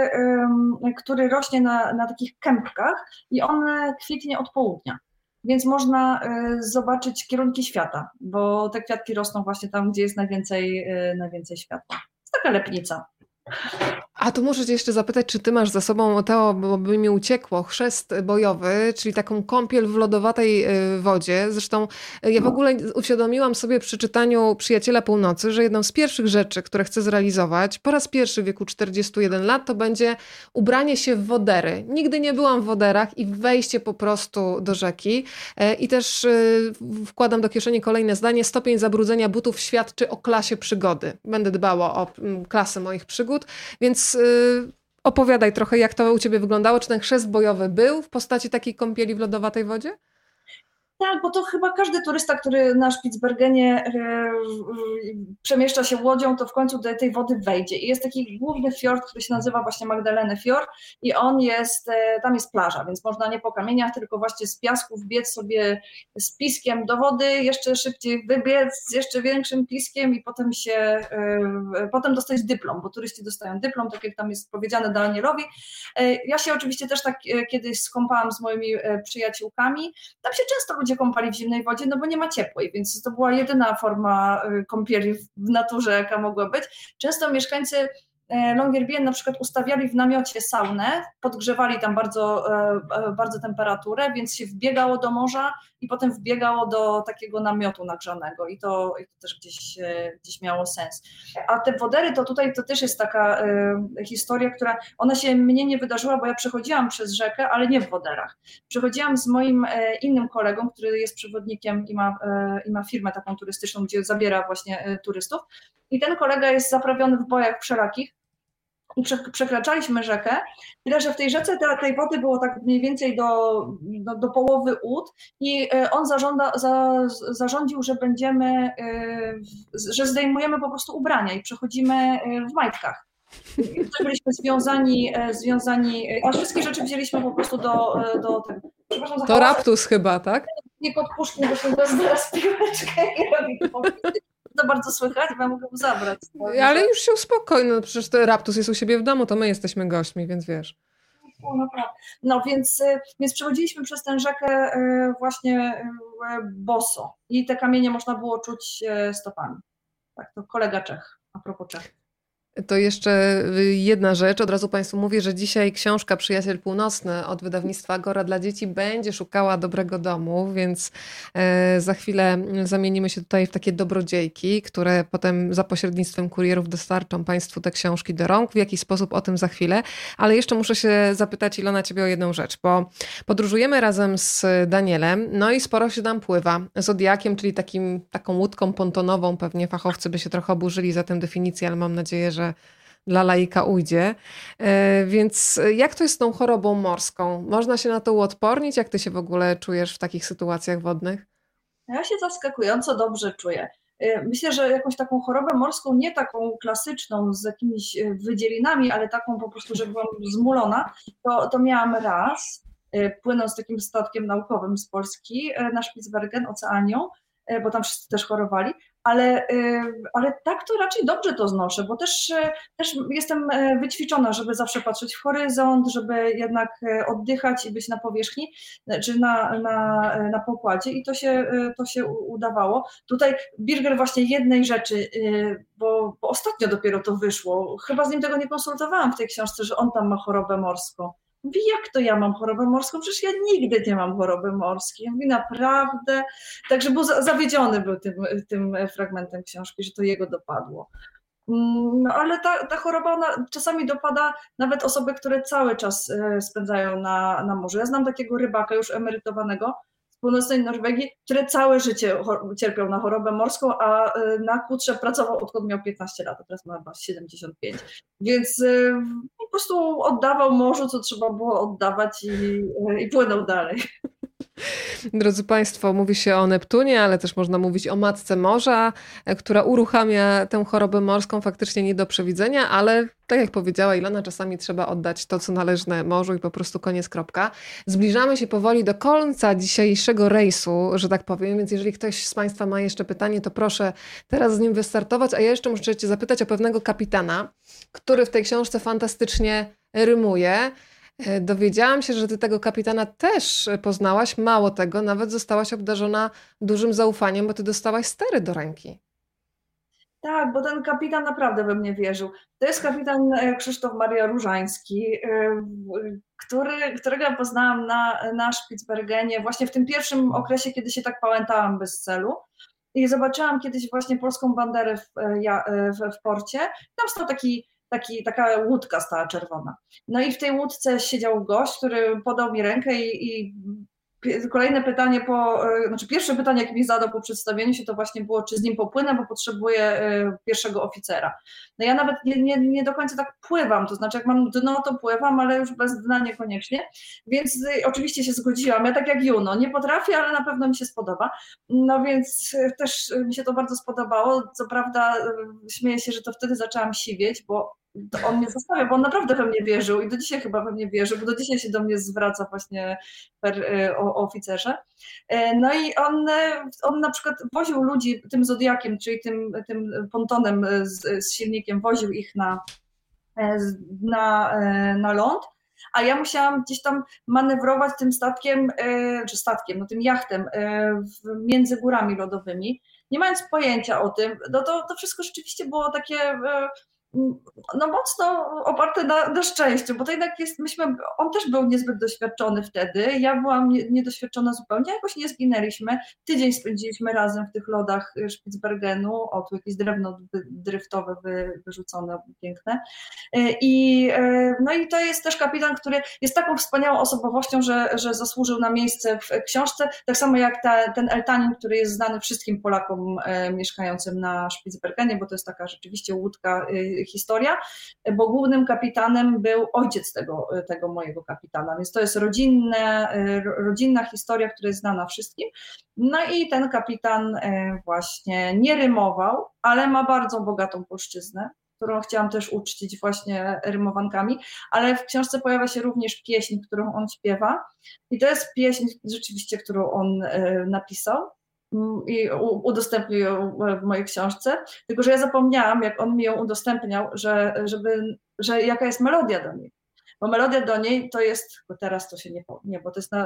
S2: który rośnie na takich kępkach i on kwitnie od południa. Więc można zobaczyć kierunki świata, bo te kwiatki rosną właśnie tam, gdzie jest najwięcej światła. Jest taka lepnica.
S1: A tu muszę cię jeszcze zapytać, czy ty masz za sobą to, bo by mi uciekło, chrzest bojowy, czyli taką kąpiel w lodowatej wodzie. Zresztą ja w ogóle uświadomiłam sobie przy czytaniu Przyjaciela Północy, że jedną z pierwszych rzeczy, które chcę zrealizować po raz pierwszy w wieku 41 lat, to będzie ubranie się w wodery. Nigdy nie byłam w woderach i wejście po prostu do rzeki. I też wkładam do kieszeni kolejne zdanie. Stopień zabrudzenia butów świadczy o klasie przygody. Będę dbała o klasę moich przygód, więc opowiadaj trochę, jak to u ciebie wyglądało. Czy ten chrzest bojowy był w postaci takiej kąpieli w lodowatej wodzie?
S2: Tak, bo to chyba każdy turysta, który na Spitsbergenie przemieszcza się łodzią, to w końcu do tej wody wejdzie. I jest taki główny fiord, który się nazywa właśnie Magdalene Fjord i tam jest plaża, więc można nie po kamieniach, tylko właśnie z piasku wbiec sobie z piskiem do wody, jeszcze szybciej wybiec z jeszcze większym piskiem i potem dostać dyplom, bo turyści dostają dyplom, tak jak tam jest powiedziane Danielowi. Ja się oczywiście też tak kiedyś skąpałam z moimi przyjaciółkami. Tam się często ludzie kąpali w zimnej wodzie, no bo nie ma ciepłej, więc to była jedyna forma kąpieli w naturze, jaka mogła być. Często mieszkańcy Longyearbyen na przykład ustawiali w namiocie saunę, podgrzewali tam bardzo temperaturę, więc się wbiegało do morza i potem wbiegało do takiego namiotu nagrzanego i to też gdzieś miało sens. A te wodery to tutaj to też jest taka historia, ona się mnie nie wydarzyła, bo ja przechodziłam przez rzekę, ale nie w woderach. Przechodziłam z moim innym kolegą, który jest przewodnikiem i ma firmę taką turystyczną, gdzie zabiera właśnie turystów i ten kolega jest zaprawiony w bojach wszelakich. I przekraczaliśmy rzekę, tyle że w tej rzece tej wody było tak mniej więcej do połowy ud i on zarządził, że zdejmujemy po prostu ubrania i przechodzimy w majtkach. I byliśmy związani, a wszystkie rzeczy wzięliśmy po prostu do tego.
S1: Przepraszam za to raptus chyba, tak?
S2: Nie podpuszczę, bo się zaraz piłeczkę i robi to bardzo słychać, bo ja mogę zabrać.
S1: Ale już się uspokoj, no przecież to raptus jest u siebie w domu, to my jesteśmy gośćmi, więc wiesz.
S2: No więc przechodziliśmy przez tę rzekę właśnie boso i te kamienie można było czuć stopami. Tak, to kolega Czech, a propos Czech.
S1: To jeszcze jedna rzecz. Od razu Państwu mówię, że dzisiaj książka Przyjaciel Północny od wydawnictwa Agora dla dzieci będzie szukała dobrego domu, więc za chwilę zamienimy się tutaj w takie dobrodziejki, które potem za pośrednictwem kurierów dostarczą Państwu te książki do rąk. W jaki sposób, o tym za chwilę. Ale jeszcze muszę się zapytać, Ilona, ciebie o jedną rzecz, bo podróżujemy razem z Danielem, no i sporo się tam pływa. Zodiakiem, czyli taką łódką pontonową, pewnie fachowcy by się trochę oburzyli za tę definicję, ale mam nadzieję, że dla laika ujdzie. Więc jak to jest z tą chorobą morską? Można się na to uodpornić? Jak ty się w ogóle czujesz w takich sytuacjach wodnych?
S2: Ja się zaskakująco dobrze czuję. Myślę, że jakąś taką chorobę morską, nie taką klasyczną z jakimiś wydzielinami, ale taką po prostu, że byłam zmulona, to miałam raz, płynąc takim statkiem naukowym z Polski na Spitsbergen, Oceanią, bo tam wszyscy też chorowali, ale tak to raczej dobrze to znoszę, bo też jestem wyćwiczona, żeby zawsze patrzeć w horyzont, żeby jednak oddychać i być na powierzchni, czy na pokładzie i to się udawało. Tutaj Birger właśnie jednej rzeczy, bo ostatnio dopiero to wyszło, chyba z nim tego nie konsultowałam w tej książce, że on tam ma chorobę morską. Mówi, jak to ja mam chorobę morską? Przecież ja nigdy nie mam choroby morskiej. Mówi, naprawdę? Także zawiedziony był tym fragmentem książki, że to jego dopadło. No ale ta choroba ona czasami dopada nawet osoby, które cały czas spędzają na morzu. Ja znam takiego rybaka już emerytowanego z północnej Norwegii, który całe życie cierpiał na chorobę morską, a na kutrze pracował odkąd miał 15 lat, a teraz ma chyba 75. Więc po prostu oddawał morzu, co trzeba było oddawać i płynął dalej.
S1: Drodzy Państwo, mówi się o Neptunie, ale też można mówić o Matce Morza, która uruchamia tę chorobę morską, faktycznie nie do przewidzenia, ale tak jak powiedziała Ilona, czasami trzeba oddać to, co należne morzu i po prostu koniec, kropka. Zbliżamy się powoli do końca dzisiejszego rejsu, że tak powiem, więc jeżeli ktoś z Państwa ma jeszcze pytanie, to proszę teraz z nim wystartować, a ja jeszcze muszę Cię zapytać o pewnego kapitana, który w tej książce fantastycznie rymuje. Dowiedziałam się, że ty tego kapitana też poznałaś. Mało tego, nawet zostałaś obdarzona dużym zaufaniem, bo ty dostałaś stery do ręki.
S2: Tak, bo ten kapitan naprawdę we mnie wierzył. To jest kapitan Krzysztof Maria Różański, którego ja poznałam na Spitsbergenie właśnie w tym pierwszym okresie, kiedy się tak pałętałam bez celu. I zobaczyłam kiedyś właśnie polską banderę w porcie. Tam stał taka łódka stała czerwona. No i w tej łódce siedział gość, który podał mi rękę i kolejne pytanie pierwsze pytanie, jakie mi zadał po przedstawieniu się, to właśnie było, czy z nim popłynę, bo potrzebuję pierwszego oficera. No ja nawet nie do końca tak pływam, to znaczy jak mam dno, to pływam, ale już bez dna niekoniecznie, więc oczywiście się zgodziłam. Ja tak jak Juno, nie potrafię, ale na pewno mi się spodoba. No więc też mi się to bardzo spodobało. Co prawda śmieję się, że to wtedy zaczęłam siwieć, bo to on mnie zostawia, bo on naprawdę we mnie wierzył i do dzisiaj chyba we mnie wierzy, bo do dzisiaj się do mnie zwraca właśnie o oficerze. No i on na przykład woził ludzi tym Zodiakiem, czyli tym pontonem z silnikiem, woził ich na ląd, a ja musiałam gdzieś tam manewrować tym tym jachtem między górami lodowymi, nie mając pojęcia o tym. No to wszystko rzeczywiście było takie mocno oparte na szczęściu, bo to jednak on też był niezbyt doświadczony wtedy, ja byłam niedoświadczona zupełnie, jakoś nie zginęliśmy, tydzień spędziliśmy razem w tych lodach Spitsbergenu, tu jakieś drewno dryftowe wyrzucone, piękne. No i to jest też kapitan, który jest taką wspaniałą osobowością, że zasłużył na miejsce w książce, tak samo jak ten Eltanin, który jest znany wszystkim Polakom mieszkającym na Spitsbergenie, bo to jest taka rzeczywiście łódka, historia, bo głównym kapitanem był ojciec tego mojego kapitana, więc to jest rodzinna historia, która jest znana wszystkim. No i ten kapitan właśnie nie rymował, ale ma bardzo bogatą polszczyznę, którą chciałam też uczcić właśnie rymowankami, ale w książce pojawia się również pieśń, którą on śpiewa i to jest pieśń rzeczywiście, którą on napisał i udostępnił ją w mojej książce, tylko że ja zapomniałam, jak on mi ją udostępniał, że jaka jest melodia do niej. Bo melodia do niej to jest, bo teraz to się nie, bo to jest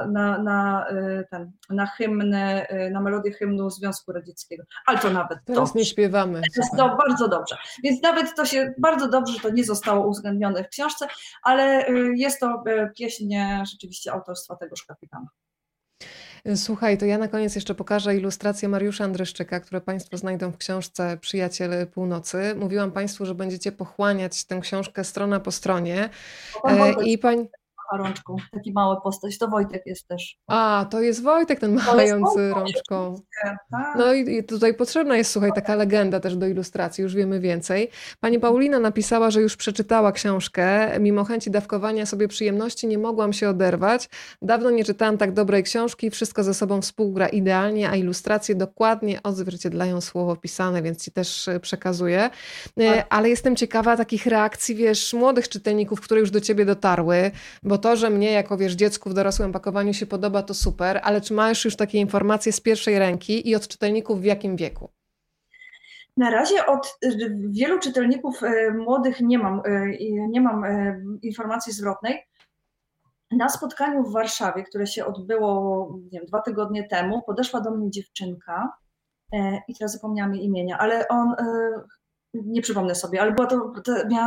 S2: na hymny, na melodię hymnu Związku Radzieckiego. Ale to nawet
S1: teraz nie śpiewamy.
S2: To bardzo dobrze. Więc nawet to się bardzo dobrze, że to nie zostało uwzględnione w książce, ale jest to pieśń rzeczywiście autorstwa tegoż kapitana.
S1: Słuchaj, to ja na koniec jeszcze pokażę ilustrację Mariusza Andryszczyka, które Państwo znajdą w książce Przyjaciel Północy. Mówiłam Państwu, że będziecie pochłaniać tę książkę strona po stronie. I pani...
S2: rączką, taki mała postać, to Wojtek jest też.
S1: A, to jest Wojtek, ten machający rączką.
S2: Tak.
S1: No i tutaj potrzebna jest, słuchaj, taka legenda też do ilustracji, już wiemy więcej. Pani Paulina napisała, że już przeczytała książkę. Mimo chęci dawkowania sobie przyjemności nie mogłam się oderwać. Dawno nie czytałam tak dobrej książki, wszystko ze sobą współgra idealnie, a ilustracje dokładnie odzwierciedlają słowo pisane, więc ci też przekazuję. Ale jestem ciekawa takich reakcji, wiesz, młodych czytelników, które już do ciebie dotarły, bo Bo to, że mnie jako, wiesz, dziecku w dorosłym pakowaniu się podoba, to super, ale czy masz już takie informacje z pierwszej ręki i od czytelników w jakim wieku?
S2: Na razie od wielu czytelników młodych nie mam informacji zwrotnej. Na spotkaniu w Warszawie, które się odbyło, nie wiem, 2 tygodnie temu, podeszła do mnie dziewczynka i teraz zapomniałam jej imienia, ale nie przypomnę sobie, ale była miała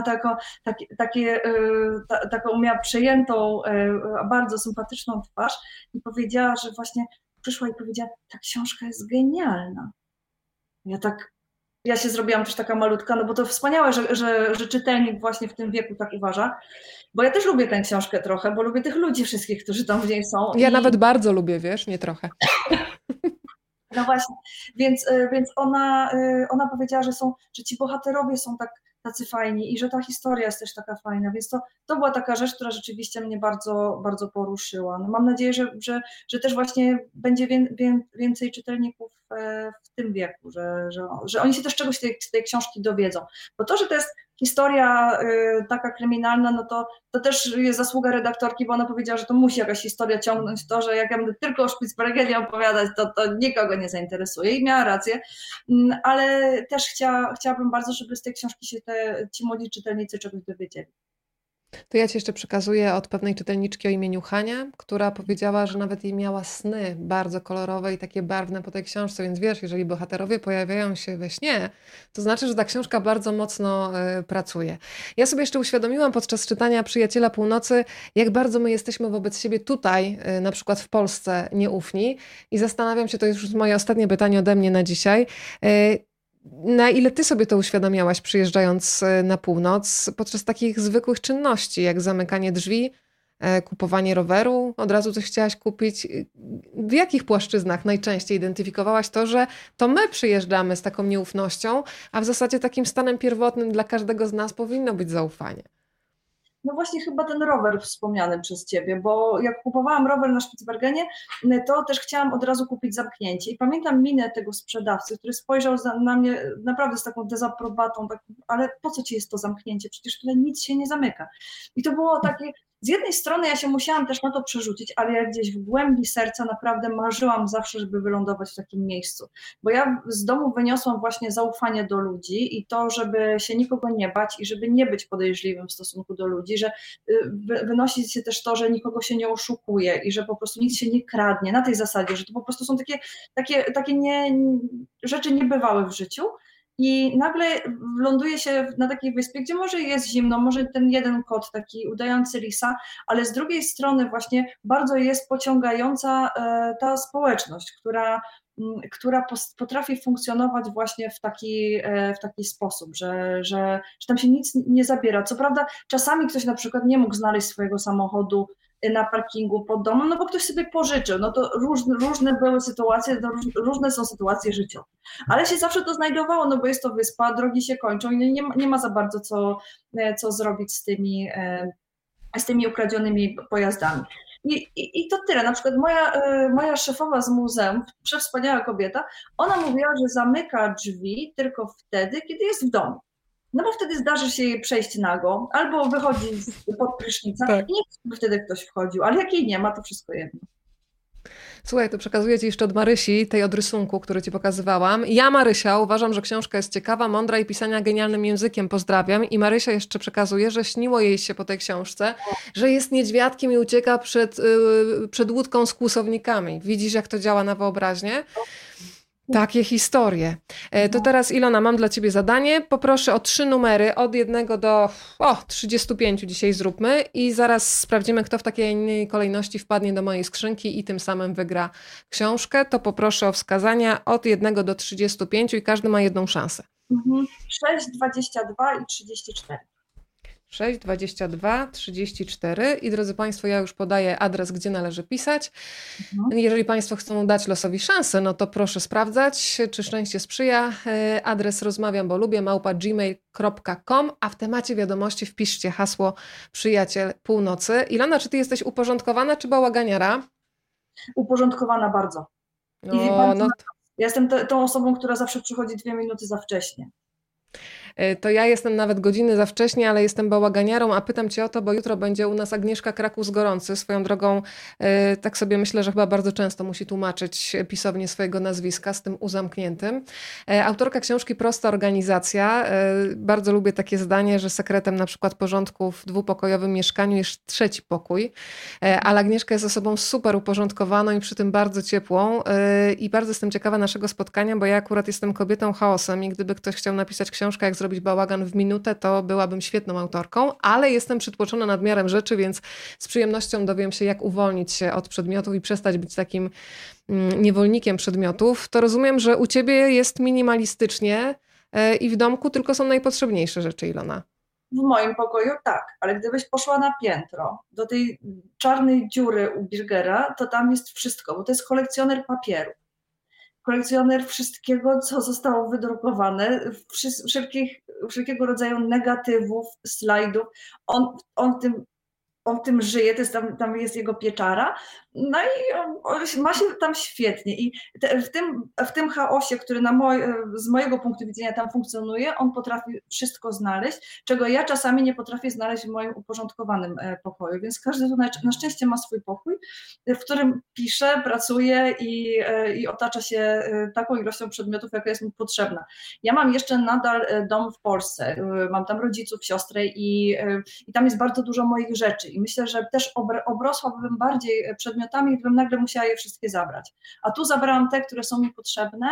S2: taką miała przejętą, bardzo sympatyczną twarz i powiedziała, że właśnie przyszła i powiedziała, ta książka jest genialna. Ja się zrobiłam też taka malutka, no bo to wspaniałe, że czytelnik właśnie w tym wieku tak uważa, bo ja też lubię tę książkę trochę, bo lubię tych ludzi wszystkich, którzy tam w niej są.
S1: Ja nawet bardzo lubię, wiesz, nie trochę.
S2: No właśnie, więc ona powiedziała, że ci bohaterowie są tacy fajni i że ta historia jest też taka fajna, więc to była taka rzecz, która rzeczywiście mnie bardzo, bardzo poruszyła. No mam nadzieję, że też właśnie będzie więcej czytelników w tym wieku, że oni się też czegoś z tej książki dowiedzą. Bo to, że to jest historia taka kryminalna, no to też jest zasługa redaktorki, bo ona powiedziała, że to musi jakaś historia ciągnąć to, że jak ja będę tylko o Spitsbergenie opowiadać, to nikogo nie zainteresuje i miała rację, ale też chciałabym bardzo, żeby z tej książki się ci młodzi czytelnicy czegoś dowiedzieli.
S1: To ja ci jeszcze przekazuję od pewnej czytelniczki o imieniu Hania, która powiedziała, że nawet jej miała sny bardzo kolorowe i takie barwne po tej książce, więc wiesz, jeżeli bohaterowie pojawiają się we śnie, to znaczy, że ta książka bardzo mocno pracuje. Ja sobie jeszcze uświadomiłam podczas czytania Przyjaciela Północy, jak bardzo my jesteśmy wobec siebie tutaj, na przykład w Polsce, nieufni i zastanawiam się, to jest już moje ostatnie pytanie ode mnie na dzisiaj, na ile ty sobie to uświadamiałaś, przyjeżdżając na północ, podczas takich zwykłych czynności, jak zamykanie drzwi, kupowanie roweru, od razu coś chciałaś kupić? W jakich płaszczyznach najczęściej identyfikowałaś to, że to my przyjeżdżamy z taką nieufnością, a w zasadzie takim stanem pierwotnym dla każdego z nas powinno być zaufanie?
S2: No właśnie chyba ten rower wspomniany przez ciebie, bo jak kupowałam rower na Spitsbergenie, to też chciałam od razu kupić zamknięcie. I pamiętam minę tego sprzedawcy, który spojrzał na mnie naprawdę z taką dezaprobatą, ale po co ci jest to zamknięcie? Przecież tutaj nic się nie zamyka. I to było takie, z jednej strony ja się musiałam też na to przerzucić, ale ja gdzieś w głębi serca naprawdę marzyłam zawsze, żeby wylądować w takim miejscu. Bo ja z domu wyniosłam właśnie zaufanie do ludzi i to, żeby się nikogo nie bać i żeby nie być podejrzliwym w stosunku do ludzi, że wynosić się też to, że nikogo się nie oszukuje i że po prostu nic się nie kradnie na tej zasadzie, że to po prostu są takie rzeczy niebywałe w życiu. I nagle ląduje się na takiej wyspie, gdzie może jest zimno, może ten jeden kot taki udający lisa, ale z drugiej strony właśnie bardzo jest pociągająca ta społeczność, która potrafi funkcjonować właśnie w taki sposób, że tam się nic nie zabiera. Co prawda czasami ktoś na przykład nie mógł znaleźć swojego samochodu na parkingu pod domem, no bo ktoś sobie pożyczył, no to różne były sytuacje, różne są sytuacje życiowe, ale się zawsze to znajdowało, no bo jest to wyspa, drogi się kończą i nie ma za bardzo co zrobić z tymi ukradzionymi pojazdami. I to tyle. Na przykład moja szefowa z muzeum, przewspaniała kobieta, ona mówiła, że zamyka drzwi tylko wtedy, kiedy jest w domu. No bo wtedy zdarzy się jej przejść nago, albo wychodzi pod prysznica
S1: Tak.
S2: i nie chce, by wtedy ktoś wchodził, ale jak jej nie ma, to wszystko jedno.
S1: Słuchaj, to przekazuję ci jeszcze od Marysi, tej od rysunku, który ci pokazywałam. Ja, Marysia, uważam, że książka jest ciekawa, mądra i pisania genialnym językiem. Pozdrawiam. I Marysia jeszcze przekazuje, że śniło jej się po tej książce, że jest niedźwiadkiem i ucieka przed łódką z kłusownikami. Widzisz, jak to działa na wyobraźnię? Takie historie. To teraz, Ilona, mam dla ciebie zadanie. Poproszę o 3 numery, od 1 do 35 dzisiaj zróbmy i zaraz sprawdzimy, kto w takiej innej kolejności wpadnie do mojej skrzynki i tym samym wygra książkę. To poproszę o wskazania od 1 do 35 i każdy ma jedną szansę.
S2: 6, 22 i 34.
S1: 6, 22, 34 i drodzy Państwo, ja już podaję adres, gdzie należy pisać. Jeżeli Państwo chcą dać losowi szansę, no to proszę sprawdzać, czy szczęście sprzyja. Adres rozmawiam, bo lubię @gmail.com, a w temacie wiadomości wpiszcie hasło Przyjaciel Północy. Ilona, czy Ty jesteś uporządkowana, czy bałaganiara?
S2: Uporządkowana bardzo. Ja jestem tą osobą, która zawsze przychodzi 2 minuty za wcześnie.
S1: to ja jestem nawet godziny za wcześnie, ale jestem bałaganiarą, a pytam cię o to, bo jutro będzie u nas Agnieszka Krakus-Gorący. Swoją drogą, tak sobie myślę, że chyba bardzo często musi tłumaczyć pisownię swojego nazwiska z tym U zamkniętym. Autorka książki Prosta organizacja. Bardzo lubię takie zdanie, że sekretem na przykład porządku w dwupokojowym mieszkaniu jest trzeci pokój, ale Agnieszka jest osobą super uporządkowaną i przy tym bardzo ciepłą i bardzo jestem ciekawa naszego spotkania, bo ja akurat jestem kobietą chaosem i gdyby ktoś chciał napisać książkę, jak zrobić bałagan w minutę, to byłabym świetną autorką, ale jestem przytłoczona nadmiarem rzeczy, więc z przyjemnością dowiem się, jak uwolnić się od przedmiotów i przestać być takim niewolnikiem przedmiotów. To rozumiem, że u ciebie jest minimalistycznie i w domku tylko są najpotrzebniejsze rzeczy, Ilona.
S2: W moim pokoju tak, ale gdybyś poszła na piętro, do tej czarnej dziury u Birgera, to tam jest wszystko, bo to jest kolekcjoner papieru. Kolekcjoner wszystkiego, co zostało wydrukowane, wszelkiego rodzaju negatywów, slajdów. On w tym żyje, to jest tam jest jego pieczara, no i on ma się tam świetnie. I w tym chaosie, który z mojego punktu widzenia tam funkcjonuje, on potrafi wszystko znaleźć, czego ja czasami nie potrafię znaleźć w moim uporządkowanym pokoju. Więc każdy tu na szczęście ma swój pokój, w którym pisze, pracuje i otacza się taką ilością przedmiotów, jaka jest mu potrzebna. Ja mam jeszcze nadal dom w Polsce, mam tam rodziców, siostrę i tam jest bardzo dużo moich rzeczy. I myślę, że też obrosłabym bardziej przedmiotami, gdybym nagle musiała je wszystkie zabrać. A tu zabrałam te, które są mi potrzebne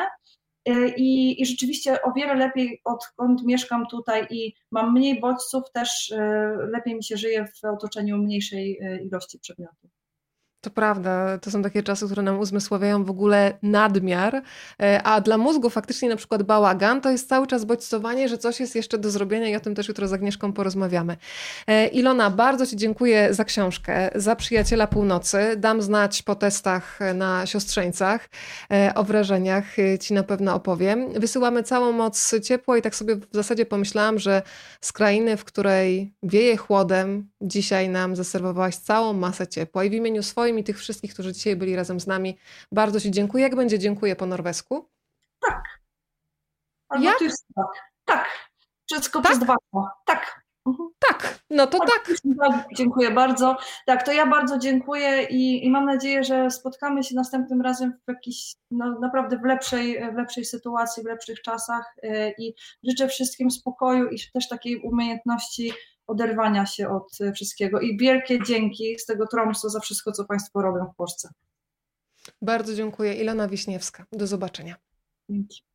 S2: i rzeczywiście o wiele lepiej, odkąd mieszkam tutaj i mam mniej bodźców, też lepiej mi się żyje w otoczeniu mniejszej ilości przedmiotów.
S1: To prawda, to są takie czasy, które nam uzmysławiają w ogóle nadmiar, a dla mózgu faktycznie na przykład bałagan to jest cały czas bodźcowanie, że coś jest jeszcze do zrobienia i o tym też jutro z Agnieszką porozmawiamy. Ilona, bardzo ci dziękuję za książkę, za Przyjaciela Północy. Dam znać po testach na siostrzeńcach, o wrażeniach ci na pewno opowiem. Wysyłamy całą moc ciepła i tak sobie w zasadzie pomyślałam, że z krainy, w której wieje chłodem, dzisiaj nam zaserwowałaś całą masę ciepła i w imieniu swoim i tych wszystkich, którzy dzisiaj byli razem z nami, bardzo ci dziękuję. Jak będzie dziękuję po norwesku?
S2: Tak. Albo
S1: Jak?
S2: tu jest tak. Tak. Wszystko
S1: Tak?
S2: przez dwa. Tak. Mhm.
S1: Tak. No to tak.
S2: Dziękuję bardzo. Tak, to ja bardzo dziękuję i mam nadzieję, że spotkamy się następnym razem w jakiejś, no, naprawdę w lepszej sytuacji, w lepszych czasach i życzę wszystkim spokoju i też takiej umiejętności oderwania się od wszystkiego. I wielkie dzięki z tego Tromsø za wszystko, co Państwo robią w Polsce.
S1: Bardzo dziękuję. Ilona Wiśniewska. Do zobaczenia.
S2: Dzięki.